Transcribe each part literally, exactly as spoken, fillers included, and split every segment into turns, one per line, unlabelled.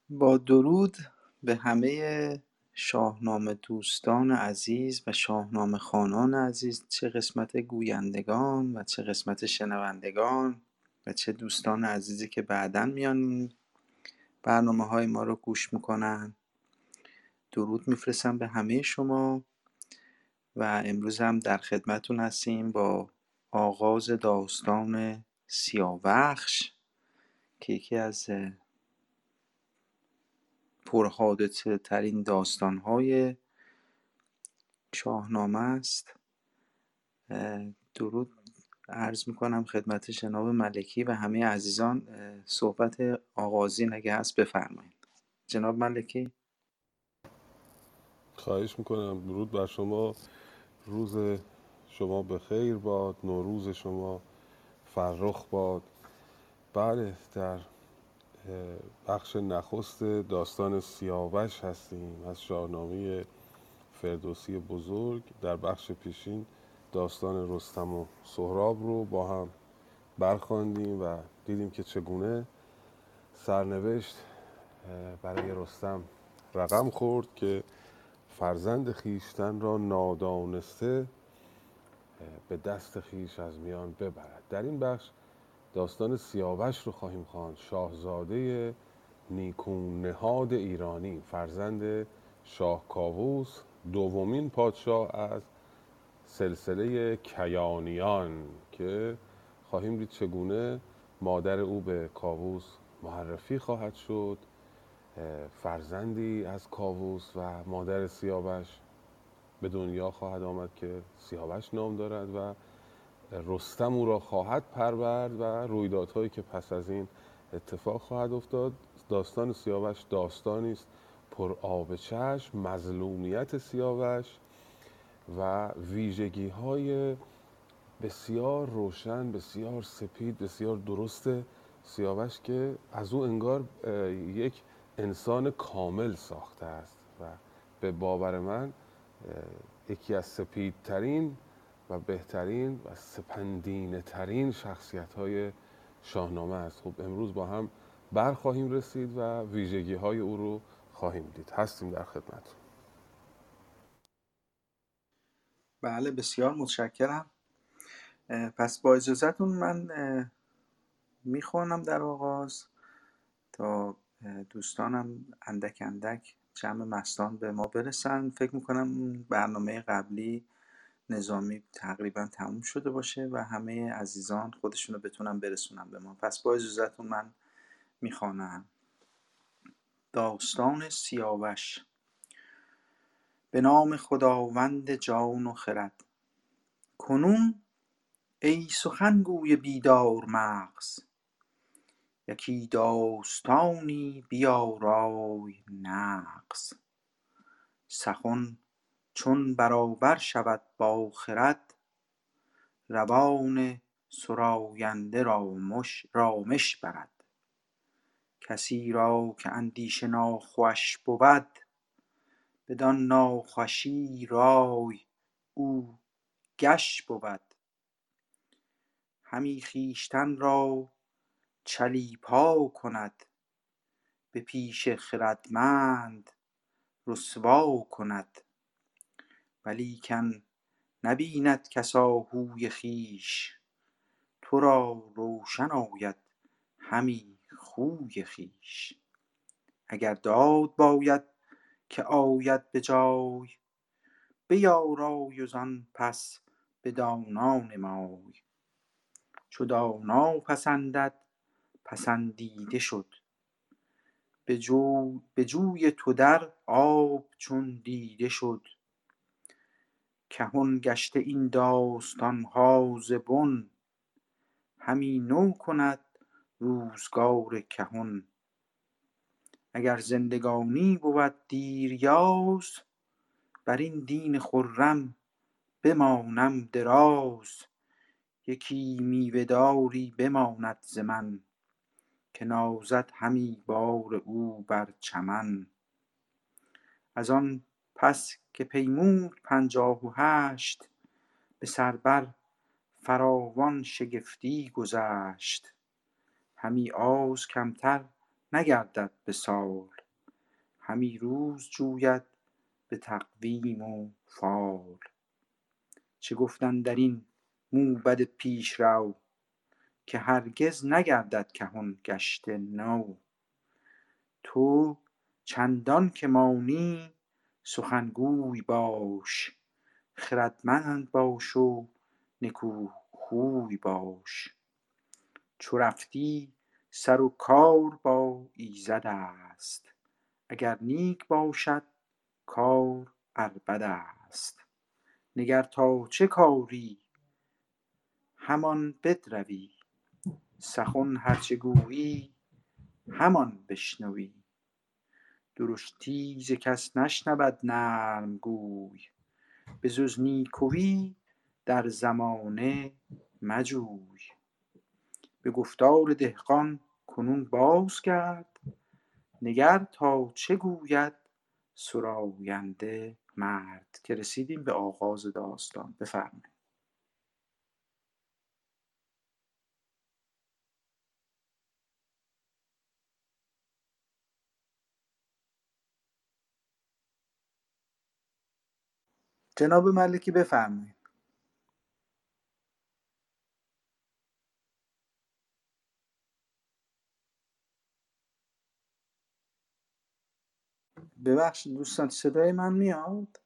با درود به همه شاهنامه دوستان عزیز و شاهنامه خوانان عزیز، چه قسمت گویندگان و چه قسمت شنوندگان و چه دوستان عزیزی که بعداً میان برنامه های ما رو گوش میکنن. درود میفرستم به همه شما و امروز هم در خدمتون هستیم با آغاز داستان سیاوخش که یکی از پرحادثه ترین داستان های شاهنامه است. درود عرض میکنم خدمت جناب ملکی و همه عزیزان. صحبت آغازین اگه هست بفرمایید جناب ملکی.
خواهش میکنم. درود بر شما. روز شما به خیر باد، نوروز شما فرخ باد. بله، در بخش نخست داستان سیاوش هستیم از شاهنامه فردوسی بزرگ. در بخش پیشین داستان رستم و سهراب رو با هم برخواندیم و دیدیم که چگونه سرنوشت برای رستم رقم خورد که فرزند خیشتن را نادانسته به دست خیش از میان ببرد. در این بخش داستان سیاوش رو خواهیم خواند، شاهزاده نیکون نهاد ایرانی، فرزند شاه کاووس، دومین پادشاه از سلسله کیانیان که خواهیم دید چگونه مادر او به کاووس معرفی خواهد شد. فرزندی از کاووس و مادر سیاوش به دنیا خواهد آمد که سیاوش نام دارد و رستم او را خواهد پرورد و رویدادهایی که پس از این اتفاق خواهد افتاد. داستان سیاوش داستانی است پر آب چشم، مظلومیت سیاوش و ویژگی های بسیار روشن، بسیار سپید، بسیار درست سیاوش که از او انگار یک انسان کامل ساخته است و به باور من یکی از سپیدترین و بهترین و سپندینه ترین شخصیت های شاهنامه است. خب امروز با هم برخواهیم رسید و ویژگی های او رو خواهیم دید. هستیم در خدمت.
بله بسیار متشکرم. پس با اجازهتون من میخوانم در آغاز تا دوستانم اندک اندک جمع مستان به ما برسن. فکر میکنم برنامه قبلی نظامی تقریبا تموم شده باشه و همه عزیزان خودشونو بتونن برسونن به ما. پس با اجازهتون من میخوانم. داستان سیاوش. به نام خداوند جان و خرد. کنون ای سخنگوی بیدار مغز، یکی داستانی بیارای نغز. سخن چون برابر شود با خرد، روان سراینده رامش رامش برد. کسی را که اندیشه ناخوش بود، بدان ناخوشی رای او گش بود. همی خویشتن را چلیپا کند، به پیش خردمند رسوا کند. ولیکن نبیند کس آهوی خویش، تو را روشن آید همی خوی خویش. اگر داد باید که آید به جای، بیارای و زان پس به دانا نمای. چو دانا پسندد پسندیده شد، به جو به جوی تو در آب چون دیده شد. کهن گشته این داستان ها ز بن، همی نو کند روزگار کهن. اگر زندگانی بود دیریاز، بر این دین خرم بمانم دراز. یکی میوه داری بماند ز من، که نازد همی بار او بر چمن. از آن پس که پیمود پنجاه و هشت، به سر بر فراوان شگفتی گذشت. همی آز کمتر نگردد به سال، همی روز جوید به تقویم و فال. چه گفت اندرین موبد پیشرو، که هرگز نگردد کهن گشته نو. تو چندان که مانی سخنگوی باش، خردمند باش و نکوخوی باش. چو رفتی سر و کار با ایزد است، اگر نیک باشد کار ار بد است. نگر تا چه کاری همان بدروی، سخن هرچه گویی همان بشنوی. درشتی ز کس نشنود نرم گوی، به جز نیکویی در زمانه مجوی. به گفتار دهقان کنون باز گرد، نگر تا چه گوید سراینده مرد. که رسیدیم به آغاز داستان. بفرمایید. جناب ملکی بفرمایید. ببخشید دوستان، صدای من میاد؟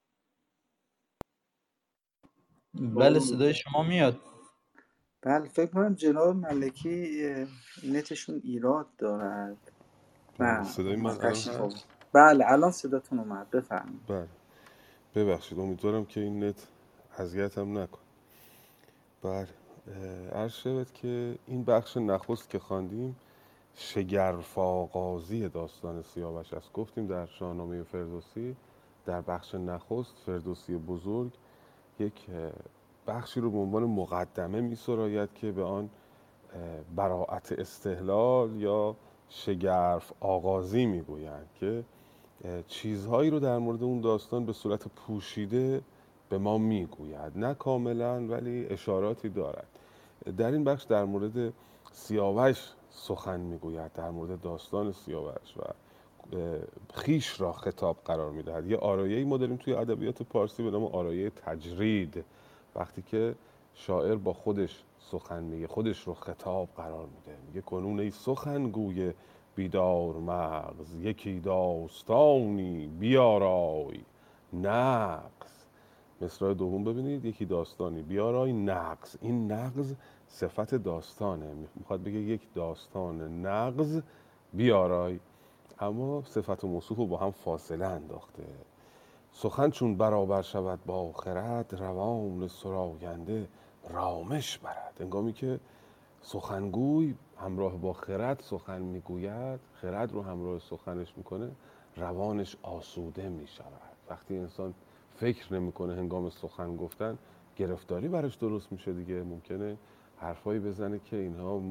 بله صدای شما میاد.
بله، فکر کنم جناب ملکی اه، نتشون ایراد دارد.
بله،
نه
صدای من الان
تشریف آورد.
هست؟
بله الان صداتون اومد. بفرمایید.
بله، ببخشید، امیدوارم که این نت اذیتم نکن. بله، عرض شود که این بخش نخست که خواندیم شگرف آغازی داستان سیاوش است. گفتیم در شاهنامه فردوسی در بخش نخست فردوسی بزرگ یک بخشی رو به عنوان مقدمه می سراید که به آن براءت استحلال یا شگرف آغازی می گویند که چیزهایی رو در مورد اون داستان به صورت پوشیده به ما می گوید، نه کاملا ولی اشاراتی دارد. در این بخش در مورد سیاوش سخن می گوید، در مورد داستان سیاوش و خیش را خطاب قرار می دهد. یه آرایه‌ای ما داریم توی ادبیات پارسی به نام آرایه تجرید، وقتی که شاعر با خودش سخن میگه، خودش رو خطاب قرار میده، میگه کنون ای سخنگوی بیدار مغز، یکی داستانی بیارای نغز. مصرع دوم ببینید، یکی داستانی بیارای نغز. این نغز صفت داستانه، میخواد بگه یک داستان نغز بیارای، اما صفت و موصوف رو با هم فاصله انداخته. سخن چون برابر شود با خرد، روان سراینده رامش برد. انگامی که سخنگوی همراه با خرد سخن میگوید، خرد رو همراه سخنش میکنه، روانش آسوده میشود. وقتی انسان فکر نمیکنه هنگام سخن گفتن، گرفتاری براش درست میشه دیگه. ممکنه حرفایی بزنه که اینها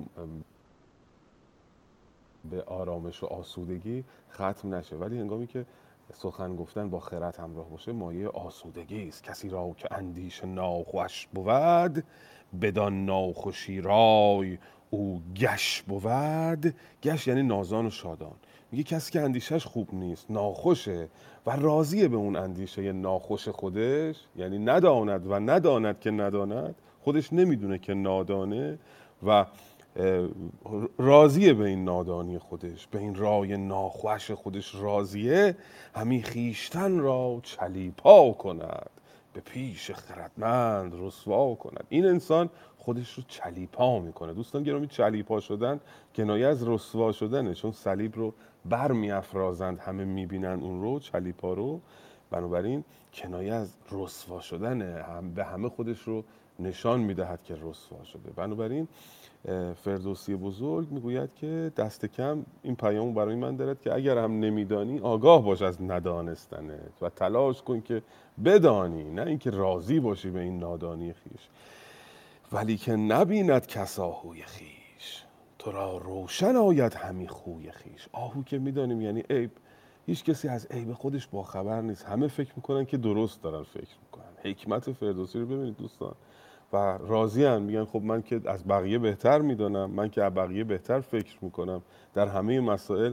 به آرامش و آسودگی ختم نشه، ولی هنگامی که سخن گفتن با خرد همراه باشه مایه آسودگی است. کسی را که اندیشه ناخوش بود، بدان ناخوشی رای او گش بود. گش یعنی نازان و شادان. میگه کسی که اندیشش خوب نیست، ناخوشه و راضیه به اون اندیشه ناخوش خودش، یعنی نداند و نداند که نداند، خودش نمیدونه که نادانه و راضیه به این نادانی خودش، به این رای ناخوش خودش راضیه، همی خیشتن را چلیپا کند، به پیش خردمند رسوا کند. این انسان خودش رو چلیپا میکنه. دوستان گرامی، چلیپا شدن کنایه از رسوا شدنه، چون صلیب رو بر میافرازند، همه میبینن اون رو، چلیپا رو، بنابراین کنایه از رسوا شدنه، هم به همه خودش رو نشان میدهد که رسوا شده. بنابراین فردوسی بزرگ میگوید که دست کم این پیامو برای من دارد که اگر هم نمیدانی آگاه باش از ندانستنت و تلاش کن که بدانی، نه اینکه راضی باشی به این نادانی خیش. ولی که نبیند کس آهوی خیش، تو را روشن آید همی خوی خیش. آهو که میدانیم یعنی عیب. هیچ کسی از عیب خودش باخبر نیست، همه فکر میکنن که درست دارن فکر میکنن. حکمت فردوسی رو ببینید دوستان، و راضی هم میگن خب من که از بقیه بهتر میدانم، من که از بقیه بهتر فکر میکنم، در همه مسائل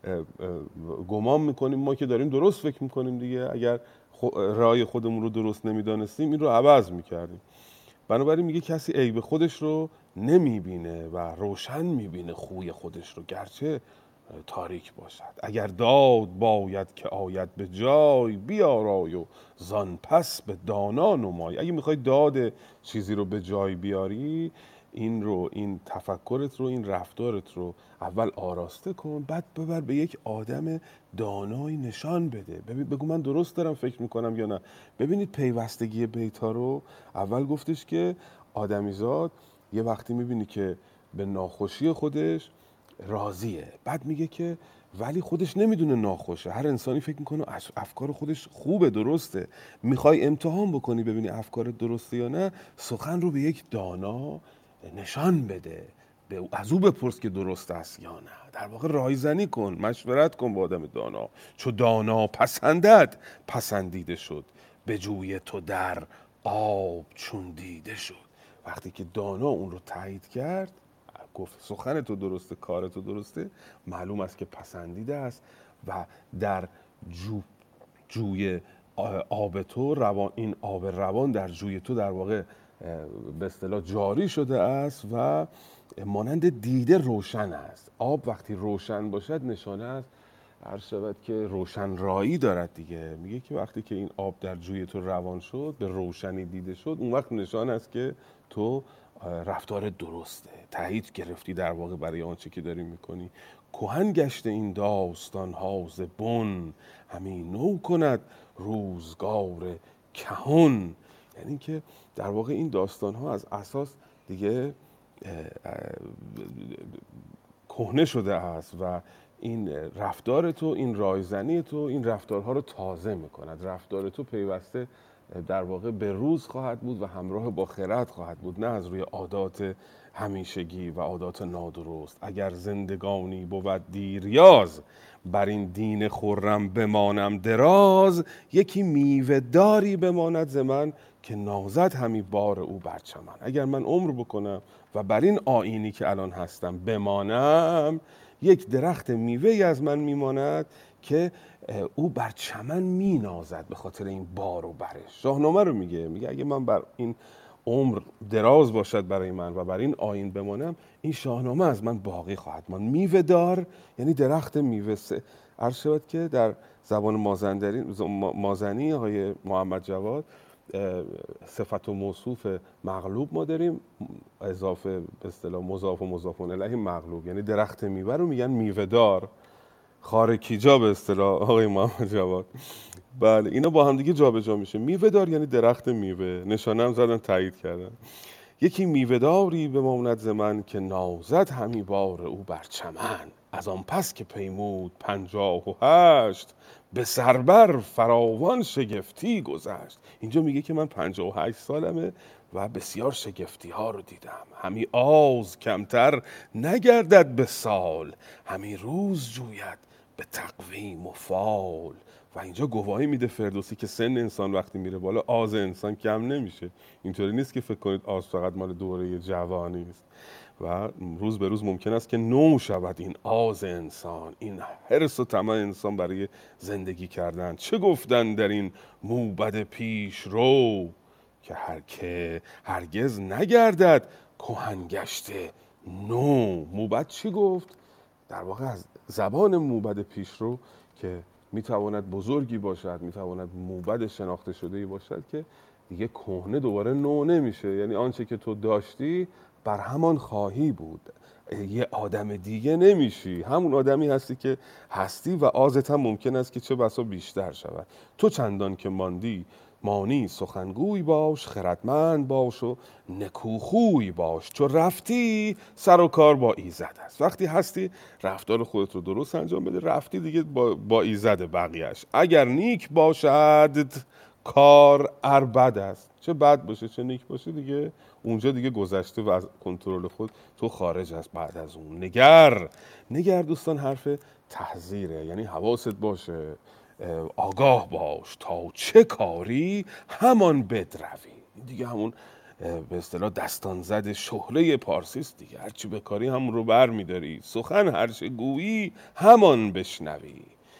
گمان میکنیم ما که داریم درست فکر میکنیم دیگه. اگر رای خودمون رو درست نمیدانستیم این رو عوض میکردیم. بنابراین میگه کسی عیب خودش رو نمیبینه و روشن میبینه خوی خودش رو، گرچه تاریک باشد. اگر داد باید که آید به جای، بیارای و زان پس به دانا نمای. اگه میخوای داد چیزی رو به جای بیاری، این رو، این تفکرت رو، این رفتارت رو اول آراسته کن، بعد ببر به یک آدم دانایی نشان بده. ببین، بگو من درست دارم فکر میکنم یا نه. ببینید پیوستگی بیتا رو. اول گفتش که آدمیزاد یه وقتی میبینی که به ناخوشی خودش راضیه، بعد میگه که ولی خودش نمیدونه ناخوشه. هر انسانی فکر میکنه افکار خودش خوبه، درسته. میخوای امتحان بکنی ببینی افکارت درسته یا نه، سخن رو به یک دانا نشان بده، به از او بپرس که درست است یا نه. در واقع رایزنی کن، مشورت کن با آدم دانا. چو دانا پسندد پسندیده شد، به جوی تو در آب چون دیده شد. وقتی که دانا اون رو تایید کرد، گفت سخن تو درسته، کار تو درسته، معلوم است که پسندیده است و در جو جوی آب تو روان، این آب روان در جوی تو در واقع به اصطلاح جاری شده است و مانند دیده روشن است. آب وقتی روشن باشد نشانه است عرض شود که روشن رایی دارد دیگه. میگه که وقتی که این آب در جوی تو روان شد، به روشنی دیده شد، اون وقت نشان است که تو رفتار درسته، تایید گرفتی در واقع برای آنچه که داری میکنی. کهن گشته این داستان ها ز بن، همین نو کند روزگار کهن. یعنی که در واقع این داستان ها از اساس دیگه کهنه شده است و این رفتار تو، این رایزنی تو، این رفتارها رو تازه میکند. رفتار تو پیوسته در واقع به روز خواهد بود و همراه با خرد خواهد بود، نه از روی عادات همیشگی و عادات نادرست. اگر زندگانی بود دیریاز، بر این دین خرم بمانم دراز. یکی میوه داری بماند ز من، که نازد همی بار او بر چمن. اگر من عمر بکنم و بر این آیینی که الان هستم بمانم، یک درخت میوه‌ای از من میماند که او بر چمن مینازد به خاطر این بار و برش. شاهنامه رو میگه، میگه اگه من بر این عمر دراز باشد برای من و بر این آیین بمانم، این شاهنامه از من باقی خواهد ماند. میوه دار یعنی درخت میوه. عرض شود که در زبان مازنی آقای محمد جواد صفت و موصوف مغلوب ما داریم، اضافه به اصطلاح مضاف و مضاف الیه مغلوب، یعنی درخت میوه رو میگن میوه دار. خارکیجا به اصطلاح آقای محمد جواد. بله، اینا با هم دیگه جابجا میشه. میوه دار یعنی درخت میوه. نشانه هم زدن، تایید کردن. یکی میوه داری بماند ز من، که نازد همی بار او بر چمن. از آن پس که پیمود پنجاه و هشت، به سربر فراوان شگفتی گذشت. اینجا میگه که من پنجاه و هشت سالمه و بسیار شگفتی ها رو دیدم. همی آز کمتر نگردد به سال، همی روز جوید به تقویم و فال. و اینجا گواهی میده فردوسی که سن انسان وقتی میره بالا، آز انسان کم نمیشه. اینطوری نیست که فکر کنید آز فقط مال دوره جوانی است و روز به روز ممکن است که نو شود این آز انسان، این حرص و طمع انسان برای زندگی کردن. چه گفتن در این موبد پیش رو، که هر که هرگز نگردد کهن گشته نو. موبد چی گفت؟ در واقع از زبان موبد پیش رو که میتواند بزرگی باشد، میتواند موبد شناخته شده‌ای باشد که دیگه کهنه دوباره نو نمیشه. یعنی آنچه که تو داشتی بر همان خواهی بود، یه آدم دیگه نمیشی، همون آدمی هستی که هستی و آزت هم ممکن است که چه بسا بیشتر شود. تو چندان که ماندی مانی سخنگوی باش، خردمند باش و نکوخوی باش. چو رفتی سر و کار با ایزد است. وقتی هستی رفتار خودت رو درست انجام بده، رفتی دیگه با, با ایزد بقیهش. اگر نیک باشد کار ار بد است، چه بد باشه چه نیک باشه دیگه اونجا دیگه گذشته و از کنترل خود تو خارج است. بعد از اون نگر نگر دوستان حرف تحذیره، یعنی حواست باشه، آگاه باش تا چه کاری همان بدروی. دیگه همون به اصطلاح دستان زد شهره پارسی است دیگه. هرچی بکاری همون رو بر میداری، سخن هرچه گویی همان بشنوی.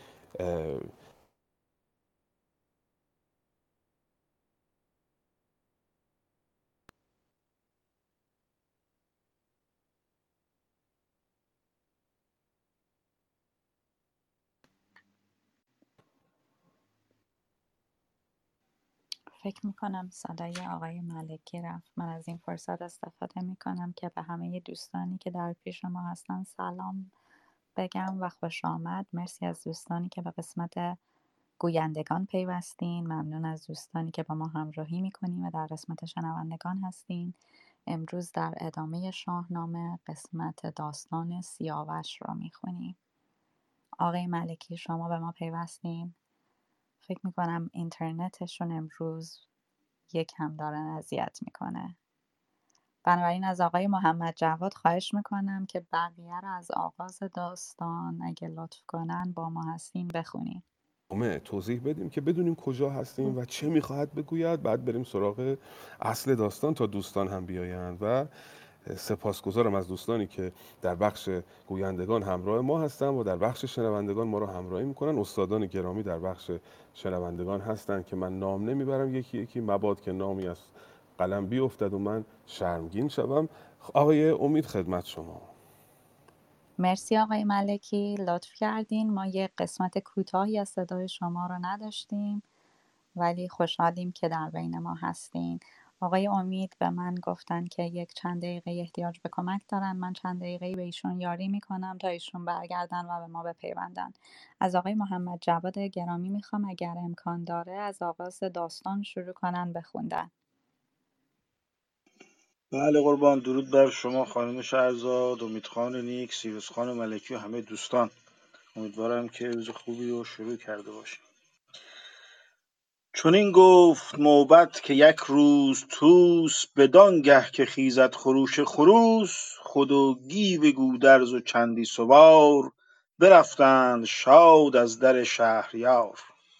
فکر میکنم صدای آقای ملکی رفت. من از این فرصت استفاده میکنم که به همه دوستانی که در پیش ما هستن سلام بگم و خوش آمد. مرسی از دوستانی که به قسمت گویندگان پیوستین. ممنون از دوستانی که با ما همراهی میکنین و در قسمت شنوندگان هستین. امروز در ادامه شاهنامه قسمت داستان سیاوش رو میخونیم. آقای ملکی شما به ما پیوستین؟ فکر میکنم اینترنتشون امروز یکم دارن اذیت میکنه. بنابراین از آقای محمد جواد خواهش میکنم که بقیه رو از آغاز داستان اگه لطف کنن با ما هستین بخونین.
توضیح بدیم که بدونیم کجا هستیم و چه میخواهد بگوید، بعد بریم سراغ اصل داستان تا دوستان هم بیایند. و سپاسگزارم از دوستانی که در بخش گویندگان همراه ما هستن و در بخش شنوندگان ما رو همراهی میکنن. استادان گرامی در بخش شنوندگان هستن که من نام نمیبرم یکی یکی، مباد که نامی از قلم بیفتد و من شرمگین شوم. آقای امید خدمت شما.
مرسی آقای ملکی، لطف کردین. ما یه قسمت کوتاهی از صدای شما رو نداشتیم ولی خوشحالیم که در بین ما هستین. آقای امید به من گفتن که یک چند دقیقه احتیاج به کمک دارن. من چند دقیقه به ایشون یاری میکنم تا ایشون برگردن و به ما بپیوندن. از آقای محمد جواد گرامی میخوام اگر امکان داره از آغاز داستان شروع کنن بخوندن.
بله قربان. درود بر شما خانم شهرزاد، امید خان نیک، سیروس خان ملکی و همه دوستان. امیدوارم که روز خوبی رو شروع کرده باشیم. چون این گفت موبت که یک روز توس، بدانگه که خیزد خروش خروس. خود و گیو گودرز و چندی سوار، برفتند شاد از در شهریار.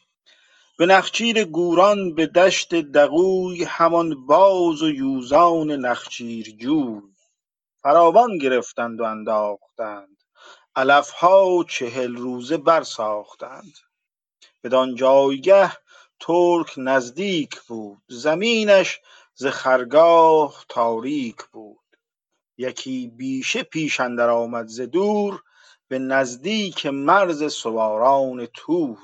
به نخچیر گوران به دشت دغوی، همان باز و یوزان نخچیر جوی. فراوان گرفتند و انداختند، علفها چهل روزه برساختند. بدان جایگه ترک نزدیک بود، زمینش ز خرگاه تاریک بود. یکی بیشه پیش اندر آمد ز دور، به نزدیک مرز سواران تور.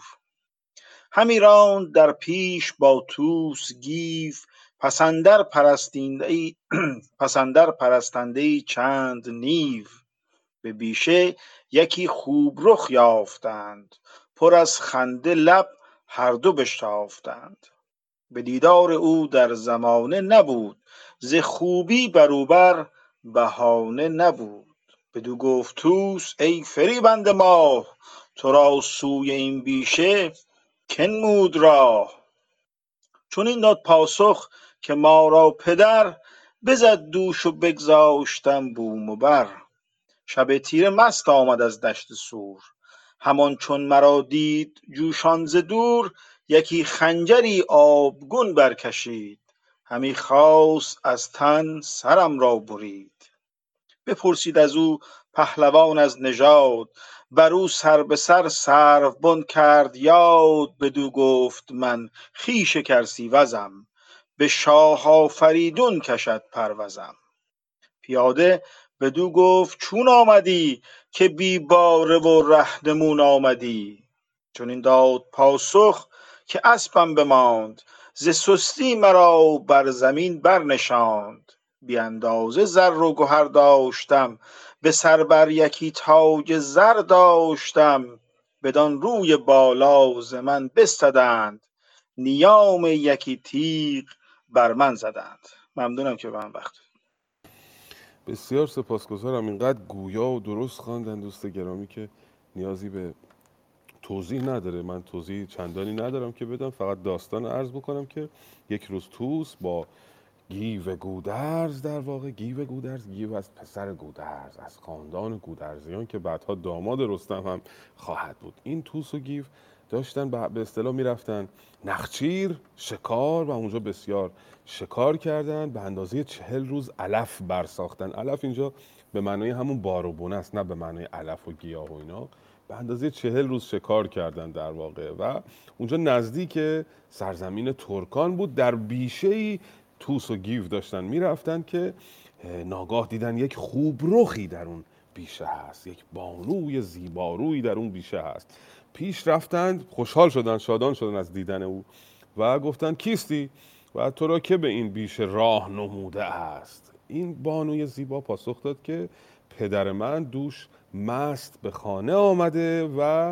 همی راند در پیش با طوس گیو، پس اندر پرستنده پس اندر پرستنده چند نیو. به بیشه یکی خوب رخ یافتند، پر از خنده لب هر دو بشتافتند. به دیدار او در زمانه نبود، ز خوبی بر او بر بهانه نبود. بدو گفت طوس ای فریبنده ماه، تو را سوی این بیشه که نمود راه. چون این داد پاسخ که ما را پدر، بزد دوش و بگذاشتم بوم و بر. شب تیره مست آمد از دشت سور، همان چون مرا دید جوشان ز دور. یکی خنجری آبگون برکشید، همی خواست از تن سرم را برید. بپرسید از او پهلوان از نژاد، بر او سر به سر سروبن کرد یاد. بدو گفت من خویش گرسیوزم، به شاه آفریدون کشد پروزم. پیاده بدو گفت چون آمدی، که بی باره و رهنمون آمدی. چون این داد پاسخ که اسپم بماند، ز سستی مرا بر زمین برنشاند. بی اندازه زر و گهر داشتم، به سر بر یکی تاج زر داشتم. بدان روی بالا ز من بستدند، نیام یکی تیغ بر من زدند. ممنونم که به من وقت.
بسیار سپاسگزارم. اینقدر گویا و درست خواندن دوست گرامی که نیازی به توضیح نداره. من توضیح چندانی ندارم که بدم، فقط داستان عرض بکنم که یک روز طوس با گیو گودرز، در واقع گیو گودرز، گیو از پسر گودرز، از خاندان گودرزیان که بعدها داماد رستم هم خواهد بود. این توس و گیو داشتن به اصطلاح میرفتن نخچیر شکار و اونجا بسیار شکار کردن، به اندازه چهل روز علف برساختن. علف اینجا به معنای همون بار و بونه است، نه به معنای علف و گیاه و اینا. به اندازه چهل روز شکار کردن در واقع و اونجا نزدیک سرزمین ترکان بود. در بیشه‌ای توس و گیو داشتن میرفتن که ناگاه دیدن یک خوبرخی در اون بیشه هست، یک بانوی زیبارویی در اون بیشه هست. پیش رفتند، خوشحال شدن، شادان شدن از دیدن او و گفتند کیستی و تو را که به این بیشه راه نموده است؟ این بانوی زیبا پاسخ داد که پدر من دوش مست به خانه آمده و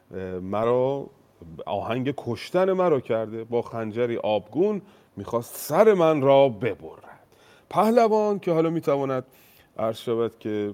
مرا آهنگ کشتن مرا کرده، با خنجری آبگون میخواست سر من را ببرد. پهلوان که حالا میتواند عرض شود که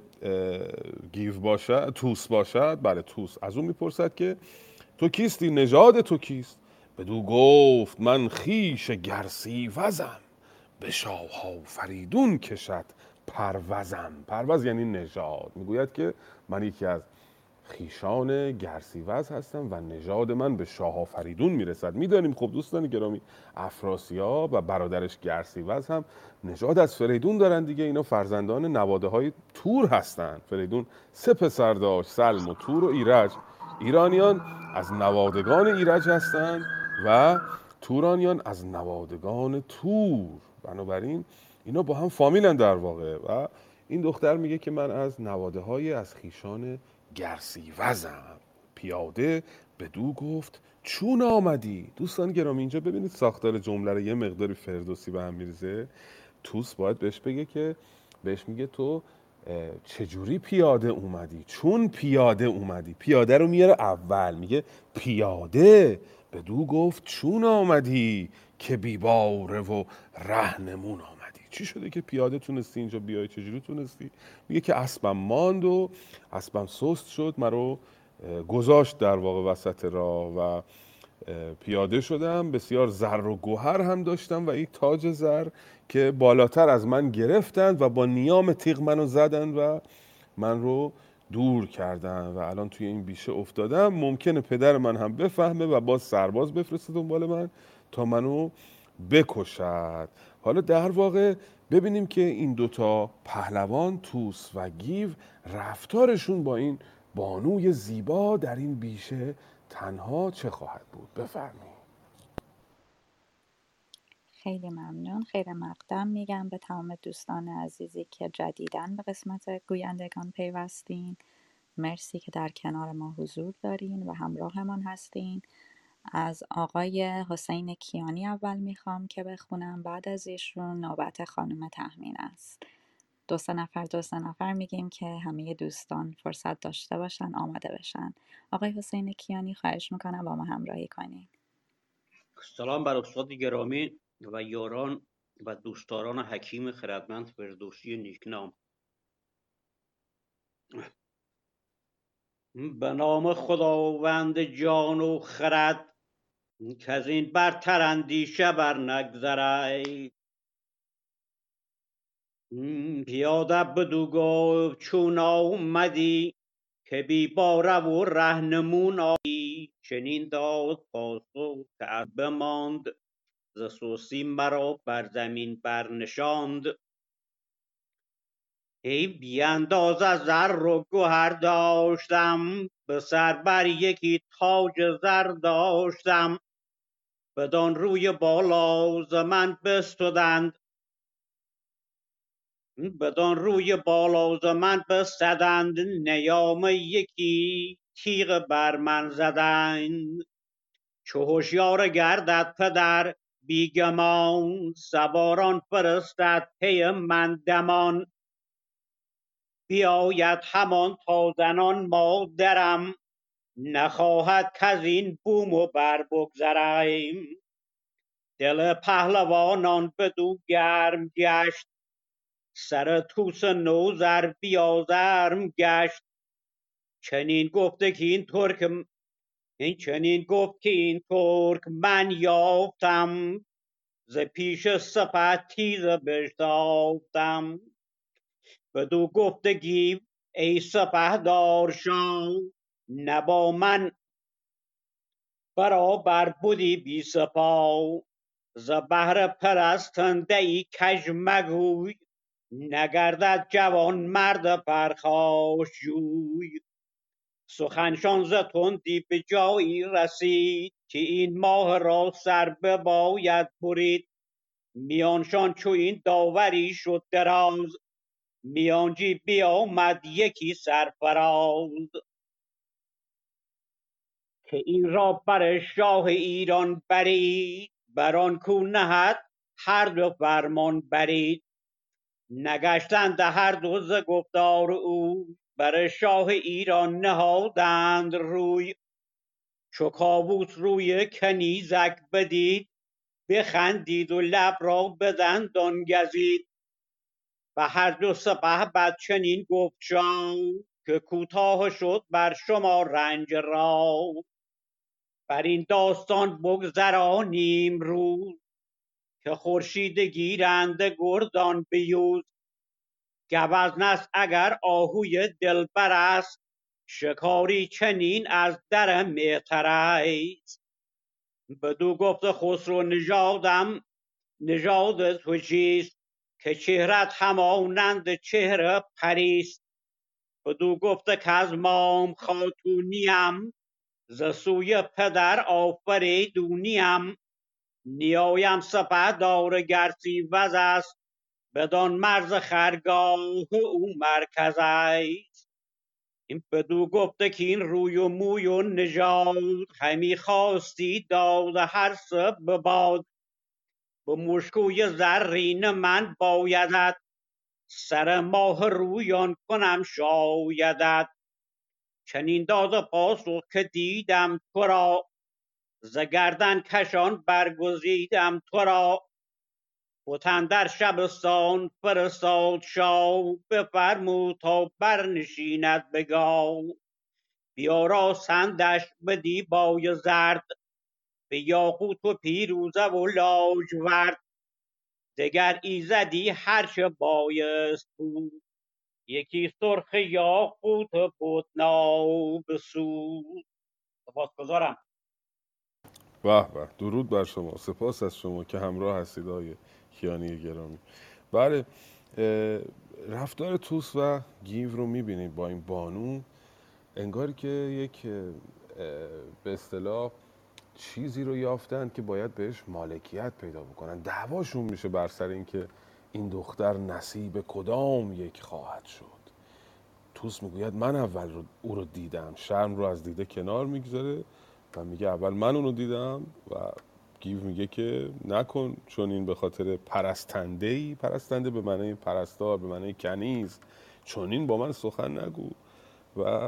گیو باشد، توس باشد، بله توس، از اون میپرسد که تو کیستی، نژاد تو کیست؟ بدو گفت من خیش گرسیوزم، به شاه آفریدون کشد پروزم. پروز یعنی نژاد. میگوید که من یکی از خیشان گرسیوز هستم و نژاد من به شاه آفریدون میرسد. میدانیم خب دوستان گرامی افراسیاب و برادرش گرسیوز هم نژاد از فریدون دارن دیگه. اینا فرزندان نواده های تور هستن. فریدون سه پسر داشت، سلم و تور و ایرج. ایرانیان از نوادگان ایرج هستند و تورانیان از نوادگان تور. بنابراین اینا با هم فامیلن در واقع. و این دختر میگه که من از نواده های از خیشان گرسیوزم. پیاده بدو گفت چون آمدی؟ دوستان گرامی اینجا ببینید ساختار جمله رو یه مقداری فردوسی به هم میریزه. توس باید بهش بگه که بهش میگه تو چجوری پیاده اومدی؟ چون پیاده اومدی. پیاده رو میاره اول، میگه پیاده بدو گفت چون آمدی که بیباره و رهنمون آمدی. چی شده که پیاده تونستی اینجا بیای؟ چجوری تونستی؟ میگه که اسبم ماند و اسبم سست شد، مرا گذاشت در واقع وسط راه و پیاده شدم. بسیار زر و گوهر هم داشتم و یک تاج زر که بالاتر از من گرفتند و با نیام تیغ منو زدند و من رو دور کردن و الان توی این بیشه افتادم. ممکنه پدر من هم بفهمه و با سرباز بفرسته دنبال من تا منو بکشد. حالا در واقع ببینیم که این دوتا پهلوان توس و گیو رفتارشون با این بانوی زیبا در این بیشه تنها چه خواهد بود. بفرمایید.
خیلی ممنون. خیلی مقدم میگم به تمام دوستان عزیزی که جدیداً به قسمت گویندگان پیوستین. مرسی که در کنار ما حضور دارین و همراهمان هستین. از آقای حسین کیانی اول میخوام که بخونم، بعد از ایشون نوبت خانم تهمین است. دو سه نفر دو سه نفر میگیم که همه دوستان فرصت داشته باشن آماده بشن. آقای حسین کیانی خواهش میکنم با ما همراهی کنین.
سلام بر استاد گرامی و یاران و دوستداران حکیم خردمند فردوسی نیکنام. به نام خداوند جان و خرد که از این برتر اندیشه بر نگذرد. پیاده بدو گفت چون آمدی که بی باره و رهنمون آیی. چنین داد پاسخ که ار بماند ز سوسی مرا بر زمین برنشاند. ای بی اندازه زر و گوهر داشتم، به سر بر یکی تاج زر داشتم. بدان روی بالا ز من بستدند، بدان روی بالا ز من بستدند. نیام یکی تیغ بر من زدند. چو هوشیار گردد پدر بیگمان، سواران فرستد پی من دمان. بیاید همان تا زنان مادرم، نخواهد کز این بوم و بر بگذرم. دل پهلوانان بدو گرم گشت، سر توس نوذر بیازرم گشت. چنین گفته که این ترک این چنین گفت که این ترک من یافتم، ز پیش سپه تیز بشتافتم، بدو گفت گیو ای سپهدار شاه، نه با من برابر بودی بی سپاه. ز بهر پرستنده ای کژ مگوی، نگردد جوان مرد پرخاشجوی. سخنشان ز تندی به جایی رسید، که این ماه را سر بباید برید. میانشان چو این داوری شد دراز، میانجی بیامد یکی سرفراز. که این را بر شاه ایران برید، بر آن کو نهد هر دو فرمان برید. نگشتند هر دو ز گفتار او، بر شاه ایران نهادند روی. چو کاووس روی کنیزک بدید، بخندید و لب را به دندان گزید. و هر دو سپهبد چنین گفت شاه، که کوتاه شد بر شما رنج راه. بر این داستان بگذرانیم روز، که خورشید گیرنده گردان بیوز. گوزن است اگر آهوی دلبر است، شکاری چنین از در مهتر است. بدو گفت خسرو نژادم نژاد تو چیست، که چهرت همانند چهر پریست. بدو گفت کز مام خاتونیم، ز سوی پدر آفریدونیم. نیایم سپهدار گرسیوز است، بدان مرز خرگاه او مرکز است. این بدو گفت که این روی و موی و نژاد، همی خواستی داد هر سه به باد. به مشکوی زرین من بایدت، سر ماه رویان کنم شایدت. چنین داد پاسخ که دیدم تو را، ز گردن کشان برگزیدم تو را. بت در شبستان فرستاد شاه، بفرمود تا برنشیند به گاه. بیاراستندش به دیبای زرد، به یاقوت و پیروزه و لاجورد. دگر ایزدی هرچه بایست بود، یکی سرخ یاقوت بتناب سود. سپاسگزارم.
به به، درود بر شما، سپاس از شما که همراه هستید آقای کیانی گرامی. بله، رفتار توس و گیو رو میبینید با این بانو، انگار که یک به اصطلاح چیزی رو یافتن که باید بهش مالکیت پیدا بکنن. دعواشون میشه بر سر این که این دختر نصیب کدام یک خواهد شد. توس میگوید من اول رو او رو دیدم، شرم رو از دیده کنار میگذاره و میگه اول من اونو دیدم. و گیو میگه که نکن، چون این به خاطر پرستنده‌ای، پرستنده به معنی پرستار، به معنی کنیز، چون این با من سخن نگو. و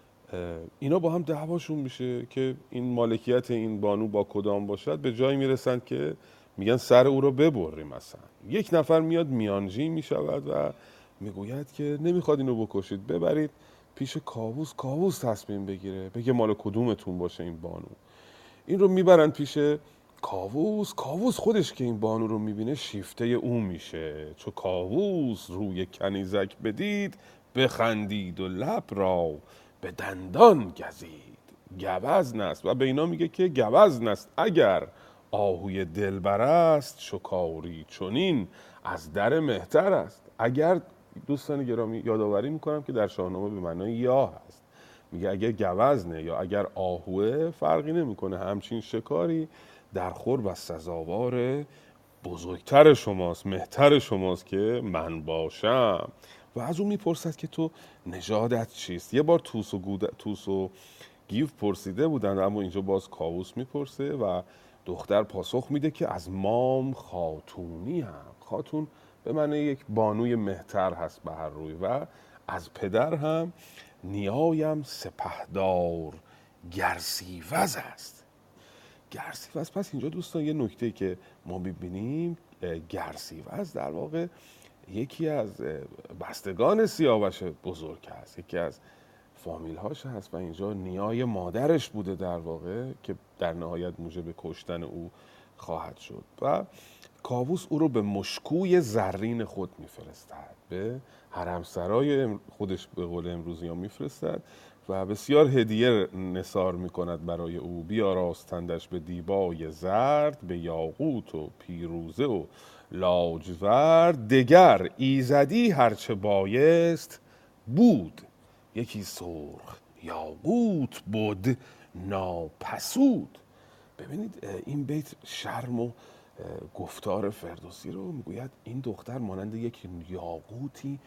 اینا با هم دعواشون میشه که این مالکیت این بانو با کدام باشد. به جایی میرسند که میگن سر او رو ببریم. مثلا یک نفر میاد میانجی میشود و میگوید که نمیخواد اینو بکشید، ببرید پیش کاووس، کاووس تصمیم بگیره، بگه مال کدومتون باشه این بانو. این رو میبرن پیش کاووس. کاووس خودش که این بانو رو میبینه شیفته او میشه. چو کاووس روی کنیزک بدید، بخندید و لب را به دندان گزید. گوزن است، و به اینا میگه که گوزن است اگر آهوی دلبر است، شکاری چنین از در مهتر است. اگر، دوستان گرامی یادآوری میکنم که در شاهنامه به معنای یا هست، میگه اگر گوزنه یا اگر آهوه فرقی نمیکنه، همچین شکاری در خور و سزاوار بزرگتر شماست، مهتر شماست که من باشم. و از اون میپرسد که تو نژادت چیست. یه بار توس و, گود... توس و گیو پرسیده بودن، اما اینجا باز کاووس میپرسه و دختر پاسخ میده که از مام خاتونی هم. خاتون به معنی یک بانوی مهتر هست به هر روی. و از پدر هم نیایم سپهدار گرسیوز است. گرسیوز، پس اینجا دوستان یه نکته که ما ببینیم، گرسیوز در واقع یکی از بستگان سیاوش بزرگ هست، یکی از فامیل هاش هست و اینجا نیای مادرش بوده در واقع، که در نهایت موجب کشتن او خواهد شد. و کاووس او رو به مشکوی زرین خود میفرستد، به حرمسرای خودش به قول امروزی ها میفرستد و بسیار هدیه نثار میکند برای او. بیاراستندش به دیبای زرد، به یاقوت و پیروزه و لاجورد. دگر ایزدی هرچه بایست بود، یکی سرخ یاقوت بود ناپسود. ببینید این بیت شرم و گفتار فردوسی رو میگوید این دختر مانند یک یاقوتی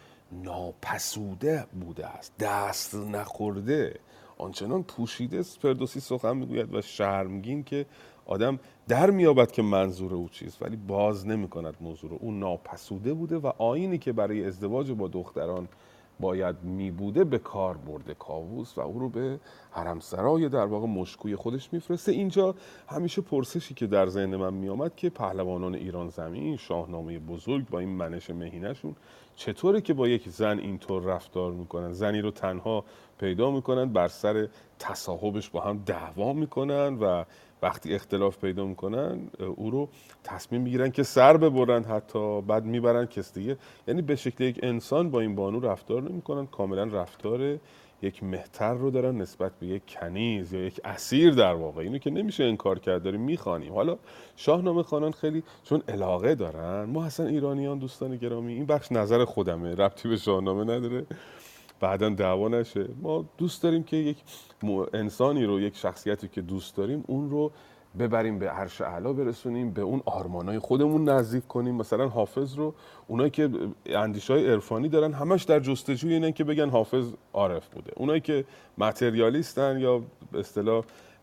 ناپسوده بوده است، دست نخورده، آنچنان پوشیده. فردوسی سخن میگوید و شرمگین که آدم در میابد که منظور او چیست، ولی باز نمیکند موضوع رو. او ناپسوده بوده و آیینی که برای ازدواج با دختران باید میبوده به کار برده کاووس و او رو به حرمسرای در واقع مشکوی خودش میفرسته. اینجا همیشه پرسشی که در ذهن من میامد که پهلوانان ایران زمین، شاهنامه بزرگ با این منش مهینشون، چطوره که با یک زن اینطور رفتار میکنن؟ زنی رو تنها پیدا میکنن، بر سر تصاحبش با هم دعوا میکنن و وقتی اختلاف پیدا میکنن او رو تصمیم میگیرن که سر ببرن، حتی بعد میبرن کس دیگه. یعنی به شکل یک انسان با این بانو رفتار نمیکنن، کاملا رفتار یک مهتر رو دارن نسبت به یک کنیز یا یک اسیر. در واقع اینو که نمیشه انکار کرد، داریم میخوانیم. حالا شاهنامه خوانان خیلی چون علاقه دارن، ما اصلا ایرانیان دوستان گرامی، این بخش نظر خودمه، ربطی به شاهنامه نداره، بعداً دعوا نشه، ما دوست داریم که یک انسانی رو، یک شخصیتی که دوست داریم اون رو ببریم به عرش اعلی برسونیم، به اون آرمانای خودمون نزدیک کنیم. مثلا حافظ رو اونایی که اندیشه‌های عرفانی دارن همش در جستجوی اینن که بگن حافظ عارف بوده. اونایی که متریالیستن یا به اصطلاح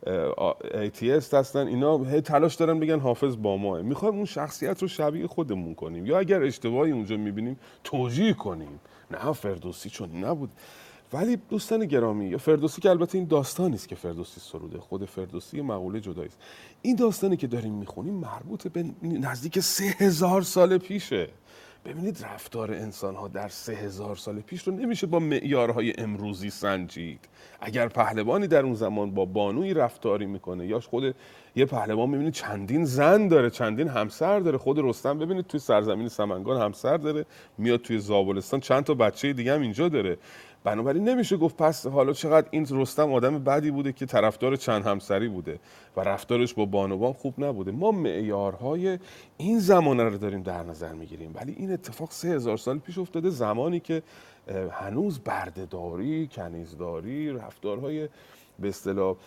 ایتیست هستن، اینا هی تلاش دارن بگن حافظ با ماه. میخوایم اون شخصیت رو شبیه خودمون کنیم، یا اگر اشتباهی اونجا میبینیم توجیه کنیم، نه فردوسی چون نبود. ولی دوستان گرامی، یا فردوسی که البته این داستانی است که فردوسی سروده، خود فردوسی مقوله جدایی است. این داستانی که داریم میخونیم مربوط به نزدیک سه هزار سال پیشه. ببینید رفتار انسان‌ها در سه هزار سال پیش رو نمیشه با معیارهای امروزی سنجید. اگر پهلوانی در اون زمان با بانوی رفتاری میکنه، یا خود یه پهلوان میبینید چندین زن داره، چندین همسر داره. خود رستم ببینید توی سرزمین سمنگان همسر داره، میاد توی زابلستان چند تا بچه دیگه هم اینجا داره. بنابراین نمیشه گفت پس حالا چقدر این رستم آدم بدی بوده که طرفدار چند همسری بوده و رفتارش با بانوان خوب نبوده. ما معیارهای این زمانه رو داریم در نظر میگیریم، ولی این اتفاق سه هزار سال پیش افتاده، زمانی که هنوز بردهداری، کنیزداری، رفتارهای به اصطلاح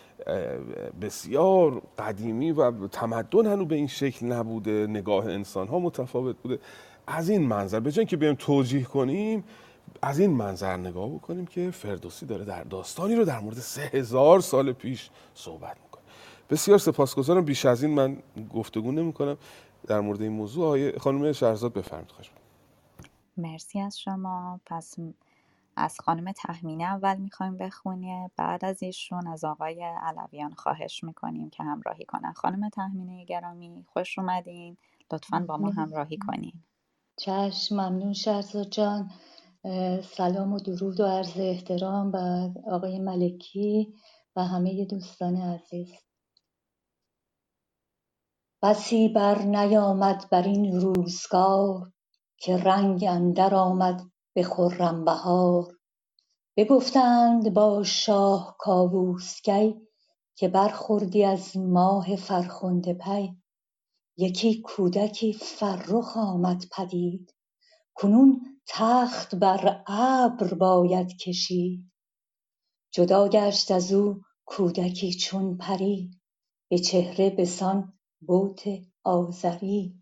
بسیار قدیمی و تمدن هنوز به این شکل نبوده، نگاه انسان‌ها متفاوت بوده. از این منظر به جای اینکه بیایم توجیه کنیم، از این منظر نگاه بکنیم که فردوسی داره در داستانی رو در مورد سه هزار سال پیش صحبت میکنه. بسیار سپاسگزارم. بیش از این من گفتگو نمی‌کنم در مورد این موضوع. آقای خانم شهرزاد بفرمایید. خواهش می‌کنم.
مرسی از شما. پس از خانم تهمینه اول میخوایم بخونیم، بعد از ایشون از آقای علویان خواهش میکنیم که همراهی کنن. خانم تهمینه گرامی خوش اومدین، لطفاً با ما همراهی کنین.
چشم، ممنون شهرزاد جان. سلام و درود و عرض احترام به آقای ملکی و همه دوستان عزیز. بسی بر نیامد بر این روزگار، که رنگ اندر آمد به خرم بهار. بگفتند با شاه کاووس کی، که برخوردی از ماه فرخنده پی. یکی کودکی فرخ آمد پدید، کنون تخت بر ابر باید کشید. جدا گشت از او کودکی چون پری، به چهره بسان بوت آزری.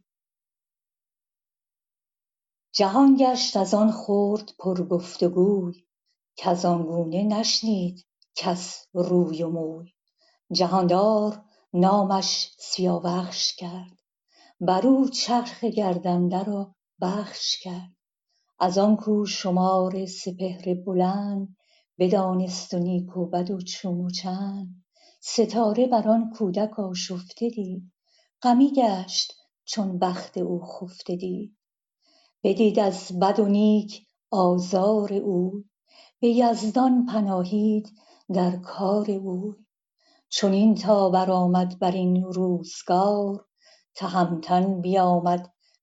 جهان گشت از آن خرد پر گفت و گوی، کز آن گونه نشنید کس روی و موی. جهاندار نامش سیاوخش کرد، بر او چرخ گردنده را بخش کرد. از آن کو شمار سپهر بلند، بدانست و نیک و بد و چون و چند. ستاره بر آن کودک آشفته دید، غمی گشت چون بخت او خفته دید. بدید از بد و نیک آزار اوی، به یزدان پناهید در کار اوی. چنین تا برآمد بر این روزگار، تهمتن بیامد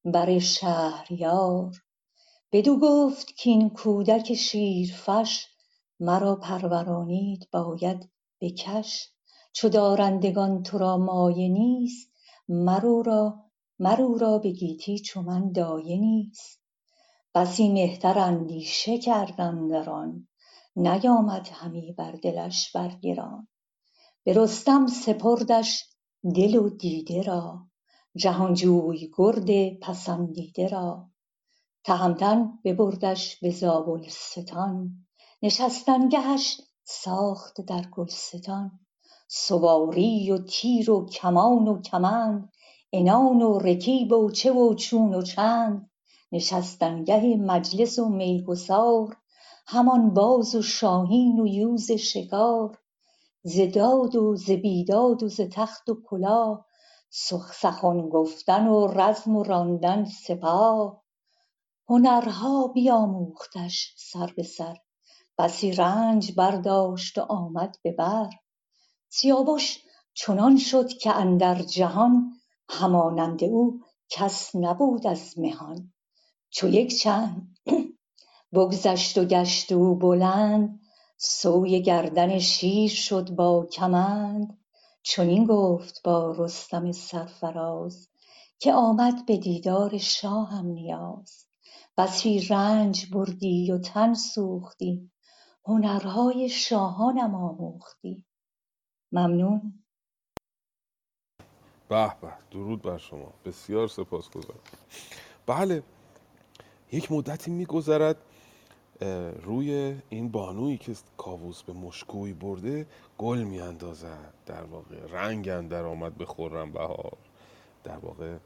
بر شهریار. بدو گفت کاین کودک شیرفش، مرا پرورانید باید به کش. چو دارندگان تو را مایه نیست، مر او را مر او را به گیتی چو من دایه نیست. بسی مهتر اندیشه کرد اندر آن، نیامد همی بر دلش برگران. به رستم سپردش دل و دیده را، جهانجوی گرد پسندیده را. تهمتن ببردش به زابلستان، نشستنگهش ساخت در گلستان. سواری و تیر و کمان و کمند، عنان و رکیب و چه و چون و چند. نشستنگه مجلس و میگسار، همان باز و شاهین و یوز شکار. ز داد و ز بیداد و ز تخت و کلاه، سخن گفتن و رزم و راندن سپاه. هنرها بیاموختش سر به سر، بسی رنج برداشت و آمد به بر. سیاوش چنان شد که اندر جهان، همانند او کس نبود از مهان. چو یک چند بگذشت و گشت او بلند، سوی گردن شیر شد با کمند. چنین گفت با رستم سرفراز، که آمد به دیدار شاهم نیاز. بسی رنج بردی و تن سوختی، هنرهای شاهانم آموختی. ممنون.
به به، درود بر شما، بسیار سپاسگزارم. بله، یک مدتی میگذرد روی این بانویی که کاووس به مشکوی برده گل میاندازد، در واقع رنگ اندر آمد به خرم بهار، در واقع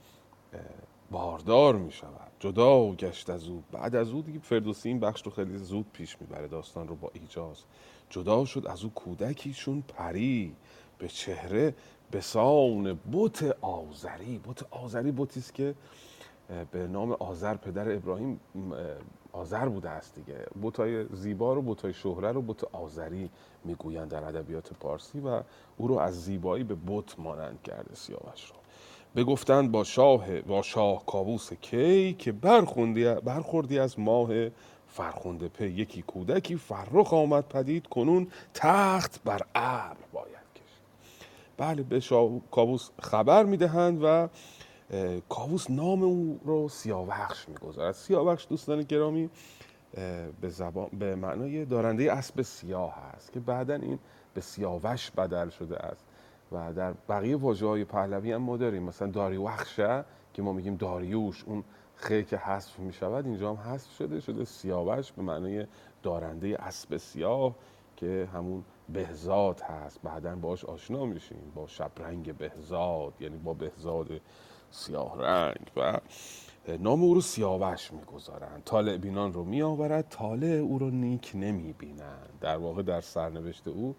باردار می شود، جدا گشت از او. بعد از او دیگه فردوسی این بخش رو خیلی زود پیش میبره، داستان رو با ایجاز. جدا شد از او کودکی چون پری، به چهره بسان بت آزری. بت آزری بتی است که به نام آزر پدر ابراهیم آزر بوده است دیگه. بتای زیبا رو، بتای شهره رو بت آزری میگویند در ادبیات پارسی، و او رو از زیبایی به بت مانند کرده سیاوش رو. بگفتند با شاه با شاه کاووس کی، که برخوردی برخوردی از ماه فرخنده پی. یکی کودکی فرخ آمد پدید، کنون تخت بر ابر باید کشید. بله، به شاه کاووس خبر میدهند و کاووس نام او رو سیاوخش میگذارد. سیاوخش دوستان گرامی به زبان به معنای دارنده اسب سیاه است که بعداً این به سیاوش بدل شده است و در بقیه واژه‌های پهلوی هم ما داریم، مثلا داریوخشه که ما میگیم داریوش، اون خی که حذف میشود اینجا هم حذف شده شده سیاوش به معنای دارنده اسب سیاه که همون بهزاد هست. بعداً باش آشنا میشیم با شبرنگ بهزاد، یعنی با بهزاد سیاه رنگ، و نام او رو سیاوش میگذارند. طالع بینان رو میآورد، طالع او رو نیک نمیبینند. در واقع در سرنوشت او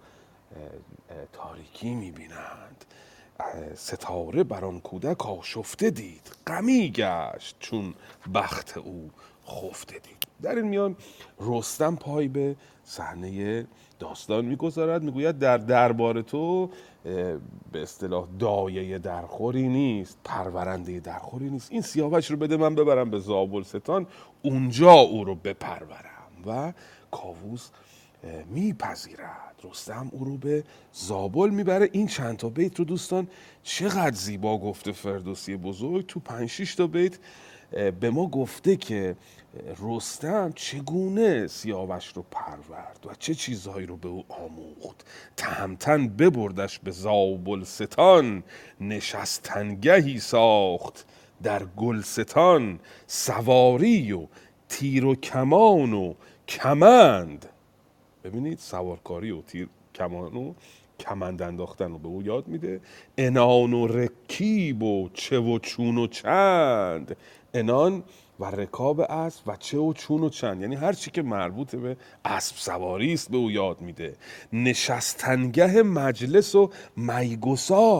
تاریکی میبینند. ستاره بر آن کودک آشفته دید، غمی گشت چون بخت او خفته دید. در این میان رستم پای به صحنه داستان میگذارد، میگوید در دربار تو به اصطلاح دایه درخوری نیست، پرورنده درخوری نیست. این سیاوش رو بده من ببرم به زابلستان، اونجا او رو بپرورم. و کاووس میپذیرد. رستم او رو به زابل میبره. این چند تا بیت رو دوستان چقدر زیبا گفته فردوسی بزرگ. تو پنج شش تا بیت به ما گفته که رستم چگونه سیاوش رو پرورد و چه چیزهایی رو به او آموخت. تهمتن ببردش به زابلستان، نشستنگهی ساخت در گلستان. سواری و تیر و کمان و کمند، ببینید سوارکاری و تیر کمان و کمند انداختن رو به او یاد میده. عنان و رکیب و چه و چون و چند. عنان و رکاب اسب و چه و چون و چند، یعنی هر چی که مربوط به اسب سواری است به او یاد میده. نشستنگه مجلس و میگسار،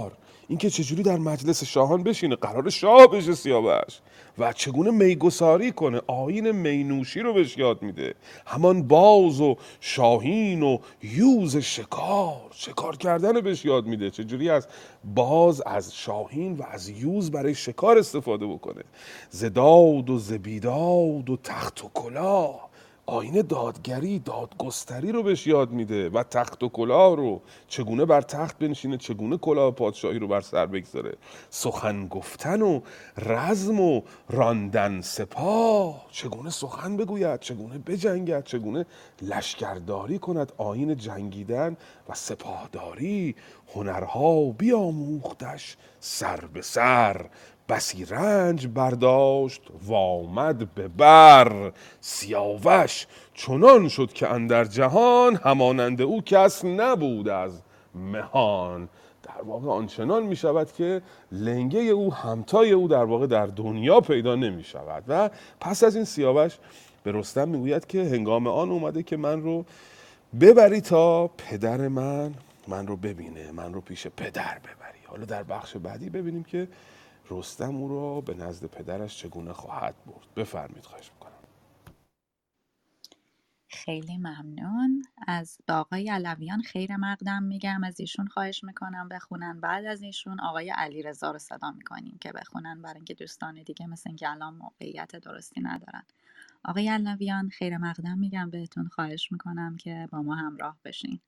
اینکه چجوری در مجلس شاهان بشینه، قرار شاه بشه سیاوش، و چگونه میگساری کنه، آیین مینوشی رو بهش یاد میده، همان باز و شاهین و یوز شکار، شکار کردن رو بهش یاد میده، چجوری از باز، از شاهین و از یوز برای شکار استفاده بکنه، زداد و زبیداد و تخت و کلاه، آیین دادگری، دادگستری رو بهش یاد میده و تخت و کلاه رو، چگونه بر تخت بنشینه، چگونه کلاه پادشاهی رو بر سر بگذاره، سخن گفتن و رزم و راندن سپاه، چگونه سخن بگوید، چگونه بجنگد، چگونه لشکرداری کند، آیین جنگیدن و سپاهداری، هنرها بیاموختش سر به سر، بسی رنج برداشت و آمد به بر، سیاوش چنان شد که اندر جهان، همانند او کس نبود از مهان. در واقع آنچنان می شود که لنگه او، همتای او در واقع در دنیا پیدا نمی شود. و پس از این سیاوش به رستم میگوید که هنگام آن اومده که من رو ببری تا پدر من من رو ببینه، من رو پیش پدر ببری. حالا در بخش بعدی ببینیم که رستم او رو به نزد پدرش چگونه خواهد برد. بفرمید، خواهش میکنم.
خیلی ممنون از آقای علویان. خیر مقدم میگم، از ایشون خواهش میکنم بخونن. بعد از ایشون آقای علیرضا رو صدا میکنیم که بخونن، برای اینکه دوستان دیگه مثل اینکه الان موقعیت درستی ندارن. آقای علویان خیر مقدم میگم بهتون، خواهش میکنم که با ما همراه بشین.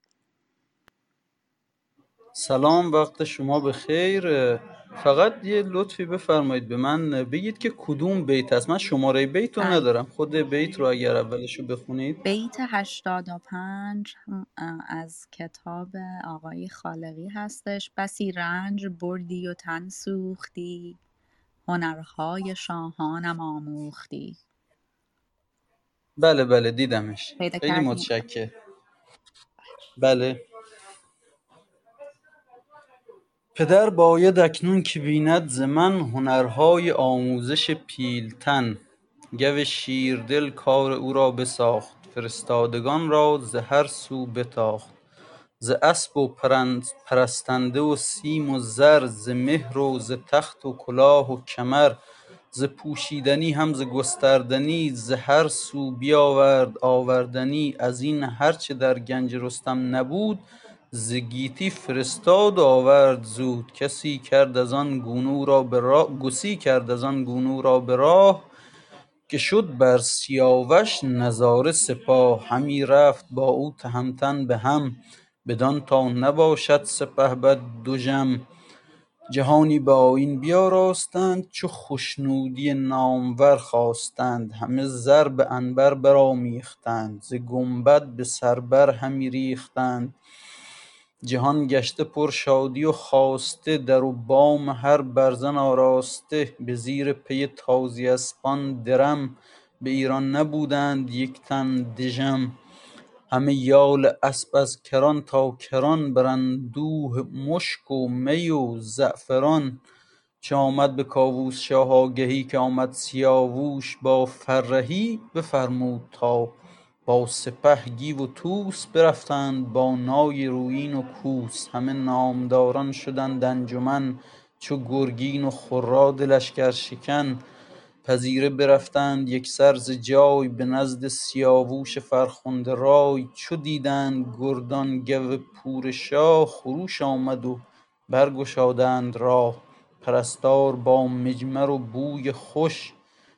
سلام، وقت شما بخیر. فقط یه لطفی بفرمایید به من بگید که کدوم بیت هست. من شماره بیت رو
بله.
ندارم، خود بیت رو اگر اولشو بخونید.
بیت هشتاد و پنج از کتاب آقای خالقی هستش. بسی رنج بردی و تن سوختی، هنرهای شاهانم آموختی.
بله بله دیدمش،
پیدا
خیلی
کردیم.
متشکرم. بله. پدر باید اکنون که بیند ز من، هنرهای آموزش پیلتن، گو شیردل کار او را بساخت، فرستادگان را ز هر سو بتاخت، ز اسب و پرند پرستنده و سیم و زر، ز مهر و ز تخت و کلاه و کمر، ز پوشیدنی هم ز گستردنی، ز هر سو بیاورد آوردنی، از این هرچه در گنج رستم نبود، ز گیتی فرستاد و آورد زود، کسی کرد از آن گونه را به راه، گسی کرد از آن گونه را به راه، که شد بر سیاوش نظاره سپاه، همی رفت با او تهمتن به هم، بدان تا نباشد سپهبد دژم، جهانی به آیین بیاراستند، چو خشنودی نامور خواستند، همه زر به عنبر برآمیختند، ز گنبد به سر بر همی ریختند، جهان گشته پر شادی و خواسته، در و بام هر برزن آراسته، به زیر پی تازی اسپان درم، به ایران نبودند یک تن دژم، همه یال اسب از کران تا کران، بر اندوه مشک و می و زعفران، چه آمد به کاووس شاه آگهی، که آمد سیاووش با فرهی، بفرمود تا با سپه گیو و طوس، برفتند با نای رویین و کوس، همه نامداران شدند انجمن، چو گرگین و خراد لشکر شکن، پذیره برفتند یکسر ز جای، به نزد سیاووش فرخنده رای، چو دیدند گردان گو پور شاه، خروش آمد و برگشادند راه، پرستار با مجمر و بوی خوش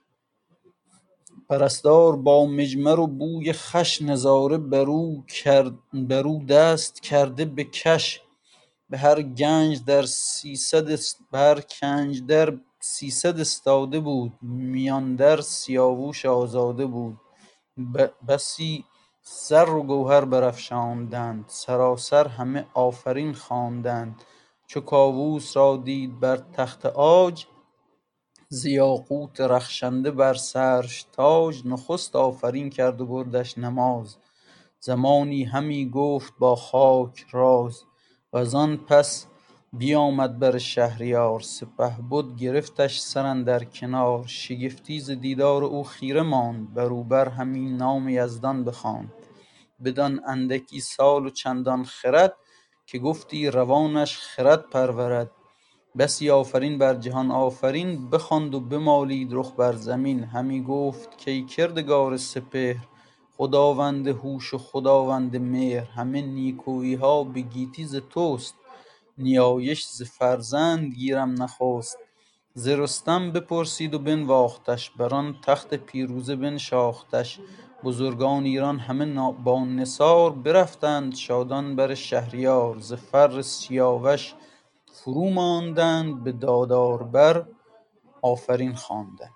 پرستار با مجمر و بوی خوش، نظاره برو کرد برو دست کرده به کش، به هر گنج در سیصد است به هر کنج در سیصد استاده بود، میان در سیاووش آزاده بود، ب- بسی زر و گوهر برافشاندند، سراسر همه آفرین خواندند، چو کاووس را دید بر تخت عاج، ز یاقوت رخشنده بر سرش تاج، نخست آفرین کرد و بردش نماز، زمانی همی گفت با خاک راز، وزان پس بیامد بر شهریار، سپهبد گرفتش سر اندر کنار، شگفتی ز دیدار او خیره ماند، بر او بر همی نام یزدان بخواند، بدان اندکی سال و چندان خرد، که گفتی روانش خرد پرورد، بسی آفرین بر جهان آفرین، بخواند و بمالید رخ بر زمین. همی گفت کای کردگار سپهر، خداوند هوش و خداوند مهر. همه نیکویی ها به گیتی ز توست، نیایش ز فرزند گیرم نخست. ز رستم بپرسید و بنواختش، بران تخت پیروزه بنشاختش. بزرگان ایران همه نا- با نثار، برفتند شادان بر شهریار. ز فر سیاوش فرو ماندند، به دادار بر آفرین خواندند.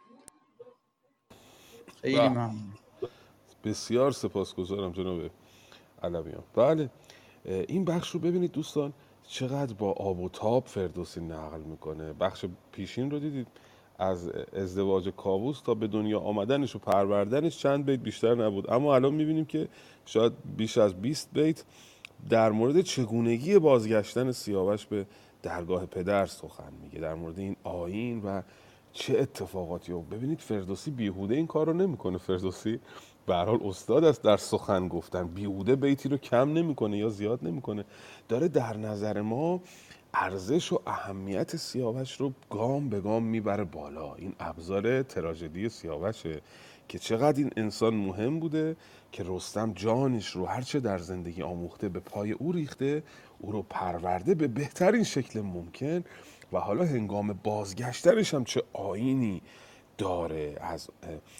خیلی
به
ممنون.
بسیار سپاسگزارم جناب علویان. بله، این بخش رو ببینید دوستان چقدر با آب و تاب فردوسی نقل میکنه. بخش پیشین رو دیدید، از ازدواج کاووس تا به دنیا آمدنش و پروردنش چند بیت بیشتر نبود، اما الان میبینیم که شاید بیش از بیست بیت در مورد چگونگی بازگشتن سیاوش به درگاه پدر سخن میگه، در مورد این آیین و چه اتفاقاتی. و ببینید فردوسی بیهوده این کار رو نمیکنه. فردوسی به هر حال استاد است در سخن گفتن، بیهوده بیتی رو کم نمیکنه یا زیاد نمیکنه، داره در نظر ما ارزش و اهمیت سیاوش رو گام به گام میبره بالا. این ابزار تراژدی سیاوشه که چقدر این انسان مهم بوده که رستم جانش رو هرچه در زندگی آموخته به پای او ریخته، او رو پرورده به بهترین شکل ممکن، و حالا هنگام بازگشتنش هم چه آیینی داره از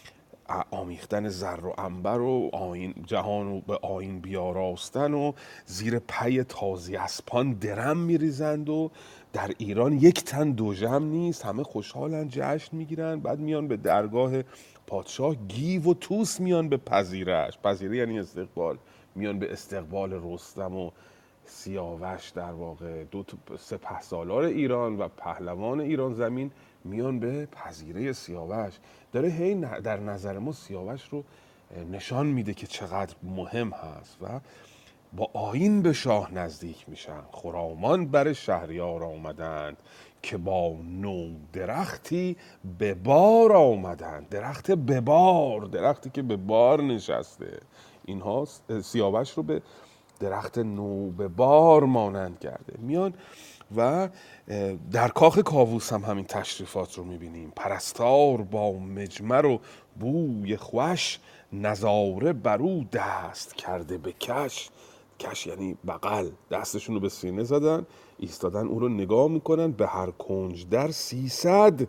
آمیختن زر و عنبر و آیین جهان رو به آیین بیاراستن و زیر پی تازی اسپان درم میریزند و در ایران یک تن دو جمع نیست، همه خوشحالن جشن میگیرن. بعد میان به درگاه پادشاه، گیو و توس میان به پذیرش، پذیره یعنی استقبال، میان به استقبال رستم و سیاوش، در واقع دو سپه سالار ایران و پهلوان ایران زمین میان به پذیره سیاوش. داره هی در نظر ما سیاوش رو نشان میده که چقدر مهم هست و با آیین به شاه نزدیک میشن. خرامان بر شهریار آمدند، که با نو درختی به بار آمدند. درخت به بار، درختی که به بار نشسته. اینها سیاوش رو به درخت نو به بار مانند کرده. میان و در کاخ کاووس هم همین تشریفات رو میبینیم. پرستار با مجمر و بوی خوش، نظاره برو دست کرده به کش. کش یعنی بغل، دستشون رو به سینه زدن، ایستادن او رو نگاه میکنن. به هر کنج در سیصد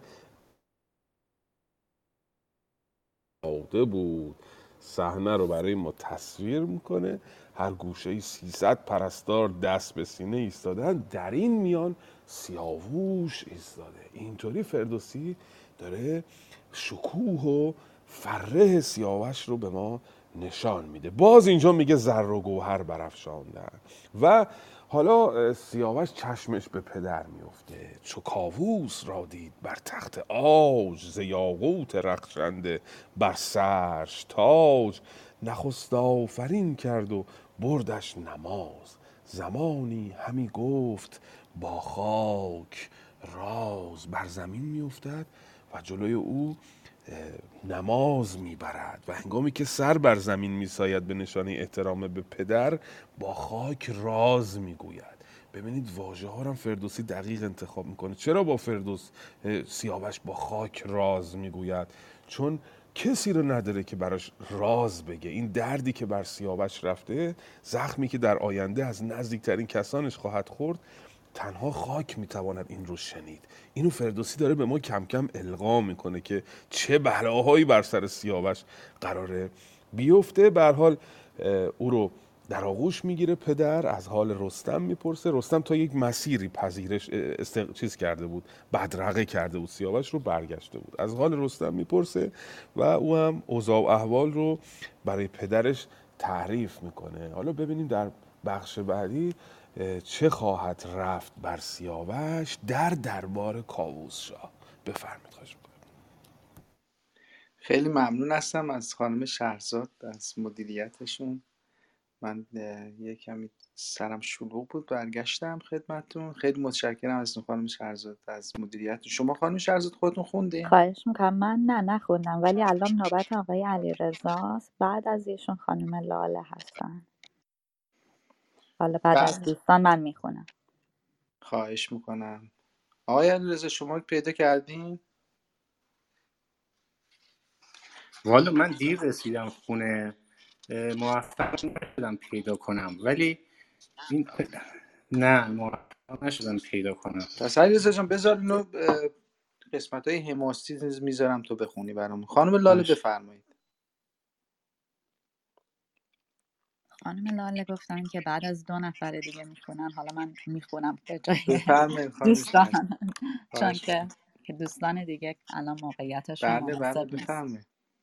آده بود. صحنه رو برای ما تصویر میکنه، هر گوشه سیصد پرستار دست به سینه ایستادن، در این میان سیاووش ایستاده. اینطوری فردوسی داره شکوه و فره سیاوش رو به ما نشان میده. باز اینجا میگه زر و گوهر برافشاندن و حالا سیاوش چشمش به پدر میفته. چو کاووس را دید بر تخت عاج، ز یاقوت رخشنده بر سرش تاج. نخست آفرین کرد و بردش نماز، زمانی همی گفت با خاک راز. بر زمین میافتد و جلوی او نماز میبرد و هنگامی که سر بر زمین میساید به نشانه احترام به پدر، با خاک راز میگوید. ببینید واژه ها هم فردوسی دقیق انتخاب میکنه. چرا با فردوس سیاوش با خاک راز میگوید؟ چون کسی رو نداره که براش راز بگه. این دردی که بر سیاوش رفته، زخمی که در آینده از نزدیکترین کسانش خواهد خورد، تنها خاک میتواند این رو شنید. اینو فردوسی داره به ما کم کم القا میکنه که چه بلاهایی بر سر سیاوش قراره بیفته. به هر حال او رو در آغوش میگیره پدر، از حال رستم میپرسه. رستم تا یک مسیری پذیرش استق... چیز کرده بود، بدرقه کرده بود سیاوش رو، برگشته بود. از حال رستم میپرسه و او هم اوضاع و احوال رو برای پدرش تعریف میکنه. حالا ببینیم در بخش بعدی چه خواهد رفت بر سیاوش در دربار کاووس شاه. بفرمایید. خواهش می‌کنم.
خیلی ممنون هستم از خانم شهرزاد از مدیریتشون. من یه کمی سرم شلوغ بود، برگشتم خدمتتون. خیلی متشکرم از خانم شهرزاد از مدیریت شما. خانم شهرزاد خودتون خوندین؟
خواهش میکنم. من نه نخوندم، ولی الان نوبت آقای علیرضاست، بعد از ایشون خانم لاله هستن. حالا بعد از
بعد
دوستان من میخونم.
خواهش میکنم آقای علیرضا شما پیدا کردین؟
والا من دیر رسیدم خونه، موفق نشدم پیدا کنم، ولی این نه موفق نشدم پیدا کنم.
پس علیرضا جان بذار اینو قسمت های حماسی میذارم تو بخونی برامون. خانم لاله
باش.
بفرمایید.
خانم لاله گفتن که بعد از دو نفر دیگه میخونن، حالا من میخونم به جای
بفرمایید خانم
دوستان، چون
خواهش
که که دوستان دیگه الان موقعیتشون
بله بله
مناسب نیست.
بفرمایید.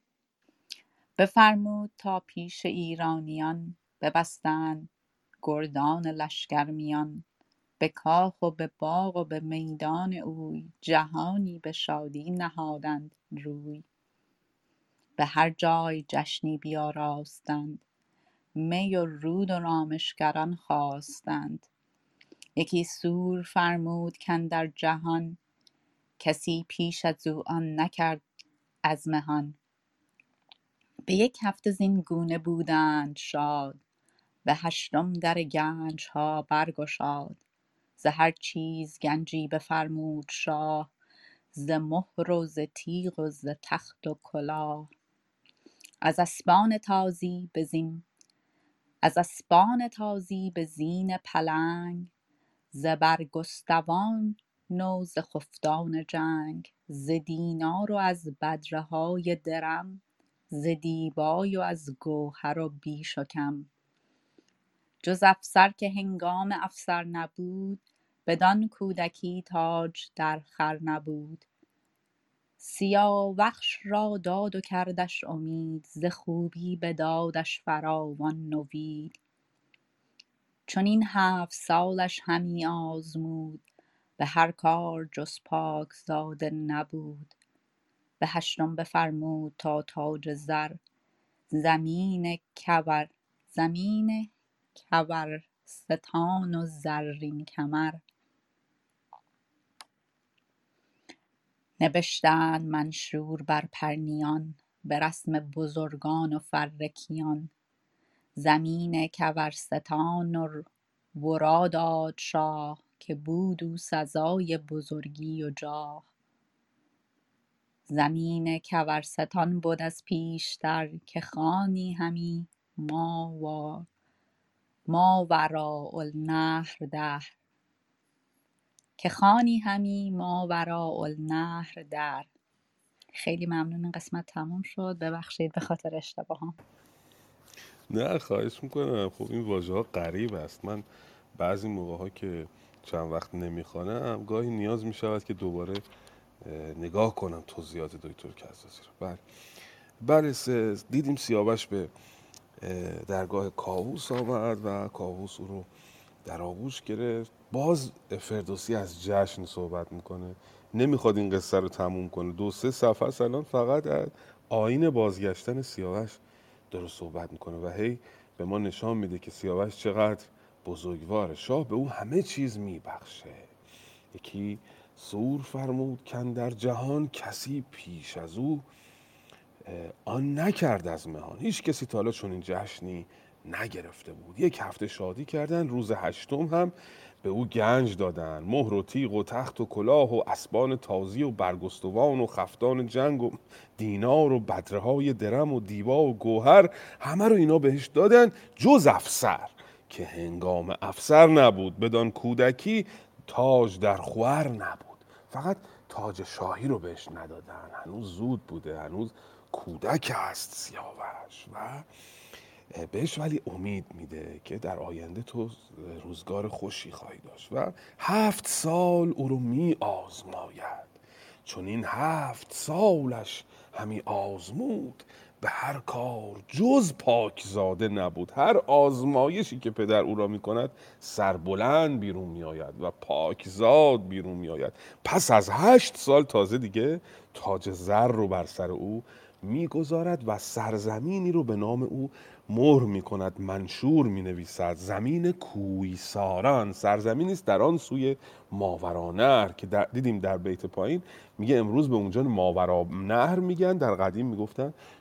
بفرمود تا پیش ایرانیان، ببستند گردان لشکر میان. به کاخ و به باغ و به میدان اوی، جهانی به شادی نهادند روی. به هر جای جشنی بیاراستند، می و رود و رامشگران خواستند. یکی سور فرمود کاندر جهان، کسی پیش از او آن نکرد از مهان. به یک هفته زین گونه بودند شاد، به هشتم در گنج ها برگشاد. ز هر چیز گنجی بفرمود شاه، ز مهر و ز تیغ و ز تخت و کلاه. از اسبان تازی به زین از اسبان تازی به زین پلنگ، ز برگستوان و ز خفتان جنگ. ز دینار و از بدره های درم، ز دیبای و از گوهر و بیش و کم. جز افسر که هنگام افسر نبود، بدان کودکی تاج در خور نبود. سیاوخش را داد و کردش امید، ز خوبی بدادش فراوان نوید. چنین هفت سالش همی آزمود، به هر کار جز پاک زاده نبود. به هشتم بفرمود تا تاج زر، زمین کبر زمین کبرستان و زرین کمر. نبشتند منشور بر پرنیان، به رسم بزرگان و فرکیان. زمین کبرستان و ورا داد شاه، که بود او سزای بزرگی و جاه. زمین کبرستان بد از پیشتر، که خانی همی ما ماوراء النهر در که خانی همی ماوراء النهر در. خیلی ممنون، این قسمت تموم شد، ببخشید به خاطر اشتباهام.
نه خواهش میکنم. خب این واژه ها غریب است. من بعضی موقع ها که چند وقت نمیخوانم گاهی نیاز میشود که دوباره نگاه کنم توضیحات دکتر کزازی رو. بله بله دیدیم سیاوش به درگاه کاووس آمد و کاووس او رو در آغوش گرفت. باز فردوسی از جشن صحبت میکنه، نمیخواد این قصه رو تموم کنه. دو سه صفحه است الان فقط از آیین بازگشتن سیاوش داره صحبت میکنه و هی به ما نشان میده که سیاوش چقدر بزرگواره. شاه به او همه چیز میبخشه. یکی سور فرمود کاندر جهان، کسی پیش از او آن نکرد از مهان. هیچ کسی تا حالا چنین جشنی نگرفته بود. یک هفته شادی کردن، روز هشتم هم به او گنج دادن، مهر و تیغ و تخت و کلاه و اسبان تازی و برگستوان و خفتان جنگ و دینار و بدره های درم و دیبا و گوهر. همه رو اینا بهش دادن جز افسر، که هنگام افسر نبود. بدان کودکی تاج در خور نبود. فقط تاج شاهی رو بهش ندادن، هنوز زود بوده، هنوز کودک است سیاوش و بهش ولی امید میده که در آینده تو روزگار خوشی خواهی داشت و هفت سال او رو می آزماید. چون این هفت سالش همی آزمود، به هر کار جز پاکزاده نبود. هر آزمایشی که پدر او را میکند سربلند بیرون میآید و پاکزاد بیرون میآید. پس از هشت سال تازه دیگه تاج زر رو بر سر او میگذارد و سرزمینی رو به نام او مهر میکند، منشور مینویسد. زمین کویساران، سرزمینی است در آن سوی ماورانهر که در دیدیم در بیت پایین میگه امروز به اونجا ماورانهر میگن، در قدیم میگفتن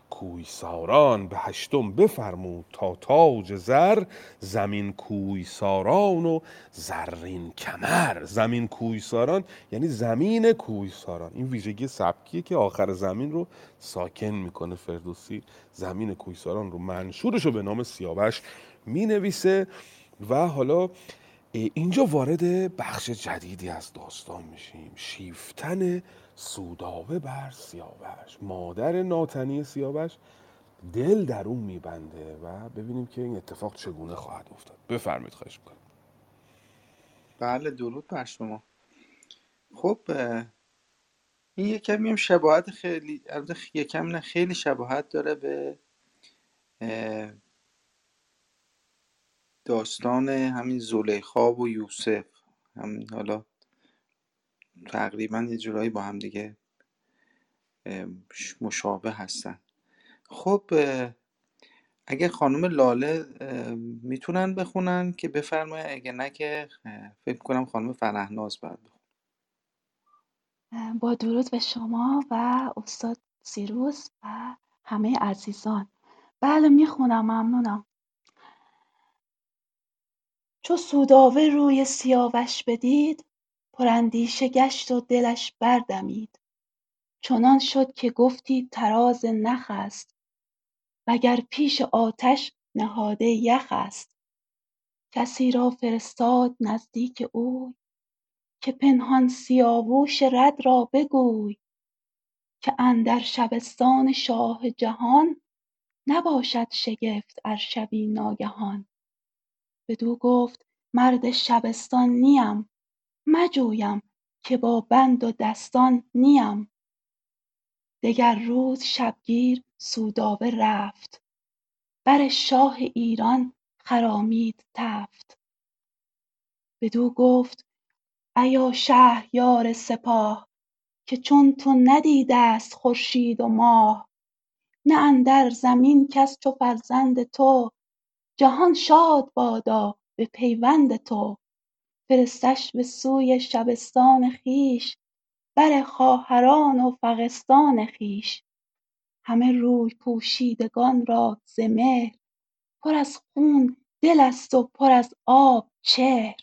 کویساران به هشتم بفرمود تا تاج زر، زمین کویساران و زرین کمر. زمین کویساران یعنی زمین کویساران. این ویژگی سبکیه که آخر زمین رو ساکن میکنه. فردوسی زمین کویساران رو منشورش رو به نام سیاوش مینویسه. و حالا اینجا وارد بخش جدیدی از داستان میشیم، شیفتن سودابه بر سیاوش. مادر ناتنی سیاوش دل در اون میبنده و ببینیم که این اتفاق چگونه خواهد افتاد. بفرمایید، خواهش میکنم.
بله، درود بر شما. خب این یک کمی هم شباهت خیلی البته یکم نه خیلی شباهت داره به داستان همین زلیخا و یوسف. همین حالا تقریبا یه جورایی با هم دیگه مشابه هستن. خب اگه خانم لاله میتونن بخونن که بفرمایید، اگه نه که فکر کنم خانم فرهناز باید بخونن.
با درود به شما و استاد سیروس و همه عزیزان. بله میخونم، ممنونم. چو سودابه روی سیاوش بدید، پراندیشه گشت و دلش بردمید. چنان شد که گفتی طراز نخ است، وگر پیش آتش نهاده یخ است. کسی را فرستاد نزدیک اوی، که پنهان سیاووش رد را بگوی. که اندر شبستان شاه جهان، نباشد شگفت ار شبی ناگهان. بدو گفت مرد شبستان نیم، مجویم که با بند و دستان نیم. دگر روز شبگیر سودابه رفت، بر شاه ایران خرامید تفت. بدو گفت ایا شهریار سپاه، که چون تو ندیدست خورشید و ماه. نه اندر زمین کس چو فرزند تو، جهان شاد بادا به پیوند تو. فرستش به سوی شبستان خویش، بر خواهران و فغستان خویش. همه روی پوشیدگان را ز مهر، پر از خون دل است و پر از آب چهر.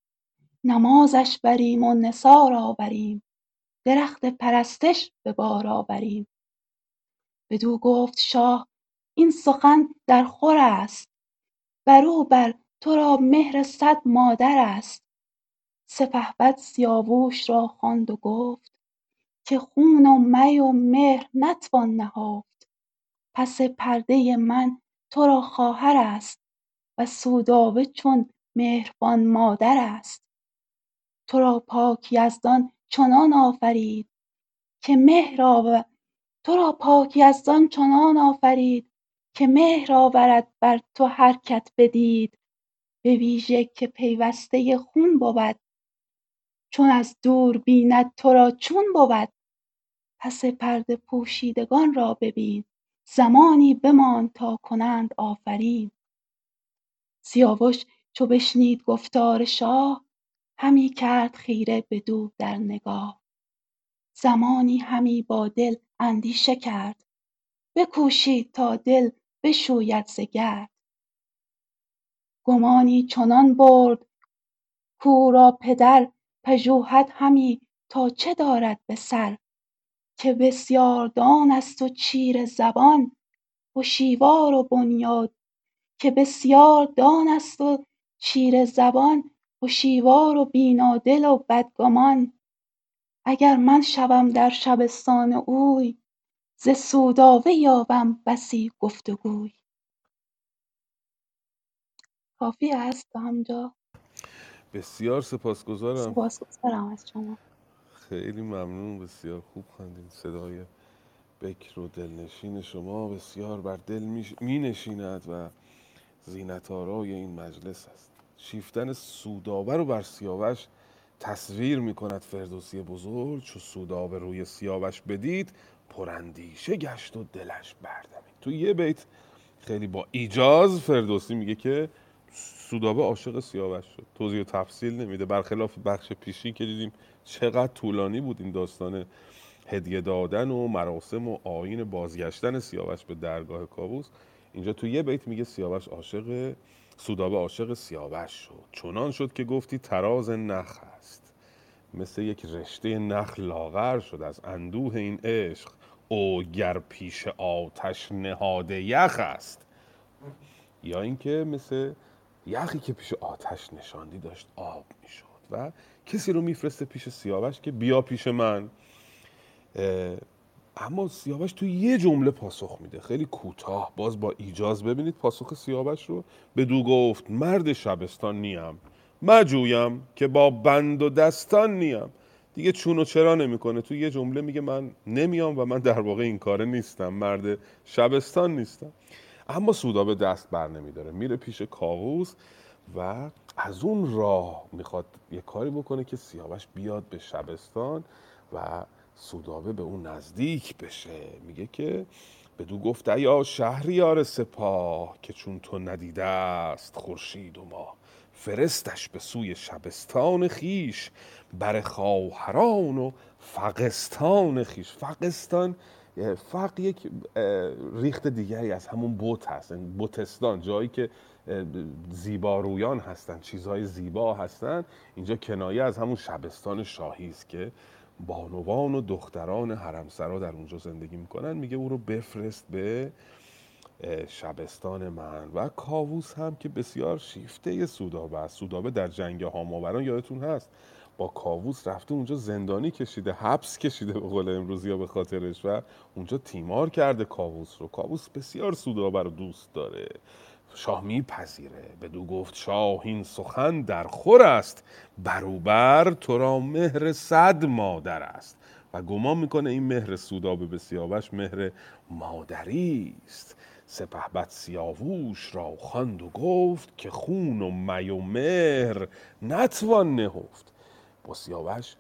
نمازش بریم و نثار آوریم، درخت پرستش به بار آوریم. بدو گفت شاه این سخن در خور است، بر او بر تو را مهر صد مادر است. سپهبد سیاووش را خواند و گفت، که خون و می و مهر نتوان نهفت. پس پرده من تو را خواهر است، و سودابه چون مهربان مادر است. تو را پاک یزدان چنان آفرید، که مهر آور تو را پاک یزدان چنان آفرید، که مهر آورد بر تو هر کت بدید. به ویژه که پیوسته خون بود، چون از دور بیند تو را چون بود. پس پرده پوشیدگان را ببین، زمانی بماند تا کنند آفرین. سیاوش چو بشنید گفتار شاه، همی کرد خیره بدو در نگاه. زمانی همی با دل اندیشه کرد، بکوشید تا دل بشوید ز گرد. گمانی چنان برد کاو را پدر، پژوهد همی تا چه دارد به سر. که بسیار دان است و چیره زبان، هشیوار و بنیاد که بسیار دان است و چیره زبان، هشیوار و بینادل و بدگمان. اگر من شوم در شبستان اوی، ز سودابه یابم بسی گفت و گوی. کافی است تا همینجا؟
بسیار سپاسگزارم.
سپاسگزارم از شما.
خیلی ممنون، بسیار خوب خواندین. صدای بکر و دلنشین شما بسیار بر دل می نشیند و زینت آرای این مجلس است. شیفتن سودابه رو بر سیاوش تصویر می کند فردوسی بزرگ. چو سودابه روی سیاوش بدید، پراندیشه گشت و دلش بردمید. تو یه بیت خیلی با ایجاز فردوسی میگه که سودابه عاشق سیاوش شد. توضیح و تفصیل نمیده، برخلاف بخش پیشین که دیدیم چقدر طولانی بود این داستان هدیه دادن و مراسم و آیین بازگشتن سیاوش به درگاه کاووس، اینجا تو یه بیت میگه سیاوش عاشق سودابه عاشق سیاوش شد، چنان شد که گفتی تراز نخ است، مثل یک رشته نخ لاغر شد از اندوه این عشق، او گر پیش آتش نهاده یخ است. یا اینکه مثل یخی که پیش آتش نشاندی داشت آب میشد و کسی رو میفرسته پیش سیاوش که بیا پیش من. اما سیاوش تو یه جمله پاسخ میده خیلی کوتاه، باز با ایجاز ببینید پاسخ سیاوش رو. بدو گفت مرد شبستان نیم، مجویم که با بند و دستان نیم. دیگه چون و چرا نمیکنه، تو یه جمله میگه من نمیام و من در واقع این کاره نیستم، مرد شبستان نیستم. اما سودابه دست بر نمیداره، میره پیش کاووس و از اون راه میخواد یه کاری بکنه که سیاوش بیاد به شبستان و سودابه به اون نزدیک بشه. میگه که بدو گفت یا شهریار سپاه، که چون تو ندیده است خورشید و ماه، فرستش به سوی شبستان خیش، بر خواهران و فغستان خیش. فغستان فق یک ریخت دیگری از همون بت هست، بتستان، جایی که زیبارویان هستن، چیزهای زیبا هستن. اینجا کنایه از همون شبستان شاهی است که بانوان و دختران حرمسرا در اونجا زندگی میکنن. میگه او رو بفرست به شبستان من. و کاووس هم که بسیار شیفته سودابه است. سودابه در جنگ هاماوران یادتون هست با کاووس رفته اونجا زندانی کشیده، حبس کشیده به قول امروزی ها به خاطرش و اونجا تیمار کرده کاووس رو. کاووس بسیار سودابه رو دوست داره، شاه میپذیره. بدو گفت شاه این سخن در خور است، بروبر تو را مهر صد مادر است. و گمان میکنه این مهر سودابه به سیاوش مهر مادری است. سپهبد سیاووش را خواند و گفت، که خون و می و مهر نتوان نهفت. با سیاوش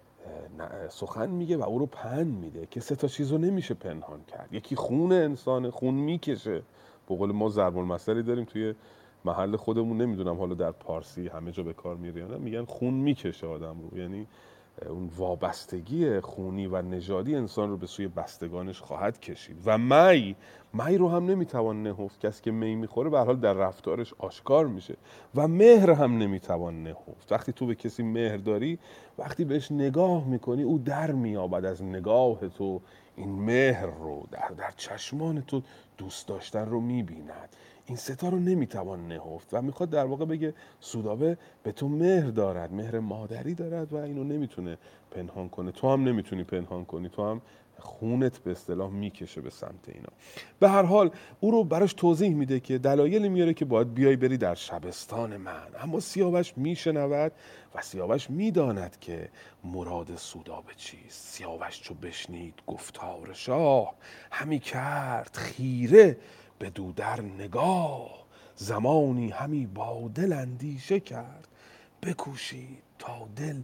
سخن میگه و او رو پند میده که سه تا چیز رو نمیشه پنهان کرد. یکی خون انسانه، خون میکشه. به قول ما ضرب المثلی داریم توی محل خودمون، نمیدونم حالا در پارسی همه جا به کار میره یا نه، میگن خون میکشه آدم رو، یعنی اون وابستگی خونی و نژادی انسان رو به سوی بستگانش خواهد کشید. و می می رو هم نمیتوان نهفت، کسی که می میخوره به هر حال در رفتارش آشکار میشه. و مهر هم نمیتوان نهفت، وقتی تو به کسی مهر داری، وقتی بهش نگاه میکنی او در میابد از نگاه تو این مهر رو، در, در چشمان تو دوست داشتن رو میبیند. این ستا رو نمیتوان نهفت و میخواد در واقع بگه سودابه به تو مهر دارد، مهر مادری دارد و اینو نمیتونه پنهان کنه. تو هم نمیتونی پنهان کنی، تو هم خونت به اصطلاح میکشه به سمت اینا. به هر حال او رو براش توضیح میده که دلایلی میاره که باید بیای بری در شبستان من. اما سیاوش میشنود و سیاوش میداند که مراد سودابه چیست. سیاوش چو بشنید گفتار شاه، همی کرد خیره به دو در نگاه. زمانی همی با دل اندیشه کرد، بکوشید تا دل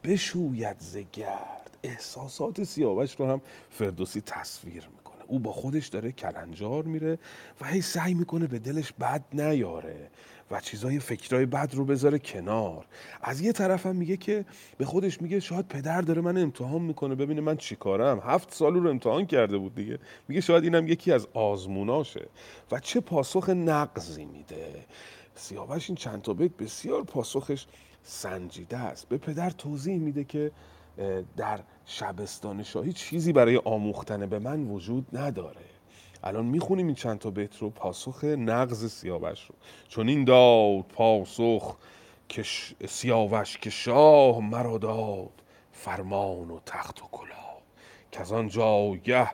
بشوید ز گرد. احساسات سیاوش رو هم فردوسی تصویر میکنه. او با خودش داره کلنجار میره و هی سعی میکنه به دلش بد نیاره و چیزای فکرای بد رو بذاره کنار. از یه طرف هم میگه که به خودش میگه شاید پدر داره من امتحان میکنه ببینه من چی کارم. هفت سال رو امتحان کرده بود دیگه، میگه شاید اینم یکی از آزموناشه. و چه پاسخ نغزی میده سیاوش. این چند تا بیت بسیار پاسخش سنجیده است. به پدر توضیح میده که در شبستان شاهی چیزی برای آموختن به من وجود نداره. الان میخونیم این چند تا بیت رو، پاسخ نغز سیاوش رو. چون این داد پاسخ که سیاوش که شاه مرا داد فرمان و تخت و کلاه، که از آن جایگه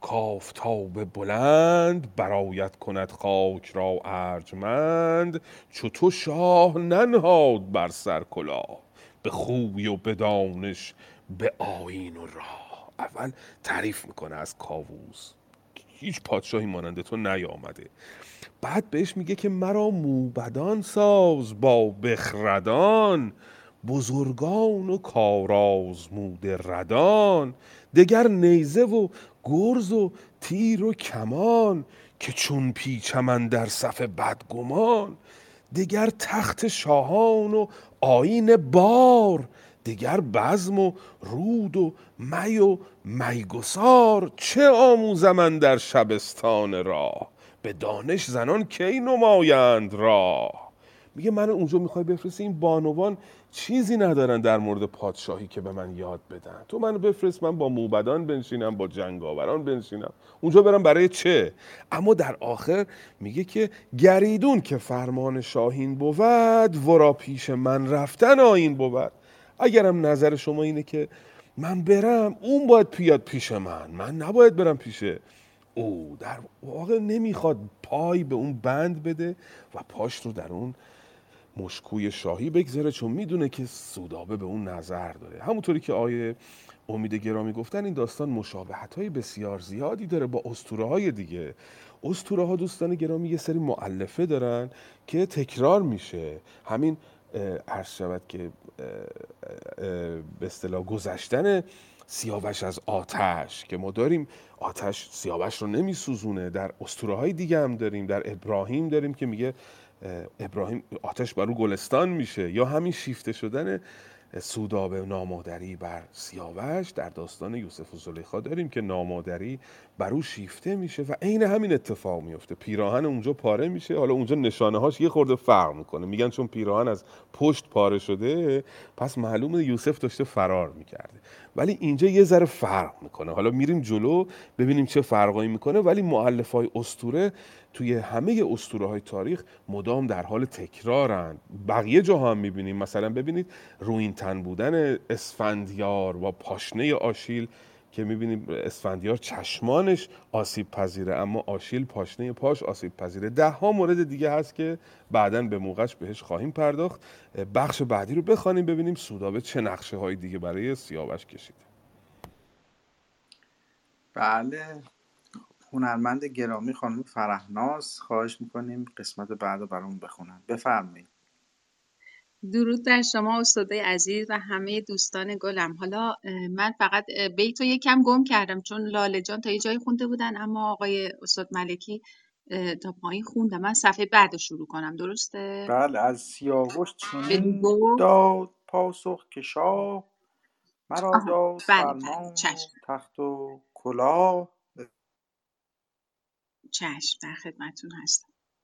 کافتاب بلند، برایت کند خاک را ارجمند. چو تو شاه ننهاد بر سر کلاه، به خوی و به دانش به آیین و راه. اول تعریف میکنه از کاووس، هیچ پادشاهی مانند تو نیامده. بعد بهش میگه که مرا موبدان ساز با بخردان، بزرگان و کارآزموده ردان. دگر نیزه و گرز و تیر و کمان، که چون پیچم اندر صف بدگمان. دگر تخت شاهان و آیین بار، دگر بزم و رود و می و میگسار، چه آموزم در شبستان راه، به دانش زنان کی نمایند راه. میگه من اونجا میخوای بفرستی، این بانوان چیزی ندارن در مورد پادشاهی که به من یاد بدن، تو منو بفرست من با موبدان بنشینم، با جنگاوران بنشینم، اونجا برم برای چه؟ اما در آخر میگه که گریدون که فرمان شاهین بود، ورا پیش من رفتن آیین بود. اگرم نظر شما اینه که من برم، اون باید بیاد پیش من، من نباید برم پیشه او. در واقع نمیخواد پای به اون بند بده و پاش رو در اون مشکوی شاهی بگذاره، چون میدونه که سودابه به اون نظر داره. همونطوری که آیه امید گرامی گفتن، این داستان مشابهت‌های بسیار زیادی داره با اسطوره‌های دیگه. اسطوره‌ها دوستان گرامی یه سری مؤلفه دارن که تکرار میشه. همین عرض شود که به اصطلاح گذشتن سیاوش از آتش که ما داریم، آتش سیاوش رو نمیسوزونه. در اسطوره‌های دیگه هم داریم، در ابراهیم داریم که میگه ابراهیم آتش بر او گلستان میشه، یا همین شیفته شدن سودابه نامادری بر سیاوش در داستان یوسف و زلیخا داریم که نامادری بر او شیفته میشه و عین همین اتفاق میفته. پیراهن اونجا پاره میشه، حالا اونجا نشانه هاش یه خورده فرق میکنه، میگن چون پیراهن از پشت پاره شده پس معلومه یوسف داشته فرار میکرده، ولی اینجا یه ذره فرق میکنه. حالا میریم جلو ببینیم چه فرقایی میکنه، ولی مؤلفای اسطوره توی همه اسطوره‌های تاریخ مدام در حال تکرارن. بقیه جاها هم میبینیم، مثلا ببینید رویین تن بودن اسفندیار با پاشنه آشیل که میبینیم اسفندیار چشمانش آسیب پذیره اما آشیل پاشنه پاش آسیب پذیره. ده ها مورد دیگه هست که بعداً به موقعش بهش خواهیم پرداخت. بخش بعدی رو بخوانیم ببینیم سودابه چه نقشه های دیگه برای سیاوش کشیده.
بله، هنرمند گرامی خانم فرهناز، خواهش میکنیم قسمت بعد رو برامون بخونن. بفرمایید.
درود بر شما استادای عزیز و همه دوستان گلم. حالا من فقط بیتو یکم گم کردم چون لاله جان تا یه جایی خونده بودن اما آقای استاد ملکی تا پایین خوندم. من صفحه بعد شروع کنم، درسته؟
بله، از سیاوش
بدو
چنین
گفت
داد پاسخ که شاه، مرا
آها
داد
بله بله
فرمان و
چشم
تخت و کلاه.
چشم در خدمتون هستم.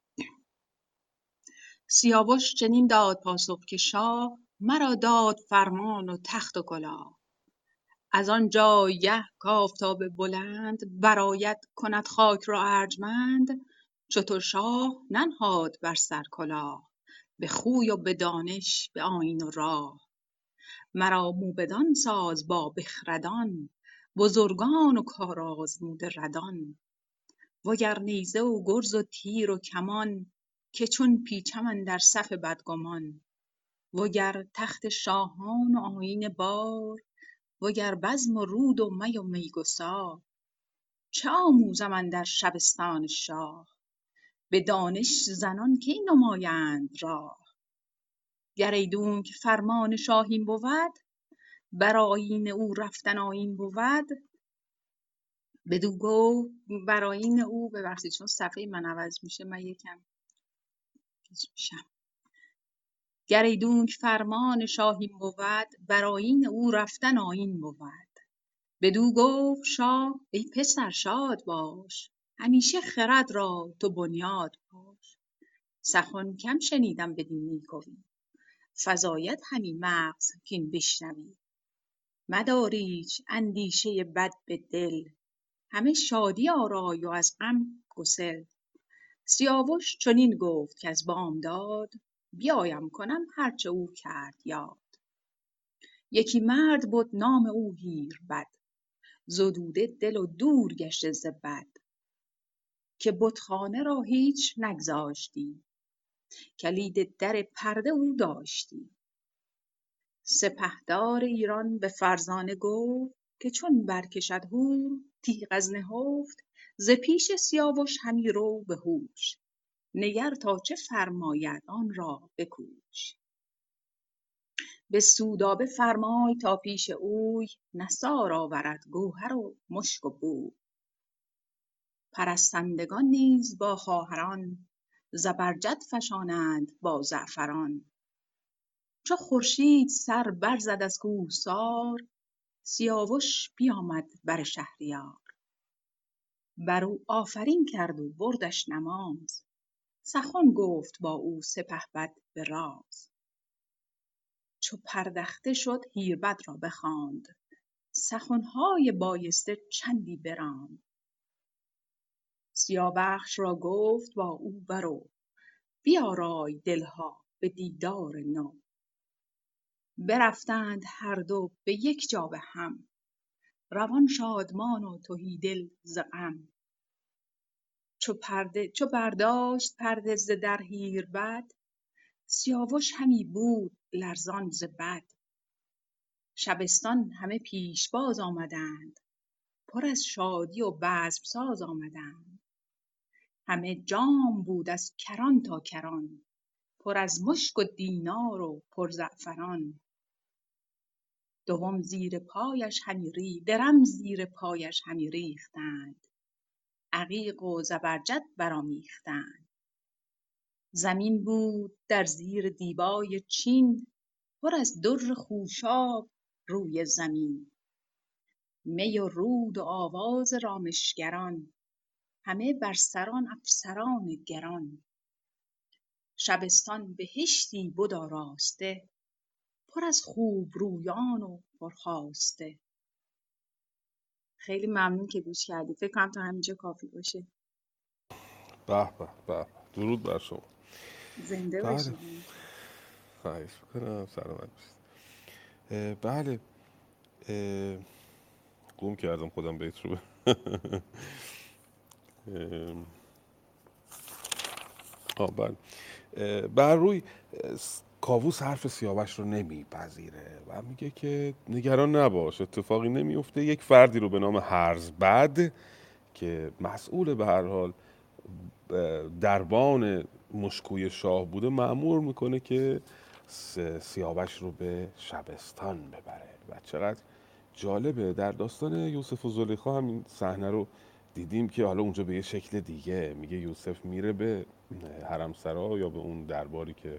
سیاوش چنین داد پاسخ که شاه، مرا داد فرمان و تخت و کلاه. از آن جایگه کآفتاب بلند، برآید کند خاک را ارجمند. چو تو شاه ننهاد بر سر کلاه، به خوی و به دانش به آیین و راه. مرا موبدان ساز با بخردان، بزرگان و کارآزموده ردان. وگر نیزه و گرز و تیر و کمان، که چون پیچم اندر صف بدگمان. وگر تخت شاهان و آیین بار، وگر بزم و رود و می و میگسار. چه آموزم اندر شبستان شاه، به دانش زنان کی نمایند راه. گر ایدونک فرمان شاهین بود، بر آیین او رفتن آیین بود. بدو گفت بر آیین او، ببخشید چون صفحه من عوض میشه من یکم گیج میشم. گر ایدونک فرمان شاهین بود، بر آیین او رفتن آیین بود. بدو گفت شاه ای پسر شاد باش، همیشه خرد را تو بنیاد باش. سخن کم شنیدم بدین نیکوی، فزاید همی مغز کین بشنوی. مدار ایچ اندیشه بد به دل، همه شادی آرای و از غم گسل. سیاوش چنین گفت کز بامداد، بیایم کنم هرچه او کرد یاد. یکی مرد بد نام او هیربد، زدوده دل و دور گشته ز بد. که بتخانه را هیچ نگذاشتی، کلید در پرده او داشتی. سپهدار ایران به فرزانه گفت، که چون برکشد هور تیغ از نهفت. ز پیش سیاوش همی رو به هوش، نگر تا چه فرماید آن را بکوش. به سودابه فرمای تا پیش اوی، نثار آورد گوهر و مشک و بوی. پرستندگان نیز با خواهران، زبرجد فشانند با زعفران. چو خورشید سر برزد از کوهسار، سیاوش بیامد بر شهریار. بر او آفرین کرد و بردش نماز، سخن گفت با او سپهبد به راز. چو پردخته شد هیربد را بخواند، سخنهای بایسته چندی براند. سیاوخش را گفت با او برو، بیارای دلها به دیدار نو. برفتند هر دو به یک جا به هم، روان شادمان و تهی دل ز غم. چو پرده چو برداشت پرده ز در هیربد، سیاوش همی بود لرزان ز بد. شبستان همه پیشباز آمدند، پر از شادی و بزم ساز آمدند. همه جام بود از کران تا کران، پر از مشک و دینار و پر زعفران. دوم زیر پایش همی ری درم زیر پایش همی ریختند، عقیق و زبرجد برآمیختند. زمین بود در زیر دیبای چین، پر از در خوشاب روی زمین. می و رود و آواز رامشگران، همه بر سران افسران گران. شبستان بهشتی بد آراسته، پر از خوب رویان و پرخواسته. خیلی ممنون که گوش کردی. فکر کنم تا همینجا کافی باشه.
به به به، درود بر شما.
زنده
بله،
باشید.
خواهش میکنم، سلامت باشید. اه، بله اه، گم کردم خودم بیت رو. اه، آه بله اه، بر روی اه، س- کاووس حرف سیاوش رو نمیپذیره و میگه که نگران نباش، اتفاقی نمیفته. یک فردی رو به نام هرزبد که مسئول به هر حال اه، دربان مشکوی شاه بوده مأمور میکنه که س- سیاوش رو به شبستان ببره. و چقدر جالبه در داستان یوسف و زلیخا هم این صحنه رو دیدیم که حالا اونجا به یه شکل دیگه میگه یوسف میره به حرمسرا یا به اون درباری که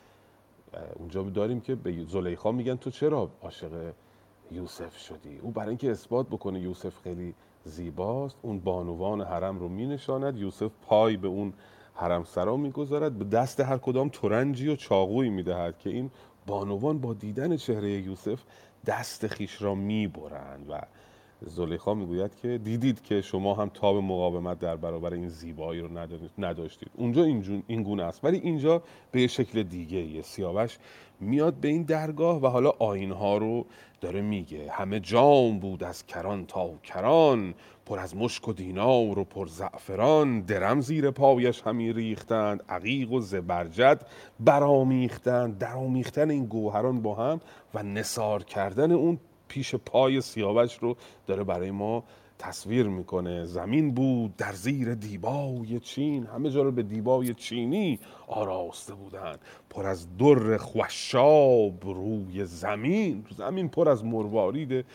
اونجا داریم که به زلیخا میگن تو چرا عاشق یوسف شدی. او برای اینکه اثبات بکنه یوسف خیلی زیباست، اون بانوان حرم رو مینشاند. یوسف پای به اون حرمسرا میگذارد، به دست هر کدام ترنجی و چاقویی میدهد که این بانوان با دیدن چهره یوسف دست خیش را میبرند. و زلیخا میگوید که دیدید که شما هم تاب مقاومت در برابر این زیبایی رو نداشتید. اونجا این, این گونه است، ولی اینجا به یه شکل دیگه یه سیاوش میاد به این درگاه و حالا آیین‌ها رو داره میگه. همه جام بود از کران تا کران، پر از مشک و دینار و پر زعفران. درم زیر پایش همی ریختند، عقیق و زبرجد برآمیختند. درآمیختن این گوهران با هم و نثار کردن اون پیش پای سیاوش رو داره برای ما تصویر میکنه. زمین بود در زیر دیبای چین، همه جا رو به دیبای چینی آراسته بودن. پر از در خوشاب روی زمین، زمین پر از مروارید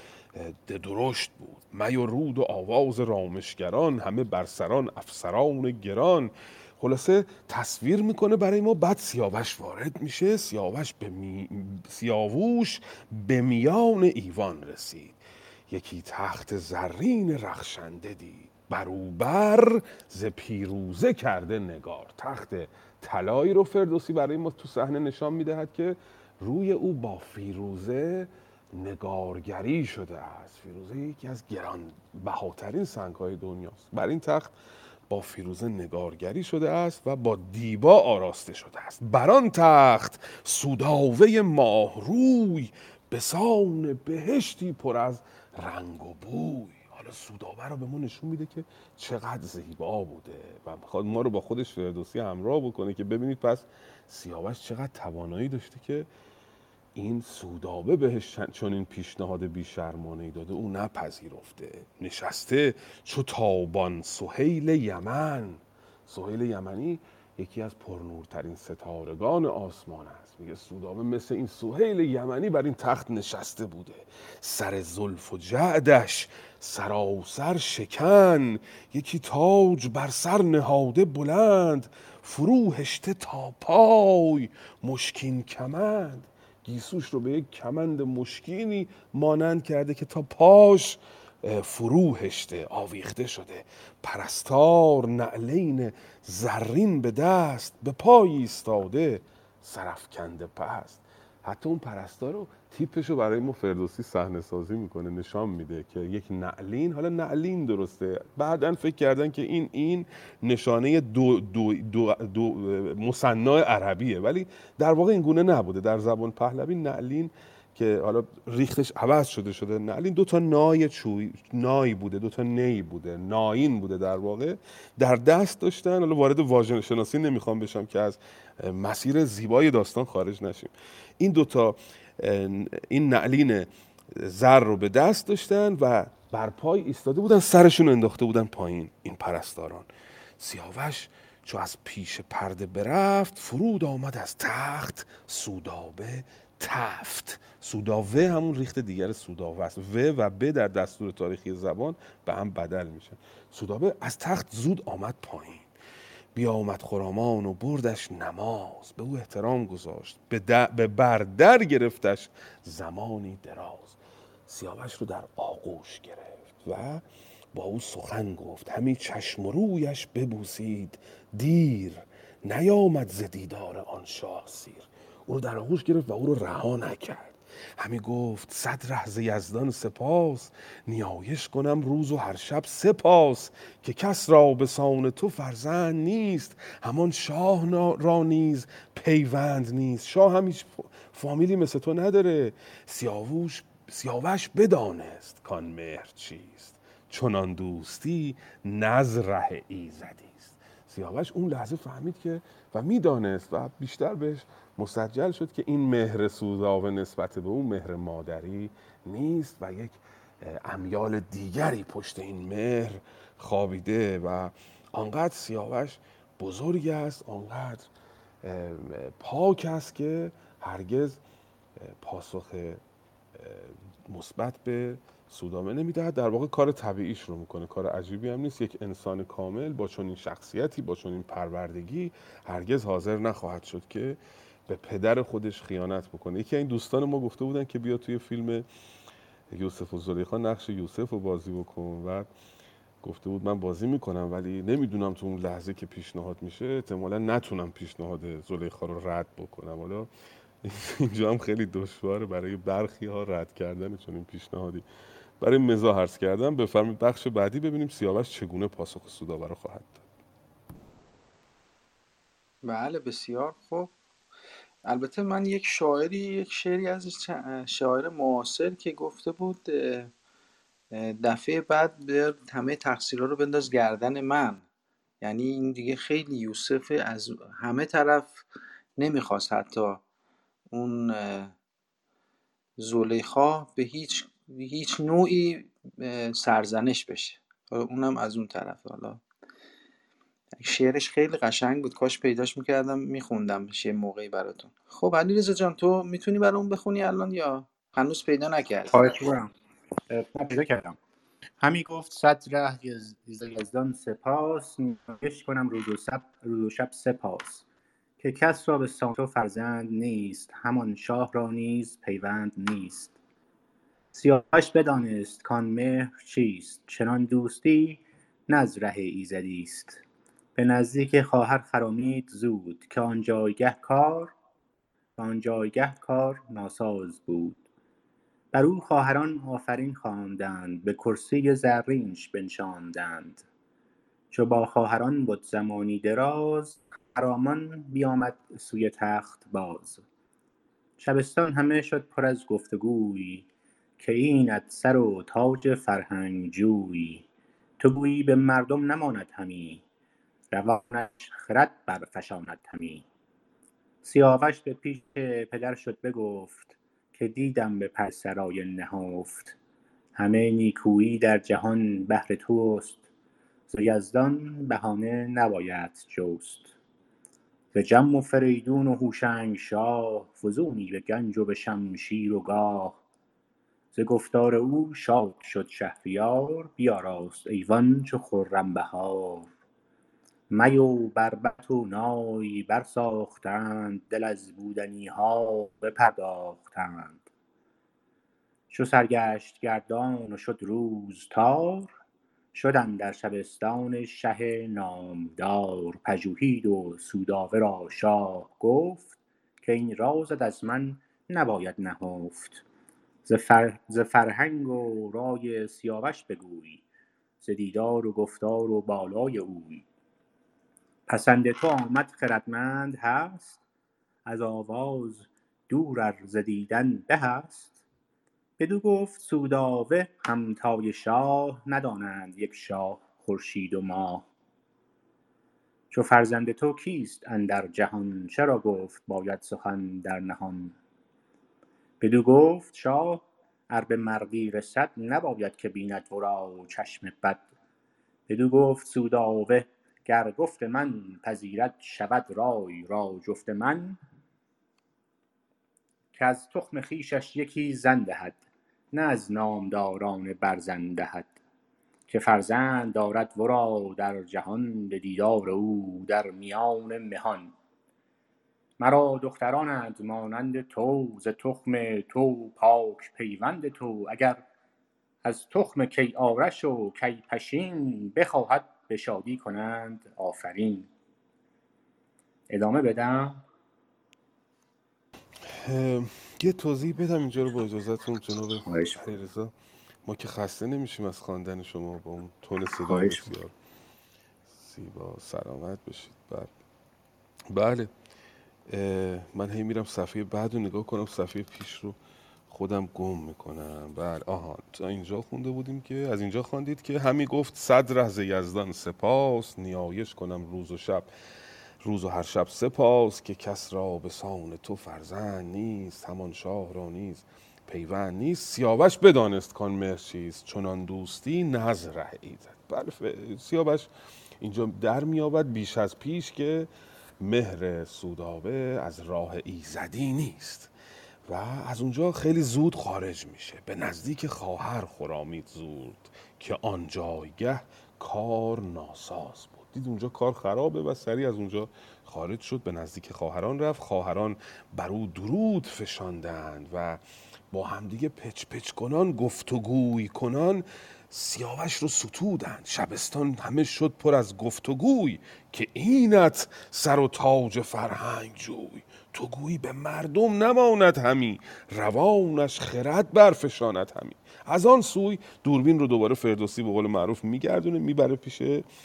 درشت بود. می و رود و آواز رامشگران، همه بر سران افسران گران. خلاصه تصویر میکنه برای ما. بعد سیاوش وارد میشه. سیاوش به می... سیاووش به میان ایوان رسید، یکی تخت زرین رخشنده دید. بروبر ز پیروزه کرده نگار. تخت طلایی رو فردوسی برای ما تو صحنه نشان میدهد که روی او با فیروزه نگارگری شده است. فیروزه یکی از گران بهاترین سنگ‌های دنیاست. بر این تخت با فیروزه نگارگری شده است و با دیبا آراسته شده است. بر آن تخت سوداوه ماه روی، بسان بهشتی پر از رنگ و بوی. حالا سوداوه رو به ما نشون میده که چقدر زیبا بوده و میخواد ما رو با خودش فردوسی همراه بکنه که ببینید پس سیاوش چقدر توانایی داشته که این سودابه بهش چون این پیشنهاد بیشرمانه‌ای داده او نپذیرفته. نشسته چو تابان سهیل یمن. سهیل یمنی یکی از پرنورترین ستارگان آسمان است. میگه سودابه مثل این سهیل یمنی بر این تخت نشسته بوده. سر زلف و جعدش سراسر شکن، یکی تاج بر سر نهاده بلند. فرو هشته تا پای مشکین کمند، گیسوش رو به یک کمند مشکینی مانند کرده که تا پاش فرو هشته، آویخته شده. پرستار نعلین زرین به دست، به پای ایستاده سرافکنده پست. حتی اون پرستار رو تیپش رو برای ما فردوسی صحنه سازی میکنه، نشان میده که یک نعلین، حالا نعلین درسته، بعدن فکر کردن که این این نشانه دو, دو, دو, دو مثنی عربیه، ولی در واقع این گونه نبوده. در زبان پهلوی نعلین که حالا ریختش عوض شده شده نعلین دو تا نای چوی نای بوده، دو تا نی بوده، ناین بوده در واقع، در دست داشتن. حالا وارد واژه شناسی نمیخوام بشم که از مسیر زیبای داستان خارج نشیم. این دو تا این نعلین زر رو به دست داشتن و بر پای ایستاده بودن، سرشون انداخته بودن پایین. این پرستاران سیاوش چو از پیش پرده برفت، فرود آمد از تخت سودابه تفت. سوداوه همون ریخت دیگر سوداوه است. و و ب در دستور تاریخی زبان به هم بدل میشن. سودابه از تخت زود آمد پایین، بیامد خرامان و بردش نماز، به او احترام گذاشت، به, به بردر گرفتش زمانی دراز. سیاوش رو در آغوش گرفت و با او سخن گفت، همی چشم و رویش ببوسید دیر، نیامد ز دیدار آن شاه سیر. او رو در آغوش گرفت و او رو رها نکرد. همی گفت صد ره ز یزدان سپاس، نیایش کنم روز و هر شب سپاس. که کس را به سان تو فرزند نیست، همان شاه را نیز پیوند نیست. شاه هم هیچ فامیلی مثل تو نداره. سیاوش سیاوش بدانست کان مهر چیست، چنان دوستی نز ره ایزدی است. سیاوش اون لحظه فهمید که و میدانست و بیشتر بهش مسجل شد که این مهر سودابه نسبت به اون مهر مادری نیست و یک امیال دیگری پشت این مهر خوابیده. و آنقدر سیاوش بزرگ است، آنقدر پاک است که هرگز پاسخ مثبت به سودابه نمیدهد. در واقع کار طبیعیش رو میکنه، کار عجیبی هم نیست. یک انسان کامل با چنین شخصیتی، با چنین پروردگی هرگز حاضر نخواهد شد که به پدر خودش خیانت بکنه. یکی این دوستان ما گفته بودن که بیا توی فیلم یوسف و زلیخا نقش یوسف رو بازی بکن و گفته بود من بازی میکنم ولی نمیدونم تو اون لحظه که پیشنهاد میشه احتمالاً نتونم پیشنهاد زلیخا رو رد بکنم. حالا اینجا هم خیلی دشواره برای برخی ها رد کردن چون این پیشنهادی. برای مزاح عرض کردم. بفرمایید بخش بعدی ببینیم سیاوش چگونه پاسخ سودابه رو خواهد داد.
بله بسیار خوب. البته من یک شاعری یک شعری از شاعر معاصر که گفته بود دفعه بعد به همه تقصیرها رو بنداز گردن من. یعنی این دیگه خیلی یوسف از همه طرف نمیخواست حتی اون زلیخا به هیچ هیچ نوعی سرزنش بشه، اونم از اون طرف. حالا شعرش خیلی قشنگ بود، کاش پیداش میکردم میخوندم یه موقعی براتون. خب علیرضا جان تو میتونی برامون بخونی الان یا هنوز پیدا نکردی؟
خواهش می‌کنم. نه پیدا کردم. همی گفت صد ره ز یزدان سپاس، نیایش کنم روز و شب روز و شب سپاس. که کس را به سان تو فرزند نیست، همان شاه را نیز پیوند نیست. سیاوش بدانست کان مهر چیست، چنان دوستی نز ره ایزدی است. به نزدیک خواهر خرامید زود، که آن جایگه کار و آن جایگه کار ناساز بود. بر او خواهران آفرین خواندند، به کرسی زرینش بنشاندند. چو با خواهران بد زمانی دراز، خرامان بیامد سوی تخت باز. شبستان همه شد پر از گفتگوی، که اینت سر و تاج فرهنگ جوی. تو گویی به مردم نماند همی، روانش خرد برفشاند همی. سیاوش به پیش پدر شد بگفت، که دیدم به پرسرای نهفت. همه نیکویی در جهان بهر توست، ز یزدان بهانه نباید جست. ز جم و فریدون و هوشنگ شاه، فزونی به گنج و به شمشیر و گاه. ز گفتار او شاد شد شهریار، بیاراست ایوان چو خرم بهار. می و بربط و نای برساختند، دل از بودنی ها بپرداختند. چو سرگشت گردان و شد روز تار، شدند در شبستان شه نامدار. پژوهید و سودابه را شاه گفت، که این رازت از من نباید نهفت. ز فر... ز فرهنگ و رای سیاوش بگوی، ز دیدار و گفتار و بالای اوی. پسند تو آمد خردمند هست، از آواز دور ار ز دیدن به است. بدو گفت سودابه همتای شاه، ندانند یک شاه خورشید و ماه. چو فرزند تو کیست اندر جهان، چرا گفت باید سخن در نهان. بدو گفت شاه ار به مردی رسد، نباید که بیند ورا چشم بد. بدو گفت سودابه گر گفت من پذیرد، شود رای را جفت من. که از تخم خویشش یکی زن دهد، نه از نامداران برزن دهد. که فرزند دارد ورا در جهان، به دیدار او در میان مهان. مرا دخترانند مانند تو، ز تخم تو پاک پیوند تو. اگر از تخم کی آرش و کی پشین، بخواهد به شادی کنند آفرین. ادامه بدم؟
اه، یه توضیح بدم اینجا رو با اجازهتون جناب
خواهش
علیرضا. ما که خسته نمیشیم از خواندن شما با اون تون صدا
خواهش
بسیار زیبا. سلامت باشید. بله بله اه، من هی میرم صفحه بعد رو نگاه کنم، صفحه پیش رو خودم گم میکنم. بله آها تا اینجا خونده بودیم که از اینجا خواندید که همی گفت صد ره ز یزدان سپاس، نیایش کنم روز و شب روز و هر شب سپاس. که کس را به سان تو فرزند نیست، همان شاه را نیز پیوند نیست. سیاوش بدانست کان مهر چیست، چنان دوستی نه از ره ایزد. بله ف- سیاوش اینجا در میابد بیش از پیش که مهر سودابه از راه ایزدی نیست و از اونجا خیلی زود خارج میشه. به نزدیک خواهر خرامید زود، که آن جایگه کار ناساز بود. دید اونجا کار خرابه و سریع از اونجا خارج شد، به نزدیک خواهران رفت. خواهران بر او درود فشاندند و با همدیگه پچ پچ کنان گفتگوی کنان سیاوش رو ستودند. شبستان همه شد پر از گفتگوی، که اینت سر و تاج فرهنگ جوی. تو گویی به مردم نماند همی، روانش خرد برفشاند همی. از آن سوی دوربین رو دوباره فردوسی به قول معروف میگردونه، میبره پیش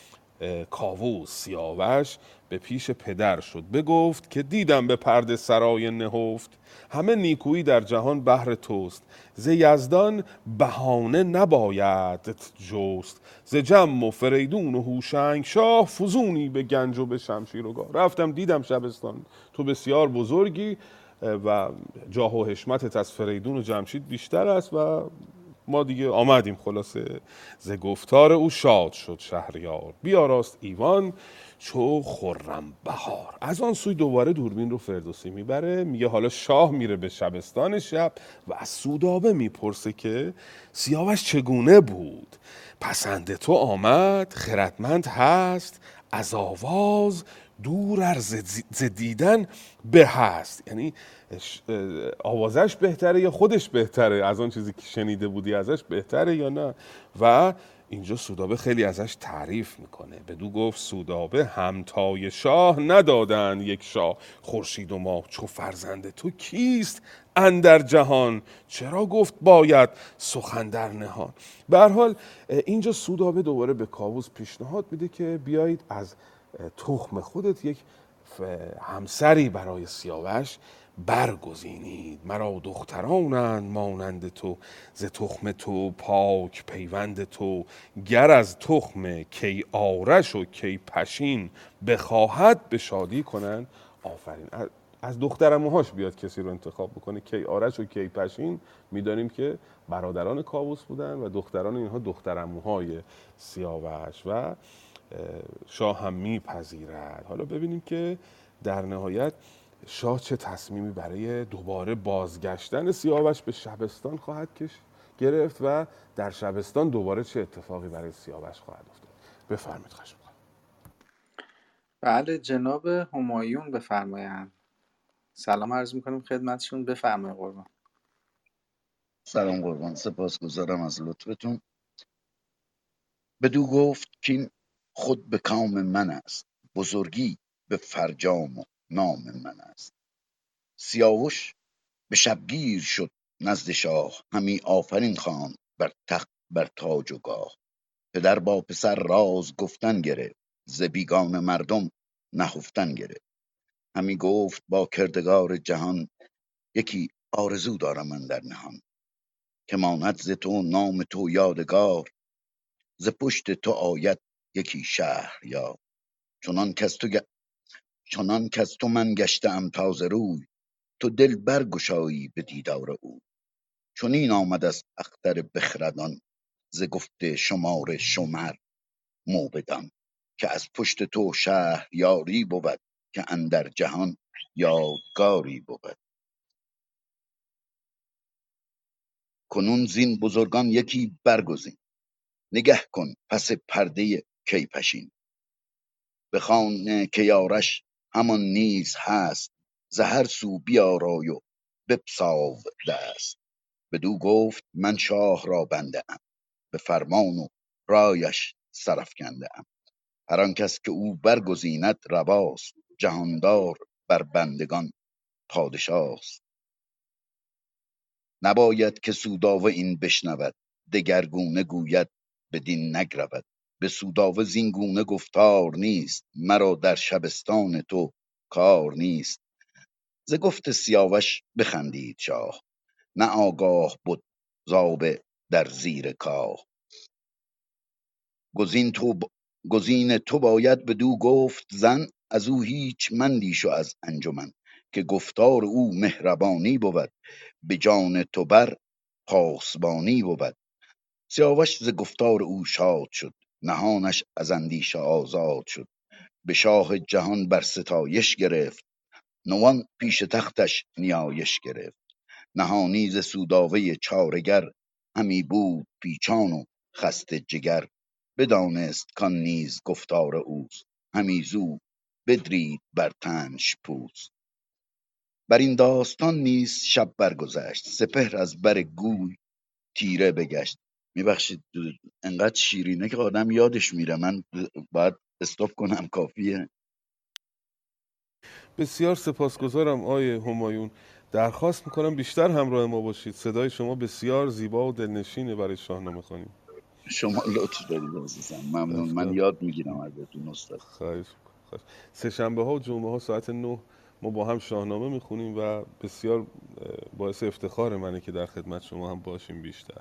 کاووس. سیاوش به پیش پدر شد بگفت، که دیدم به پرده سرای نهفت. همه نیکویی در جهان بهر توست، ز یزدان بهانه نباید جست. ز جم و فریدون و هوشنگ شاه، فزونی به گنج و به شمشیر و گاه. رفتم دیدم شبستان تو بسیار بزرگی و جاه و حشمتت از فریدون و جمشید بیشتر است و ما دیگه آمدیم. خلاصه ز گفتار او شاد شد شهریار، بیاراست ایوان چو خرم بهار. از آن سوی دوباره دوربین رو فردوسی میبره، میگه حالا شاه میره به شبستان شب و از سودابه میپرسه که سیاوش چگونه بود. پسند تو آمد خردمند هست، از آواز دور ار ز دیدن به هست. یعنی آوازش بهتره یا خودش بهتره، از آن چیزی که شنیده بودی ازش بهتره یا نه. و اینجا سودابه خیلی ازش تعریف میکنه. بدو گفت سودابه همتای شاه، ندادن یک شاه خورشید و ماه. چو فرزند تو کیست اندر جهان، چرا گفت باید سخن در نهان. به هر حال اینجا سودابه دوباره به کاووس پیشنهاد میده که بیایید از تخم خودت یک همسری برای سیاوش برگزینید. مرا دخترانند مانند تو، ز تخم تو پاک پیوند تو. گر از تخم کی آرش و کی پشین، بخواهد به شادی کنند آفرین. از دخترعموهاش بیاد کسی رو انتخاب بکنه. کی آرش و کی پشین میدانیم که برادران کاووس بودن و دختران اینها دخترعموهای سیاوش و شاه هم میپذیرد. حالا ببینیم که در نهایت شاه چه تصمیمی برای دوباره بازگشتن سیاوش به شبستان خواهد کش گرفت و در شبستان دوباره چه اتفاقی برای سیاوش خواهد افتاد. بفرمایید خواهش می‌کنم.
بله جناب همایون بفرمایند. سلام عرض میکنیم خدمتشون، بفرمایید قربان.
سلام قربان، سپاسگزارم از لطفتون. بدو گفت کین خود به کام من است، بزرگی به فرجام و نام من است. سیاوش به شبگیر شد نزد شاه، همی آفرین خواند بر تخت بر تاج و گاه. پدر با پسر راز گفتن گرفت، ز بیگانه مردم نهفتن گرفت. همی گفت با کردگار جهان، یکی آرزو دارم من در نهان. که ماند ز تو نام تو یادگار، ز پشت تو آید یکی شهریار. چنان کز تو گ- چنان کز تو من گشتم تازه روی، تو دل برگشایی به دیدار او. چنین آمد از اختر بخردان، ز گفت شمار شمر موبدان. که از پشت تو شهریاری بود، که اندر جهان یادگاری بود. کنون زین بزرگان یکی برگزین، نگه کن پس پرده کیپشین. بخوان که یارش همان نیز هست، ز هر سو بیارای و بپساو دست. بدو گفت من شاه را بنده ام، به فرمان و رایش سرافکنده ام. هر آن کس که او برگزیند رواست، جهاندار بر بندگان پادشاست. نباید که سوداوه این بشنود، دگرگونه گوید بدین نگرود. به سوداوه زین گونه گفتار نیست، مرا در شبستان تو کار نیست. ز گفت سیاوش بخندید شاه، نه آگاه بود زابه در زیر کاه. گزین تو ب... گزین تو باید بدو گفت زن، از او هیچ مندیش و از انجمن. که گفتار او مهربانی بود، به جان تو بر پاسبانی بود. سیاوش ز گفتار او شاد شد، نهانش از اندیشه آزاد شد. به شاه جهان بر ستایش گرفت، نوان پیش تختش نیایش گرفت. نهانی ز سوداوه چارگر، همی بود پیچان و خسته جگر. بدانست کان نیز گفتار اوست، همی زو بدرید بر تنش پوست. بر این داستان نیز شب برگذشت، سپهر از بر گوی تیره بگشت. میبخشید انقدر شیرینه که آدم یادش میره، من باید استاپ کنم، کافیه.
بسیار سپاسگزارم آقای همایون. درخواست میکنم بیشتر همراه ما باشید، صدای شما بسیار زیبا و دلنشینه برای شاهنامه خوانی.
شما لطف دارید عزیزم، ممنون. من یاد میگیرم ازتون استاد.
خواهش خواهش. سه شنبه ها و جمعه ها ساعت نه ما با هم شاهنامه میخونیم و بسیار باعث افتخار منه که در خدمت شما هم باشیم بیشتر.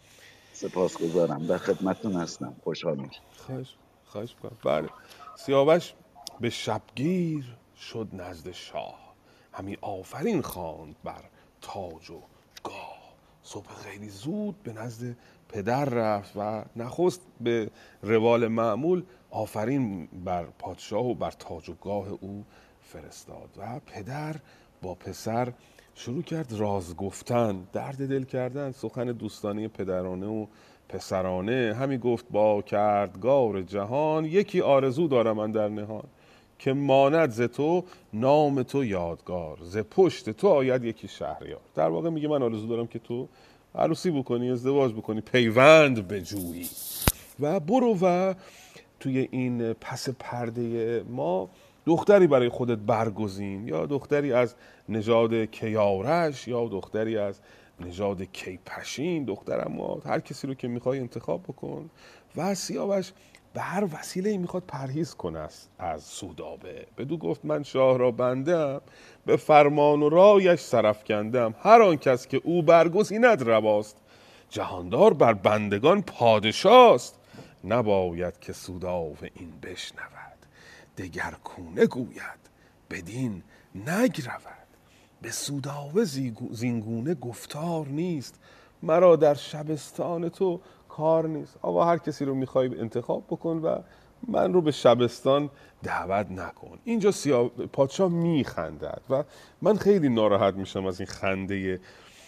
سپاسگزارم، در خدمتتون هستم، خوشحال میشم.
خواهش خواهش میکنم. بله. سیاوش به شبگیر شد نزد شاه، همی آفرین خواند بر تاج و گاه. صبح خیلی زود به نزد پدر رفت و نخست به روال معمول آفرین بر پادشاه و بر تاج و گاه او فرستاد. و پدر با پسر شروع کرد راز گفتن، درد دل کردن، سخن دوستانی پدرانه و پسرانه. همی گفت با کردگار جهان، یکی آرزو دارم من در نهان. که ماند ز تو نام تو یادگار، ز پشت تو آید یکی شهریار. در واقع میگه من آرزو دارم که تو عروسی بکنی، ازدواج بکنی، پیوند بجویی و برو و توی این پس پرده ما دختری برای خودت برگزین، یا دختری از نژاد کیارش یا دختری از نژاد کیپشین. دختر ما هر کسی رو که میخوای انتخاب بکن. و سیاوش به هر وسیله میخواد پرهیز کنه از سودابه. بدو گفت من شاه را بندم، به فرمان و رایش سرافکندم. هر آن کس که او برگزیند رواست، جهاندار بر بندگان پادشاست. نباید که سودابه این بشنود، دگر کونه گوید بدین نگرود. به سودابه زینگونه گفتار نیست، مرا در شبستان تو کار نیست. آقا هر کسی رو میخوای انتخاب بکن و من رو به شبستان دعوت نکن. اینجا سیاه پادشاه میخندد و من خیلی ناراحت میشم از این خنده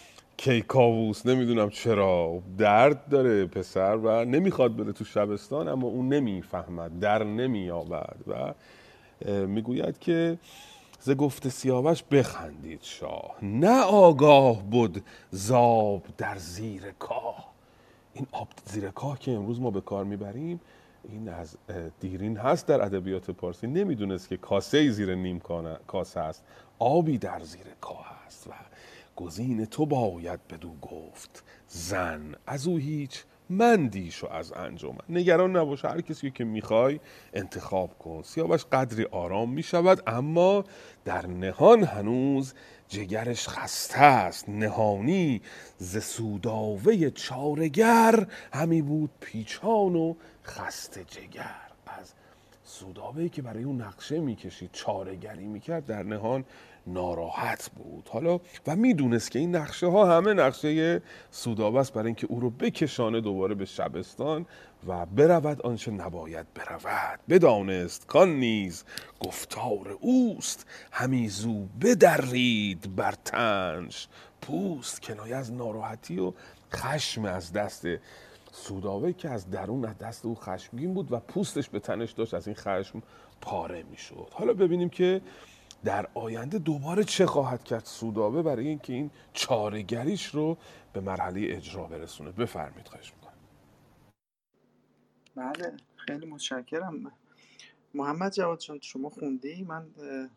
کیکاووس. نمیدونم چرا، درد داره پسر و نمیخواد بره تو شبستان، اما اون نمیفهمد، در نمیابد و میگوید که ز گفت سیاوش بخندید شاه، نه آگاه بود زاب در زیر کاه. این آب زیر کاه که امروز ما به کار میبریم این از دیرین هست در ادبیات پارسی. نمیدونست که کاسه زیر نیم کاسه است، آبی در زیر کاه است و گزین تو باید بدو گفت زن، از او هیچ مندیش و از انجمن. نگران نباش، هر کسی که میخوای انتخاب کن. سیاوش قدری آرام میشود اما در نهان هنوز جگرش خسته است. نهانی ز سوداوه چارگر همی بود پیچان و خسته جگر. از سوداوهی که برای اون نقشه میکشید، چاره‌گری میکرد، در نهان ناراحت بود. حالا و میدونست که این نقشه ها همه نقشه سوداوه است برای اینکه او رو بکشانه دوباره به شبستان و برود آنچه نباید برود. بدانست کان نیز گفتار اوست، همی زو بدرید بر تنش پوست. کنایه از ناراحتی و خشم از دست سوداوه که از درون از دست او خشمگین بود و پوستش به تنش داشت از این خشم پاره میشد. حالا ببینیم که در آینده دوباره چه خواهد کرد سوداوه برای اینکه این چاره‌گریش رو به مرحله اجرا برسونه. بفرمایید. خواهش میکنم.
بله، خیلی متشکرم. محمد جواد جان شما خوندی؟ من اه،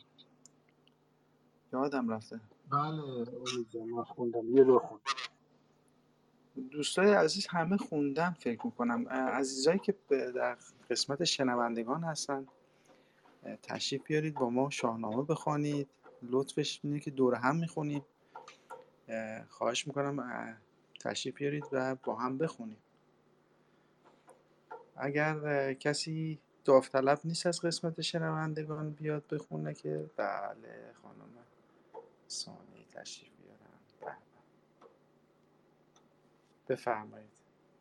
یادم رفته.
بله امید جان، من خوندم، یه دور خوندم.
دوستای عزیز همه خوندن فکر میکنم. عزیزایی که به- در قسمت شنوندگان هستن اه، تشریف بیارید با ما شاهنامه بخوانید. لطفش اینه که دور هم میخونید. خواهش میکنم اه، تشریف بیارید و با هم بخونید. اگر اه، کسی داوطلب نیست از قسمت شنوندگان بیاد بخونه که بله، خانم ثانی تشریف بیارن. بله. بفرمایید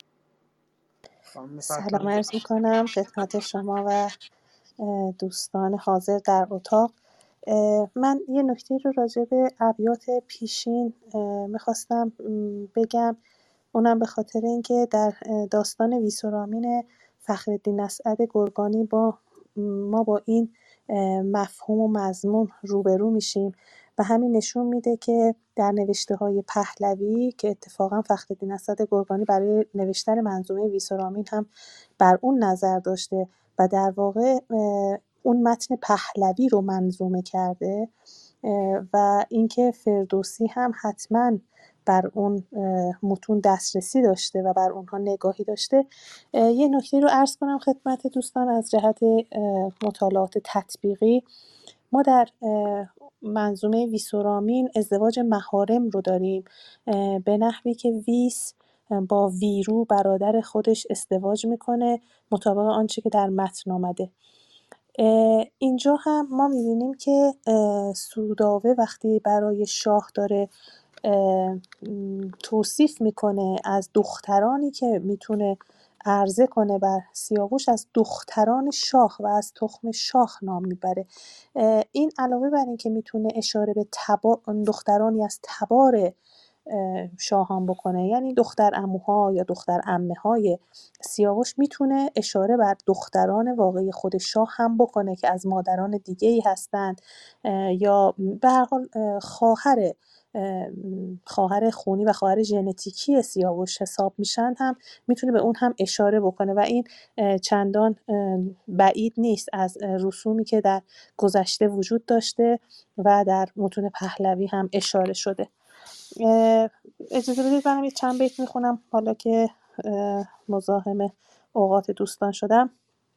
خانم
سلام
فتحی.
عرض میکنم خدمت شما و اه، دوستان حاضر در اتاق. اه، من یه نکته رو راجع به ابیات پیشین اه، میخواستم م، بگم. اونم به خاطر اینکه در اه، داستان ویسورامین فخرالدین اسعد گرگانی با ما با این اه، مفهوم و مضمون روبرو میشیم و همین نشون میده که در نوشته‌های پهلوی که اتفاقا فخرالدین اسعد گرگانی برای نوشتن منظومه ویسورامین هم بر اون نظر داشته و در واقع اه، اون متن پهلوی رو منظومه کرده اه، و اینکه فردوسی هم حتما بر اون اه، متون دسترسی داشته و بر اونها نگاهی داشته. اه، یه نکته رو عرض کنم خدمت دوستان از جهت اه، مطالعات تطبیقی. ما در اه، منظومه ویسورامین ازدواج محارم رو داریم اه، به نحوی که ویس اه، با ویرو برادر خودش ازدواج میکنه مطابق آنچه که در متن آمده. اه، اینجا هم ما می‌بینیم که اه، سودابه وقتی برای شاه داره اه، م، توصیف میکنه از دخترانی که میتونه عرضه کنه بر سیاوش، از دختران شاه و از تخم شاه نام میبره. این علاوه بر این که میتونه اشاره به تبا... دخترانی از تبار اه، شاهان بکنه، یعنی دختر عموها یا دختر عمه های سیاوش، میتونه اشاره بر دختران واقعی خود شاه هم بکنه که از مادران دیگه ای هستند اه، یا به هر حال اه، خواهر اه، خواهر خونی و خواهر ژنتیکی سیاوش حساب میشن، هم میتونه به اون هم اشاره بکنه و این اه، چندان اه، بعید نیست از اه، رسومی که در گذشته وجود داشته و در متون پهلوی هم اشاره شده. اه، اجازه بدید منم یه چند بیت میخونم حالا که اه، مزاحم اوقات دوستان شدم.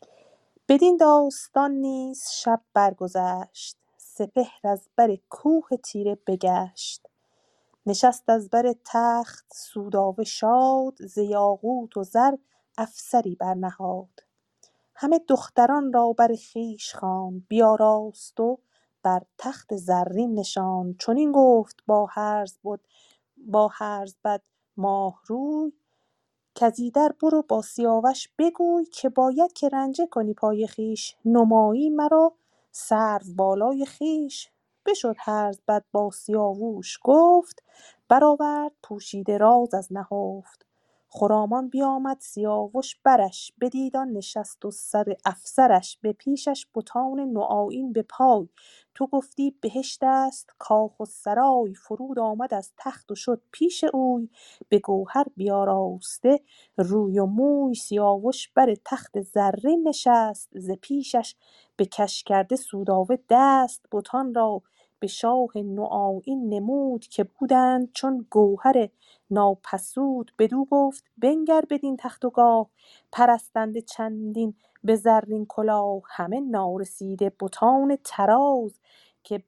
بدین داستان نیز شب برگذشت، سپهر از بر کوه تیره بگشت. نشست از بر تخت سودابه شاد، ز یاقوت و زر افسری برنهاد. همه دختران را بر خویش خواند، بیاراست و بر تخت زرین نشاند. چنین گفت با هرز بد با هرز بد ماهروی، کز ایدر برو با سیاوش بگوی، که باید که رنجه کنی پای خویش. نمایی مرا سرو بالای خویش. بشد هرز بد با سیاووش گفت، برآورد پوشیده راز از نهفت. خرامان بیامد سیاوش برش، بدید آن نشست و سر افسرش. به پیشش بتان نوآیین به پای، تو گفتی بهشت است کاخ و سرای. فرود آمد از تخت و شد پیش اوی، به گوهر بیاراسته روی و موی. سیاوش بر تخت زرین نشست، ز پیشش به کش کرده سودابه دست. بتان را به شاه نوآیین نمود، که بودند چون گوهر ناپسود. بدو گفت بنگر بدین تخت و گاه، پرستنده چندین به زرین کلاه. همه نارسیده بتان طراز، که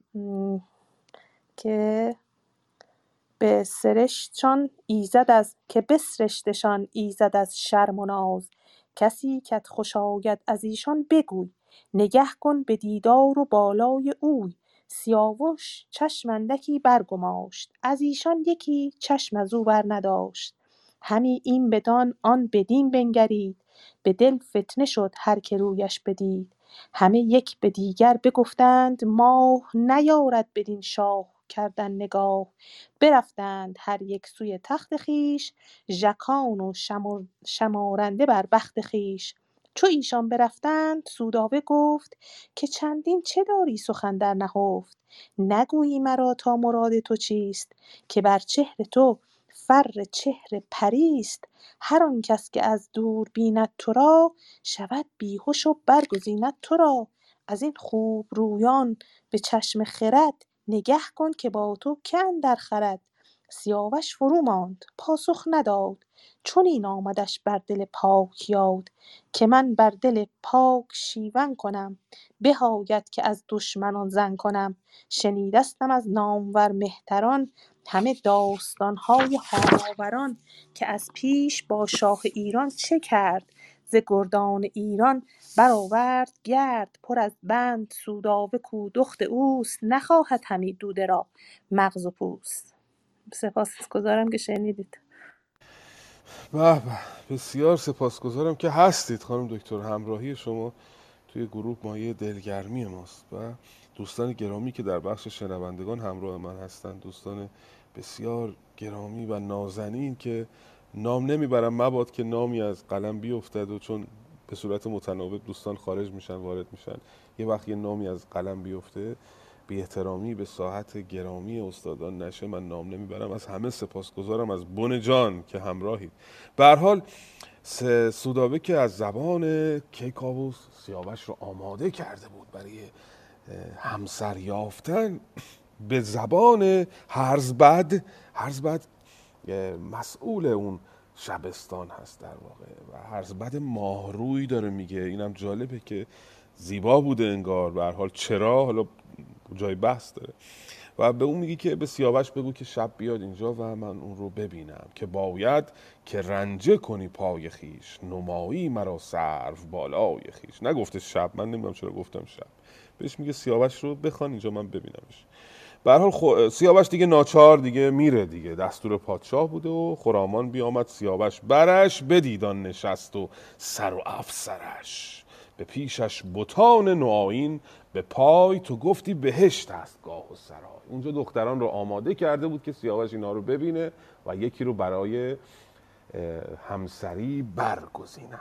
که به سرشتشان ایزد از که بسرشتشان ایزد از شرم و ناز. کسی کت خوش آید از ایشان بگوی، نگه کن به دیدار و بالای اوی. سیاوش چشم اندکی برگماشت، از ایشان یکی چشم از او بر نداشت. همی این بدان آن بدین بنگرید، به دل فتنه شد هر که رویش بدید. همه یک به دیگر بگفتند ماه، نیارد بدین شاه کردن نگاه. برفتند هر یک سوی تخت خویش، ژکان و شمر... شمارنده بر بخت خویش. چو ایشان برفتند سودابه گفت، که چندین چه داری سخن در نهفت. نگویی مرا تا مراد تو چیست، که بر چهر تو فر چهر پریست. هر آن کس که از دور بیند تو را، شود بیهوش و برگزیند تو را. از این خوب رویان به چشم خرد، نگه کن که با تو که اندر خورد. سیاوش فرو ماند پاسخ نداد، چنین آمدش بر دل پاک یاد. که من بر دل پاک شیون کنم، به آید که از دشمنان زن کنم. شنیدستم از نامور مهتران، همه داستان‌های هاماوران. که از پیش با شاه ایران چه کرد، ز گردان ایران برآورد گرد. پر از بند سودابه کو دخت اوست، نخواهد همی دوده را مغز و پوست. سپاسگزارم که شنیدید.
به به، بسیار سپاسگزارم که هستید خانم دکتر. همراهی شما توی گروه مایه دلگرمی ماست و دوستان گرامی که در بخش شنوندگان همراه من هستند، دوستان بسیار گرامی و نازنین که نام نمیبرم مباد که نامی از قلم بیفتد و چون به صورت متناوب دوستان خارج میشن وارد میشن، یه وقت یه نامی از قلم بیفته بی احترامی به ساحت گرامی استادان نشه، من نام نمیبرم. از همه سپاسگزارم از بن جان که همراهید. به هر حال سودابه که از زبان کیکاووس سیاوش رو آماده کرده بود برای همسر یافتن، به زبان هرزبد، هرزبد مسئول اون شبستان هست در واقع و هرزبد ماهروی داره میگه. اینم جالبه که زیبا بوده انگار. به هر حال چرا، حالا جای بحث داره. و به اون میگی که به سیاوش بگو که شب بیاد اینجا و من اون رو ببینم، که باید که رنجه کنی پای خیش، نمایی مرا سرو بالای خیش. نگفته شب، من نمیدونم چرا گفتم شب. بهش میگه سیاوش رو بخوان اینجا من ببینمش. به هر حال خو... سیاوش دیگه ناچار دیگه میره دیگه، دستور پادشاه بوده و خرامان بیامد سیاوش برش، بدیدان نشست و سر و افسرش. به پیشش بتان نوآیین به پای، تو گفتی بهشت است گاه و سرای. اونجا دختران رو آماده کرده بود که سیاوش اینا رو ببینه و یکی رو برای همسری برگزیند.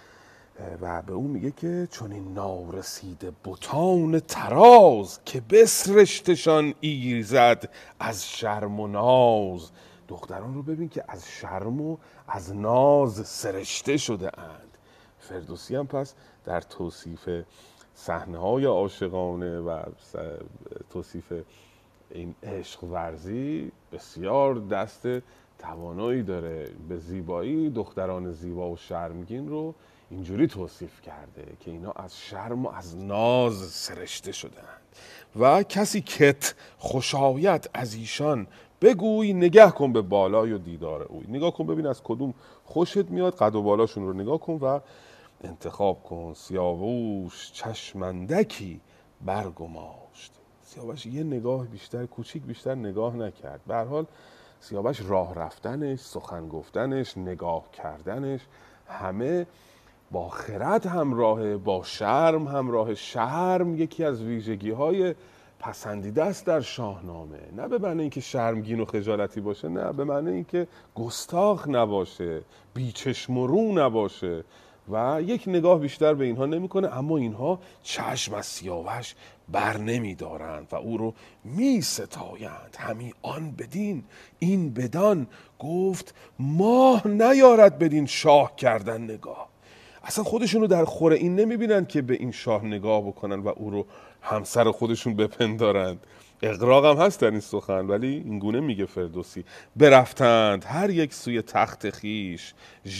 و به اون میگه که چون این نارسیده بتان طراز، که بسرشتشان ایزد از شرم و ناز. دختران رو ببین که از شرم و از ناز سرشته شده اند. فردوسی هم پس در توصیف صحنه‌های عاشقانه و توصیف این عشق ورزی بسیار دست توانایی داره. به زیبایی دختران زیبا و شرمگین رو اینجوری توصیف کرده که اینا از شرم و از ناز سرشته شدند. و کسی کت خوشایت از ایشان بگوی، نگه کن به بالای و دیدار اوی. نگاه کن ببین از کدوم خوشت میاد، قد و بالاشون رو نگاه کن و انتخاب کن. سیاوش چشمندکی برگماشت. سیاوش یه نگاه بیشتر، کوچیک بیشتر نگاه نکرد. به هر حال سیاوش راه رفتنش، سخن گفتنش، نگاه کردنش همه با خرد همراهه، با شرم همراه. شرم یکی از ویژگی های پسندیده است در شاهنامه، نه به معنی اینکه شرمگین و خجالتی باشه، نه به معنی اینکه گستاخ نباشه، بیچشم و رو نباشه و یک نگاه بیشتر به اینها نمیکنه، اما اینها چشم از سیاوش بر نمی دارند و او رو می ستایند. همی آن بدین این بدان، گفت ماه نیارد بدین شاه کردن نگاه. اصلا خودشونو در خور این نمیبینن که به این شاه نگاه بکنن و او رو همسر خودشون بپندارند. اغراق هم هست در این سخن، ولی اینگونه میگه فردوسی: برفتند هر یک سوی تخت خیش،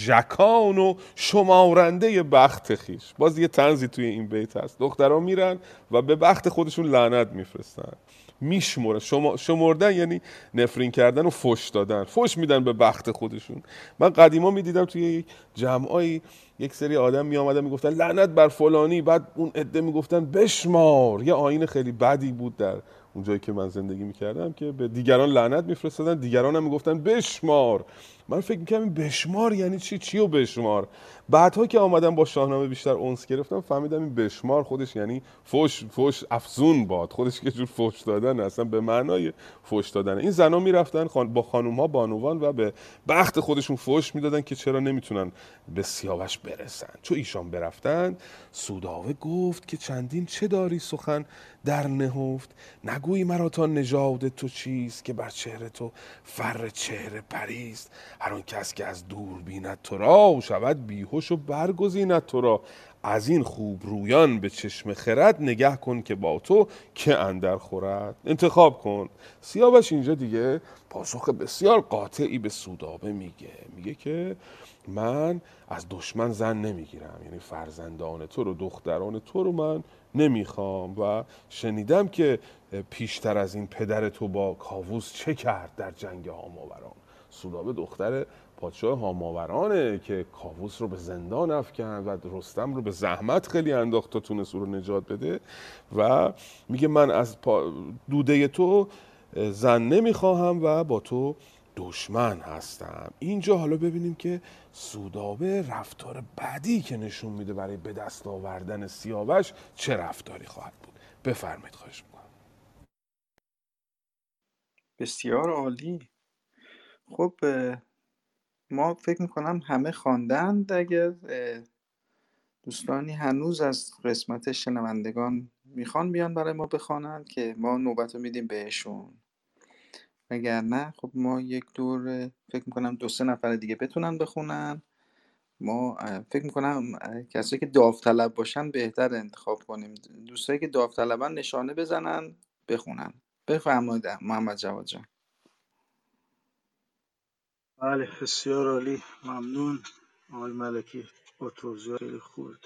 ژکان و شمارنده بخت خیش. باز یه طنزی توی این بیت هست، دخترها میرن و به بخت خودشون لعنت میفرستن، میشمرن. شما شمردن یعنی نفرین کردن و فحش دادن، فحش میدن به بخت خودشون. من قدیما میدیدم توی جمعایی یک سری آدم می آمدن میگفتن لعنت بر فلانی، بعد اون عده میگفتن بشمار. یه آیین خیلی بدی بود در اون جایی که من زندگی میکردم که به دیگران لعنت میفرستادن، دیگران هم میگفتن بشمار. من فکر میکردم این بشمار یعنی چی؟ چی و بشمار؟ بعدها که آمدم با شاهنامه بیشتر اونس گرفتم فهمیدم این بشمار خودش یعنی فوش فوش افزون باد، خودش که جور فوش دادن، اصلا به معنای فوش دادن. این زنا میرفتن خان... با خانوم ها بانوان و به بخت خودشون فوش میدادن که چرا نمیتونن به سیاوش برسن. چو ایشان برفتن سودابه گفت که چندین چه داری سخن در نهفت، نگویی مرا تا نژاد تو چیست، که بر چهره تو فر چهره پریست. هر آن کس که از دور بیند تو را، شود بیهوش و برگزیند تو را. از این خوب رویان به چشم خرد، نگه کن که با تو که اندر خورد. انتخاب کن. سیاوش اینجا دیگه پاسخ بسیار قاطعی به سودابه میگه، میگه که من از دشمن زن نمیگیرم، یعنی فرزندان تو رو، دختران تو رو من نمیخوام. و شنیدم که پیشتر از این پدر تو با کاووس چه کرد در جنگ هاماوران. سودابه دختر پادشاه هاماورانه که کاووس رو به زندان افکند و رستم رو به زحمت خیلی انداخت تا تونست او رو نجات بده. و میگه من از دوده تو زن نمیخواهم و با تو دشمن هستم. اینجا حالا ببینیم که سودابه رفتار بدی که نشون میده برای به دست آوردن سیاوش چه رفتاری خواهد بود. بفرمایید، خواهش میکنم.
بسیار عالی. خب ما فکر میکنم همه خواندند. اگر دوستانی هنوز از قسمت شنوندگان میخوان بیان برای ما بخوانند که ما نوبت رو میدیم بهشون، اگر نه خب ما یک دور فکر میکنم دو سه نفر دیگه بتونن بخونن. ما فکر میکنم کسایی که داوطلب باشن بهتر انتخاب کنیم. دوستایی که داوطلبن نشانه بزنن بخونن. بفرمایید محمد جواد جان.
بله بسیار عالی، ممنون آقای ملکی، با توضیح خیلی خوبت.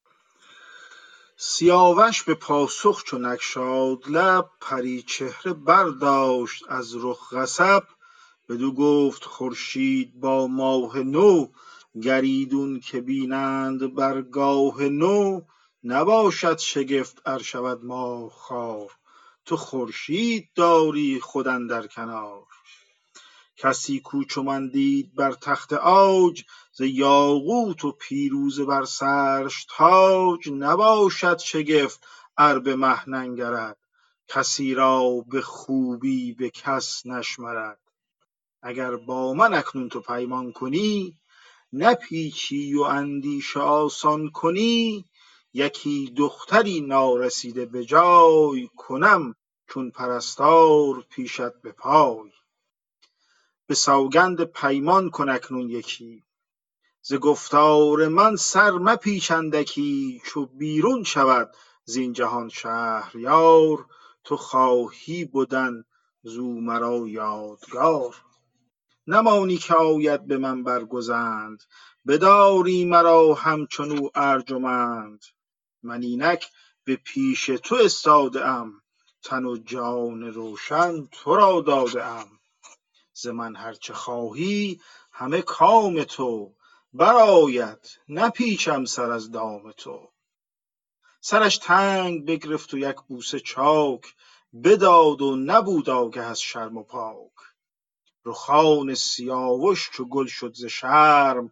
سیاوش به پاسخ چو نگشاد لب، پری چهره برداشت از رخ غضب. بدو گفت خورشید با ماه نو، گریدون که بینند بر گاه نو. نباشد شگفت ار شود ماه خوار، تو خورشید داری خود اندر کنار. کسی کو چو من دید بر تخت عاج، ز یاقوت و پیروزه بر سرش تاج. نباشد شگفت ار به مه ننگرد، کسی را به خوبی به کس نشمرد. اگر با من اکنون تو پیمان کنی، نپیچی و اندیشه آسان کنی. یکی دختری نارسیده به جای، کنم چون پرستار پیشت به پای. به سوگند پیمان کن اکنون یکی، ز گفتار من سر مپیچ اندکی. چو بیرون شود زین جهان شهریار، تو خواهی بدن زو مرا یادگار. نمانی که آید به من برگزند، بداری مرا همچنو ارجمند. من اینک به پیش تو استاده ام، تن و جان روشن تو را داده ام. ز من هرچه خواهی همه کام تو، برآید نپیچم سر از دام تو. سرش تنگ بگرفت و یک بوسه چاک، بداد و نبود آگه از شرم و پاک. رخان سیاوش چو گل شد ز شرم،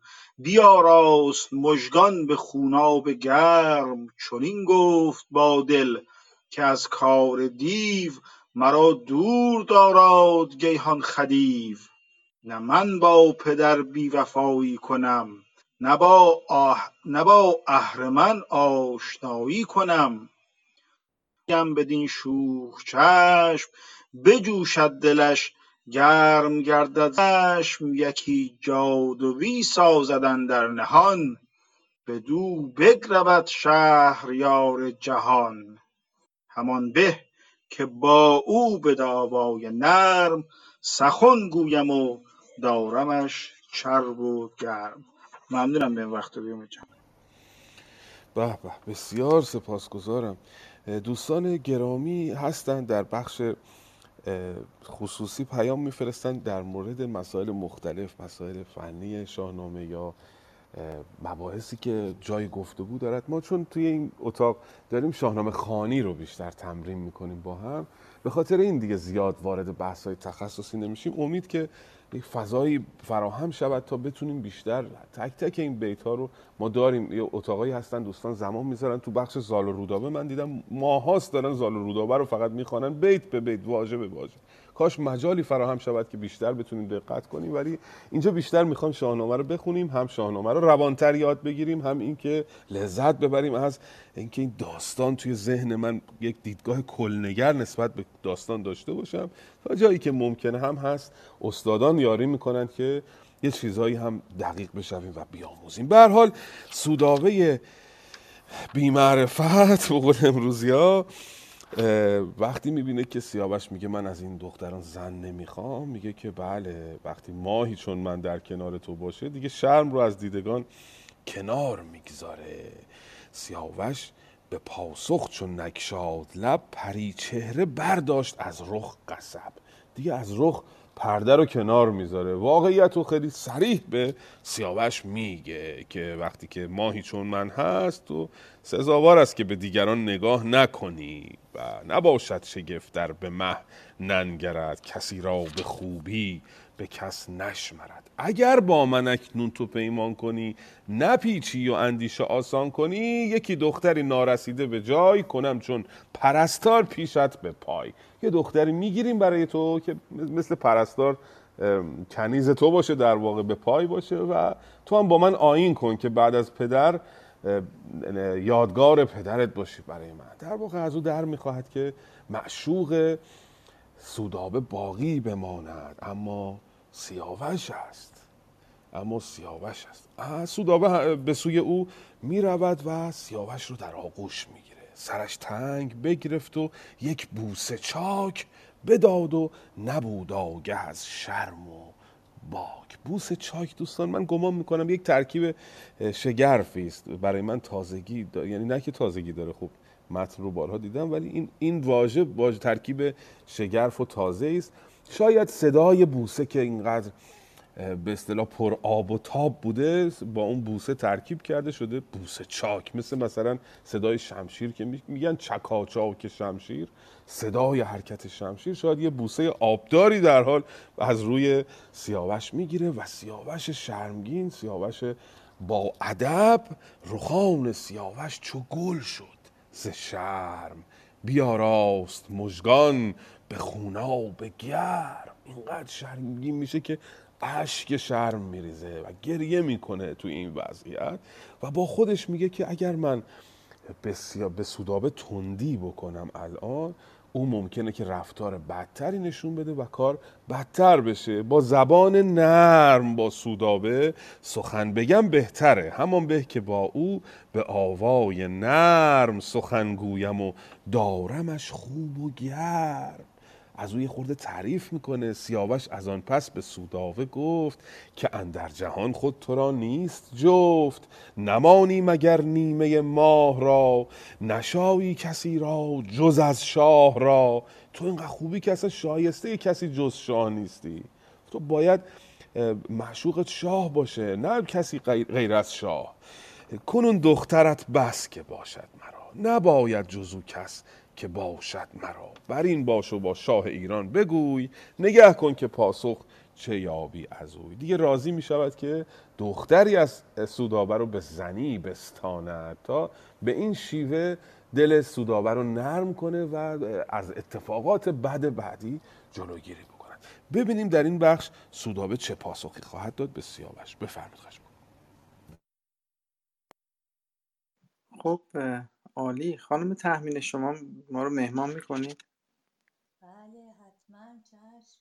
بیاراست مژگان به خوناب گرم. چنین گفت با دل که از کار دیو مرا دور داراد گیهان خدیو. نه من با پدر بی وفایی کنم، نه با آه نه با اهرمن آشنایی کنم. گم بدین شوخ چشم بجوشد دلش، گرم گردد چشم یکی جادوی سازد اندر نهان. بدو بگرود شهریار جهان. همان به که با او به داوای نرم، سخن گویم و دارمش چرب و گرم. ممنونم به این وقت بیوم جان.
به به، بسیار سپاسگزارم. دوستان گرامی هستند در بخش خصوصی پیام میفرستند در مورد مسائل مختلف، مسائل فنی شاهنامه یا مباحثی که جای گفتگو دارد. ما چون توی این اتاق داریم شاهنامه خوانی رو بیشتر تمرین میکنیم با هم، به خاطر این دیگه زیاد وارد بحث‌های تخصصی نمیشیم. امید که یک فضایی فراهم شود تا بتونیم بیشتر تک تک این بیت‌ها رو ما داریم. یه اتاقایی هستن دوستان زمان میذارن تو بخش زال و رودابه، من دیدم ماهاست دارن زال و رودابه رو فقط میخوانن بیت به بیت، واژه به واژه. کاش مجالی فراهم شود که بیشتر بتونیم دقت کنیم، ولی اینجا بیشتر میخوام شاهنامه رو بخونیم، هم شاهنامه رو روانتر یاد بگیریم، هم اینکه لذت ببریم از اینکه این داستان توی ذهن من یک دیدگاه کلنگر نسبت به داستان داشته باشم. تا جایی که ممکنه هم هست استادان یاری میکنن که یه چیزایی هم دقیق بشویم و بیاموزیم. به هر حال سودابه بی‌معرفت به قول امروزی‌ها وقتی میبینه که سیاوش میگه من از این دختران زن نمیخوام، میگه که بله، وقتی ماهی چون من در کنار تو باشه دیگه شرم رو از دیدگان کنار میگذاره. سیاوش به پاسخ چون نگشاد لب، پری چهره برداشت از رخ قصب. دیگه از رخ پرده رو کنار میذاره. واقعیت رو خیلی صریح به سیاوش میگه که وقتی که ماهی چون من هست تو سزاوار است که به دیگران نگاه نکنی و نباشد شگفت در به مه ننگرد، کسی را به خوبی به کس نشمرد. اگر با من اکنون تو پیمان کنی، نپیچی و اندیشه آسان کنی، یکی دختری نارسیده به جای کنم چون پرستار پیشت به پای. یه دختری میگیریم برای تو که مثل پرستار کنیز تو باشه، در واقع به پای باشه، و تو هم با من آیین کن که بعد از پدر یادگار پدرت باشی برای من. در واقع از او در میخواهد که معشوق سودابه باقی بماند، اما سیاوش است اما سیاوش است سودابه به سوی او میرود و سیاوش رو در آغوش میگیره. سرش تنگ بگرفت و یک بوسه چاک بداد و نبود آگه از شرم و باک. بوسه چاک دوستان من گمان میکنم یک ترکیب شگرفی است برای من. تازگی داره، یعنی نه که تازگی داره، خب متن رو بارها دیدم، ولی این این واژه واژه ترکیب شگرف و تازه است. شاید صدای بوسه که اینقدر به اصطلاح پر آب و تاب بوده با اون بوسه ترکیب کرده شده بوسه چاک. مثل مثلا صدای شمشیر که میگن چکاچاک شمشیر، صدای حرکت شمشیر، شاید یه بوسه آبداری در حال از روی سیاوش میگیره و سیاوش شرمگین، سیاوش با ادب، رخان سیاوش چو گل شد ز شرم، بیاراست مژگان به خوناب گرم. اینقدر شرمگین میشه که اشک شرم میریزه و گریه میکنه توی این وضعیت و با خودش میگه که اگر من به سودابه تندی بکنم الان، او ممکنه که رفتار بدتری نشون بده و کار بدتر بشه. با زبان نرم با سودابه سخن بگم بهتره، همان به که با او به آوای نرم سخن گویم و دارمش خوب و گرم. از او یه خورده تعریف میکنه. سیاوش از آن پس به سودابه گفت که اندر جهان خود تو را نیست جفت. نمانی مگر نیمه ماه را، نشایی کسی را جز از شاه را. تو اینقدر خوبی که اصلا شایسته کسی جز شاه نیستی. تو باید معشوقت شاه باشه، نه کسی غیر از شاه. کنون دخترت بس که باشد مرا، نباید جزو کس که باشد مرا. بر این باش و با شاه ایران بگوی، نگه کن که پاسخ چه یابی از اوی. دیگه راضی می شود که دختری از سودابه رو به زنی بستاند تا به این شیوه دل سودابه رو نرم کنه و از اتفاقات بد بعدی جلوگیری بکنه. ببینیم در این بخش سودابه چه پاسخی خواهد داد به سیاوش. بفرمایید. خواهش می‌کنم.
خب عالی. خانم تحمین، شما ما رو مهمان میکنید؟
بله حتما، چشم.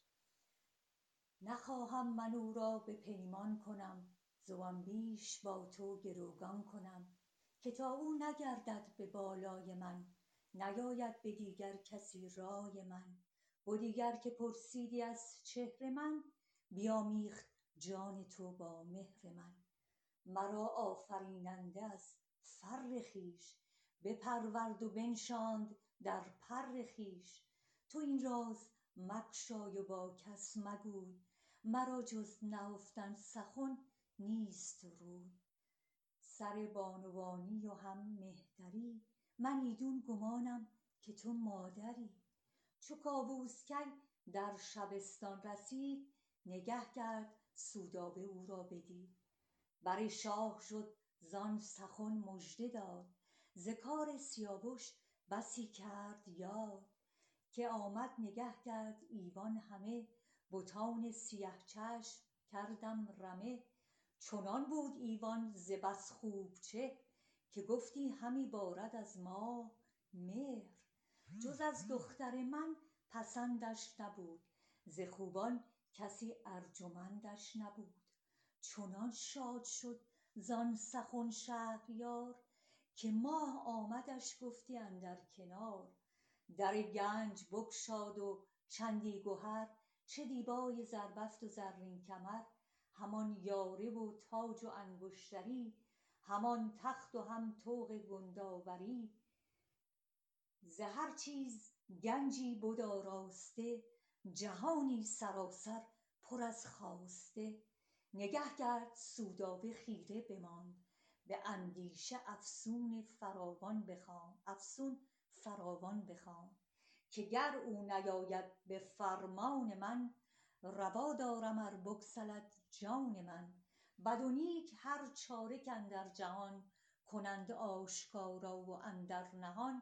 نخواهم من او را به پیمان کنم، زوان بیش با تو گروگان کنم، که تا او نگردد به بالای من، نیاید به دیگر کسی رای من. و دیگر که پرسیدی از چهر من، بیامیخت جان تو با مهر من. مرا آفریننده از فر خویش، بپرورد و بنشاند در پر خویش. تو این راز مگشای و با کس مگوی، مرا جز نهفتن سخن نیست روی. سر بانوانی و هم مهتری، من ایدون گمانم که تو مادری. چو کاووس کی در شبستان رسید، نگه کرد سودابه او را بدید. بر شاه شد زان سخن مژده داد، ز کار سیاوش بسی کرد یاد. که آمد نگه کرد ایوان همه، بتان سیه چشم کردم رمه. چنان بود ایوان ز بس خوب چهر، که گفتی همی بارد از ماه مهر. جز از دختر من پسندش نبود، ز خوبان کسی ارجمندش نبود. چنان شاد شد زان سخن شهریار، که ماه آمدش گفتی اندر کنار. در گنج بگشاد و چندی گهر، چه دیبای زربفت و زرین کمر. همان یاره و تاج و انگشتری، همان تخت و هم طوق گنداوری. ز هر چیز گنجی بد آراسته، جهانی سراسر پر از خواسته. نگه کرد سودابه خیره بماند، به اندیشه افسون فراوان بخواند. افسون فراوان بخواند که گر او نیاید به فرمان من، روا دارم ار بگسلد جان من. بد و نیک هر چاره کاندر جهان، کنند آشکارا و اندر نهان.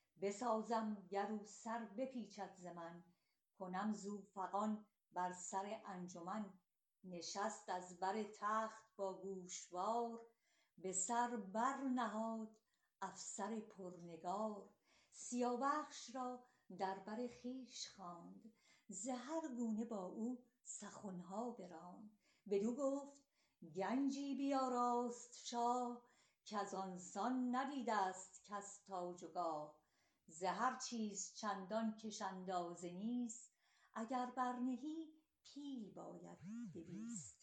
بسازم گر او سر بپیچد ز من، کنم زو فغان بر سر انجمن. نشست از بر تخت با گوشوار، به سر بر نهاد افسر پرنگار. سیاوخش را در بر خویش خواند، ز هر گونه با او سخنها براند. بدو گفت گنجی بیاراست شاه، کز آن سان ندیده است کس تاج و گاه. ز هر چیز چندان کش اندازه نیست، اگر برنهی پیل باید دویست.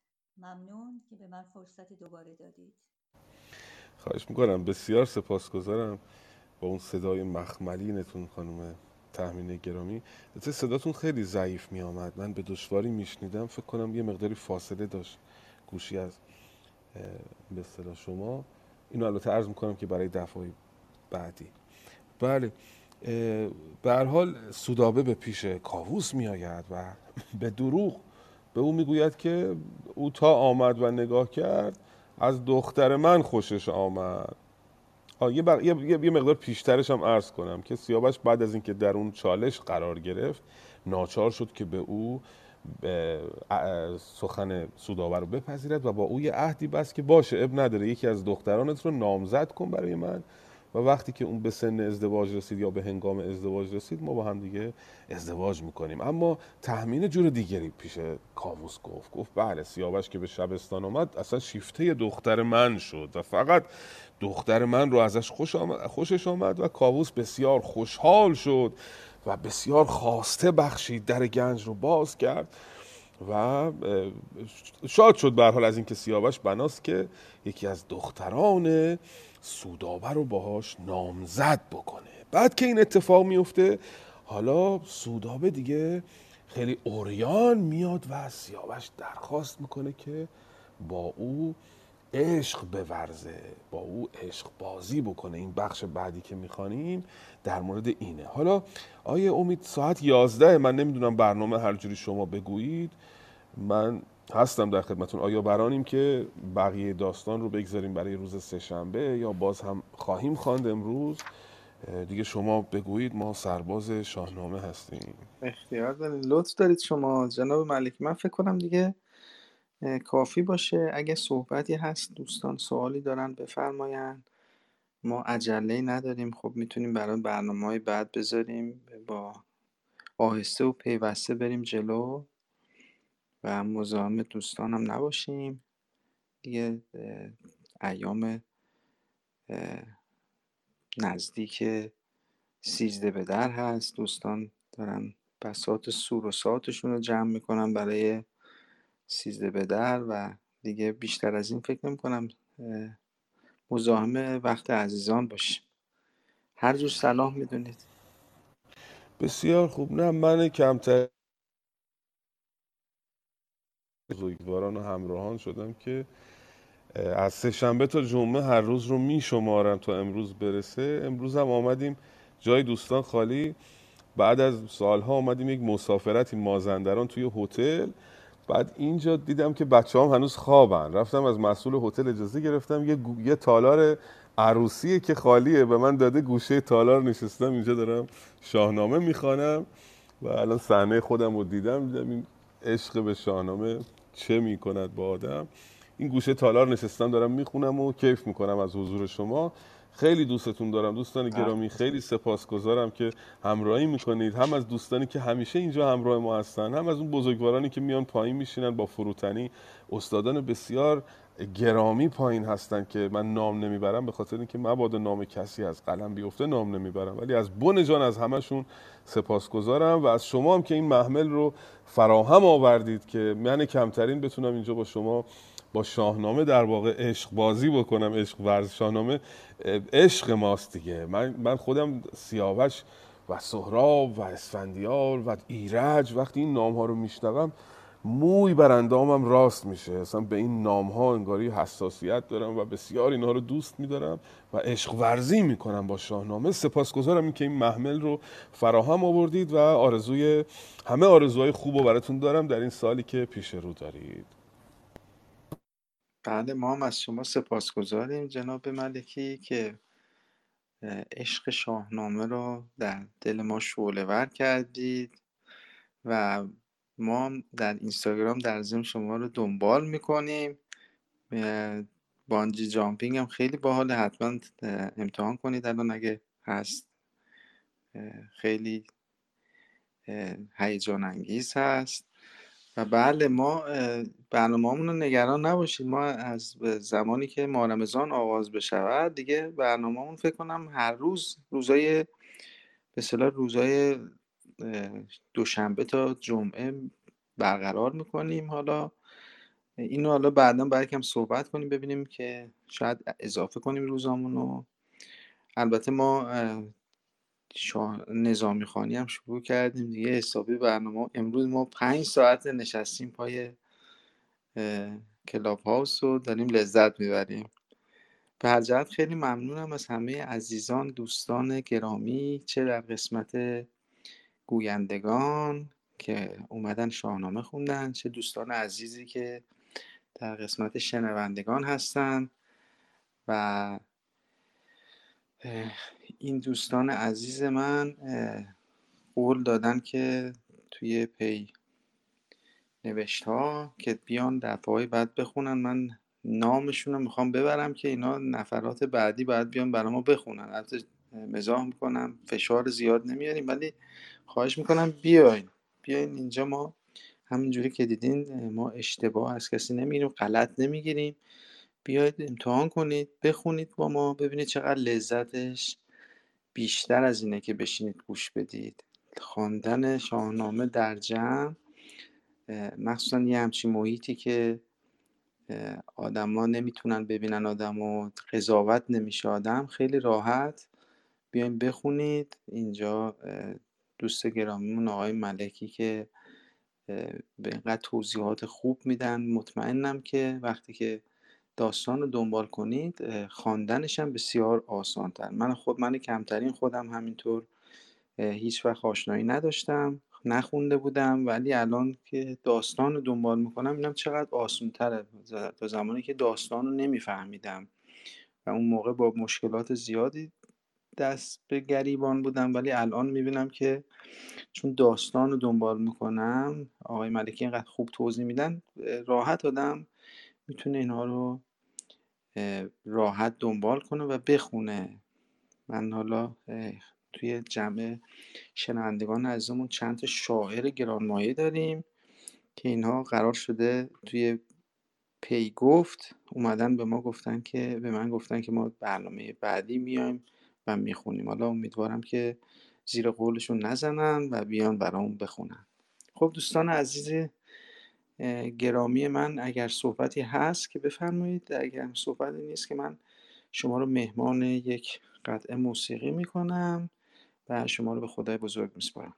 ممنون که به من فرصت دوباره دادید.
خواهش میکنم. بسیار سپاسگزارم. با اون صدای مخملینتون خانم تحمین گرامی، البته صداتون خیلی ضعیف می آمد، من به دشواری میشنیدم. فکر کنم یه مقداری فاصله داشت گوشی از به اصطلاح شما. اینو البته عرض میکنم که برای دفعه بعدی. بله، به هر حال سودابه به پیش کاووس می آید و به دروغ به او میگوید که او تا آمد و نگاه کرد از دختر من خوشش آمد. یه, بق... یه... یه مقدار پیشترش هم عرض کنم که سیاوش بعد از اینکه در اون چالش قرار گرفت، ناچار شد که به او به سخن سودابه رو بپذیرد و با او یه عهدی بست که باشه اب نداره، یکی از دخترانت رو نامزد کن برای من و وقتی که اون به سن ازدواج رسید یا به هنگام ازدواج رسید ما با هم دیگه ازدواج میکنیم. اما تحمین جور دیگری پیش کاووس گفت. گفت بله، سیاوش که به شبستان آمد اصلا شیفته دختر من شد و فقط دختر من رو ازش خوش آمد، خوشش آمد و کاووس بسیار خوشحال شد و بسیار خواسته بخشید، در گنج رو باز کرد و شاد شد به هر حال از اینکه سیاوش بناست که یکی از دختران سودابه رو باهاش نامزد بکنه. بعد که این اتفاق میفته، حالا سودابه دیگه خیلی عریان میاد و از سیاوش درخواست میکنه که با او عشق بورزه، با او عشق بازی بکنه. این بخش بعدی که میخوانیم در مورد اینه. حالا آیه امید ساعت یازده، من نمیدونم برنامه هر جوری شما بگویید، من هستم در خدمتون. آیا برانیم که بقیه داستان رو بگذاریم برای روز سه‌شنبه یا باز هم خواهیم خواند امروز؟ دیگه شما بگویید، ما سرباز شاهنامه هستیم.
اختیار دارین، لطف دارید شما جناب ملکی. من فکر کنم دیگه اه، کافی باشه. اگه صحبتی هست دوستان سوالی دارن بفرماین. ما عجله نداریم، خب میتونیم برای برنامه‌های بعد بذاریم، با آهسته و پیوسته بریم جلو و مزاحم دوستانم نباشیم دیگه. اه، ایام اه، نزدیک سیزده به در هست. دوستان دارن بساط سور و ساتشون رو جمع میکنن برای سیزده به در و دیگه بیشتر از این فکر نمی کنم مزاحم وقت عزیزان باشیم. هر جور صلاح میدونید.
بسیار خوب. نه، من کمتر بزرگواران و همراهان شدم که از سه‌شنبه تا جمعه هر روز رو میشمارم تا امروز برسه. امروز هم آمدیم جای دوستان خالی، بعد از سالها آمدیم یک مسافرتی مازندران توی هتل. بعد اینجا دیدم که بچه هم هنوز خوابن. رفتم از مسئول هتل اجازه گرفتم، یه, گو... یه تالار عروسیه که خالیه به من داده، گوشه تالار نشستم اینجا دارم شاهنامه میخوانم و الان صحنه خودم رو دیدم، دیدم این عشق به شاهنامه چه میکند با آدم. این گوشه تالار نشستم دارم میخونم و کیف میکنم از حضور شما. خیلی دوستتون دارم دوستان گرامی، خیلی سپاسگزارم که همراهی میکنید، هم از دوستانی که همیشه اینجا همراه ما هستن، هم از اون بزرگوارانی که میان پایین میشینن با فروتنی. استادان بسیار گرامی پایین هستن که من نام نمیبرم به خاطر اینکه مبادا نام کسی از قلم بیفته نام نمیبرم، ولی از بن جان از همشون سپاسگزارم و از شما هم که این محمل رو فراهم آوردید که من کمترین بتونم اینجا با شما با شاهنامه در واقع عشق بازی بکنم. عشق ورز شاهنامه عشق ماست دیگه. من من خودم سیاوش و سهراب و اسفندیار و ایرج وقتی این نام ها رو میشنوم موی بر اندامم راست میشه. اصلا به این نام ها انگاری حساسیت دارم و بسیار اینها رو دوست میدارم و عشق ورزی میکنم با شاهنامه. سپاسگزارم این که این محمل رو فراهم آوردید و آرزوی همه آرزوهای خوب رو براتون دارم در این سالی که پیش رو دارید.
بله، ما هم از شما سپاسگزاریم جناب ملکی که عشق شاهنامه رو در دل ما شعله‌ور کردید و ما در اینستاگرام در ضمن شما رو دنبال میکنیم. بانجی جامپینگ هم خیلی باحاله، حتما امتحان کنید الان اگه هست. خیلی هیجان انگیز هست و بله ما برنامه‌مون رو نگران نباشید. ما از زمانی که ماه رمضان آغاز بشود دیگه برنامه‌مون فکر کنم هر روز روزای به اصطلاح روزای دوشنبه تا جمعه برقرار میکنیم. حالا اینو حالا بعدا باید کم صحبت کنیم ببینیم که شاید اضافه کنیم روزامونو. البته ما نظامی خوانی هم شروع کردیم دیگه حسابی برنامه. امروز ما پنج ساعت نشستیم پای کلاب هاوس و داریم لذت میبریم. به هر جهت خیلی ممنونم از همه عزیزان دوستان گرامی، چه در قسمت گویندگان که اومدن شاهنامه خوندن، چه دوستان عزیزی که در قسمت شنوندگان هستن و این دوستان عزیز من قول دادن که توی پی نوشت ها که بیان دفعه بعد بخونن. من نامشون رو میخوام ببرم که اینا نفرات بعدی باید بیان برای ما بخونن. البته مزاح میکنم، فشار زیاد نمیاریم، ولی خواهش میکنم بیاین بیاین اینجا. ما همینجوری که دیدین ما اشتباه از کسی نمیگیریم، غلط نمیگیریم. بیاید امتحان کنید، بخونید با ما، ببینید چقدر لذتش بیشتر از اینه که بشینید گوش بدید. خواندن شاهنامه در جمع، مخصوصا یه همچین محیطی که آدما نمیتونن ببینن آدمو، قضاوت نمیشه آدم، خیلی راحت بیاین بخونید. اینجا دوست گرامیمون آقای ملکی که به اینقدر توضیحات خوب میدن، مطمئنم که وقتی که داستان رو دنبال کنید خواندنش هم بسیار آسان‌تر. من خود من کمترین خودم همینطور هیچ وقت آشنایی نداشتم، نخونده بودم، ولی الان که داستان رو دنبال میکنم اینم چقدر آسون تره تا زمانی که داستان رو نمیفهمیدم و اون موقع با مشکلات زیادی دست به گریبان بودم، ولی الان میبینم که چون داستان رو دنبال میکنم، آقای ملکی اینقدر خوب توضیح میدن، راحت آدم میتونه اینها رو راحت دنبال کنه و بخونه. من حالا توی جمع شنوندگان عزیزمون چند تا شاعر گرانمایه داریم که اینها قرار شده توی پی گفت اومدن به ما گفتن که به من گفتن که ما برنامه بعدی میایم و میخونیم. حالا امیدوارم که زیر قولشون نزنن و بیان برامون بخونن. خب دوستان عزیز گرامی من، اگر صحبتی هست که بفرمایید، اگر صحبتی نیست که من شما رو مهمان یک قطعه موسیقی میکنم و شما رو به خدای بزرگ میسپارم.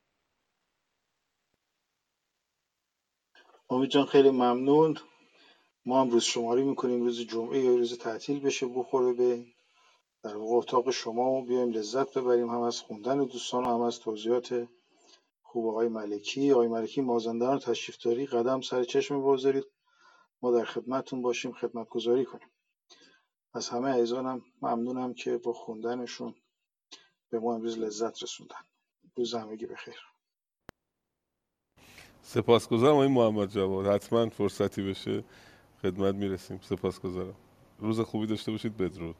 امید جان خیلی ممنون. ما هم روز شماری میکنیم روز جمعه یا روز تعطیل بشه بخوره به در واقع اتاق شما و بیایم لذت ببریم، هم از خوندن دوستان هم از توضیحات خوب آقای ملکی. آقای ملکی مازندران تشریف داری، قدم سر چشم بگذارید، ما در خدمتتون باشیم، خدمتگزاری کنیم. از همه عزیزانم ممنونم که با خوندنشون به ما امروز لذت رسوندن. روز همگی بخیر.
سپاسگزارم آقای محمد جواد، حتما فرصتی بشه خدمت میرسیم. سپاسگزارم، روز خوبی داشته باشید. بدرود.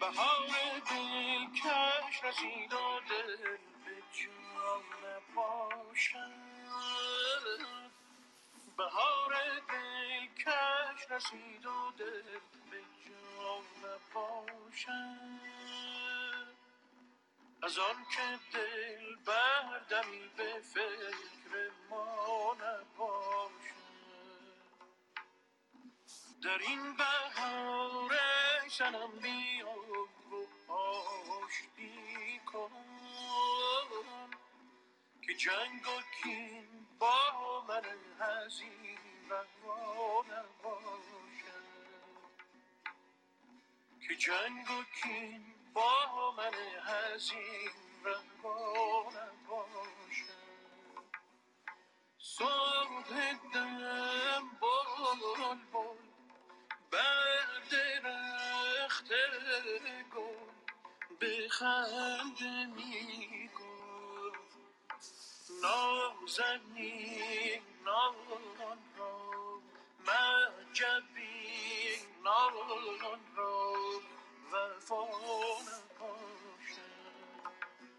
بهار دلکش رسید و دل به جان باشد بهار دلکش رسید و دل به جان باشد از آن که دل بردمی به فکر ما نباشد در این بهار سنم بیا و آشتی کن که جنگ و کین با من هزین روا نباشد که جنگ و کین با من هزین روا نباشد صبح دم بل بل بر درخت گل بخنده می گفت نازنین نان را مجبی نان را وفا نباشد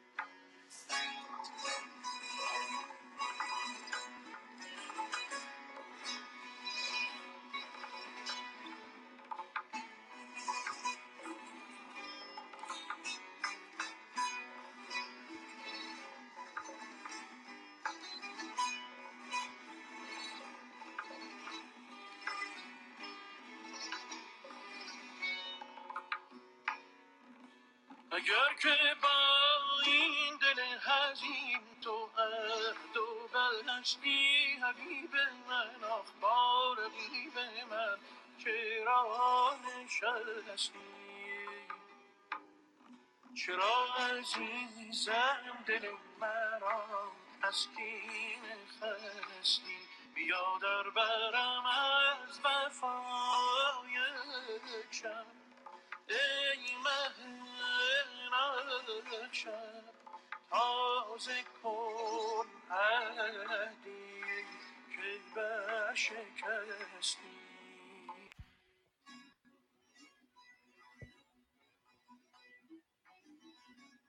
اگر که با این دل حزین تو عهد و بستی حبیب من اخبار حبیب من چرا نشستی چرا عزیزم دل مرا از کین خستی بیا در برم از وفای شب ای مه شب تازه کن عهدی که برشکستی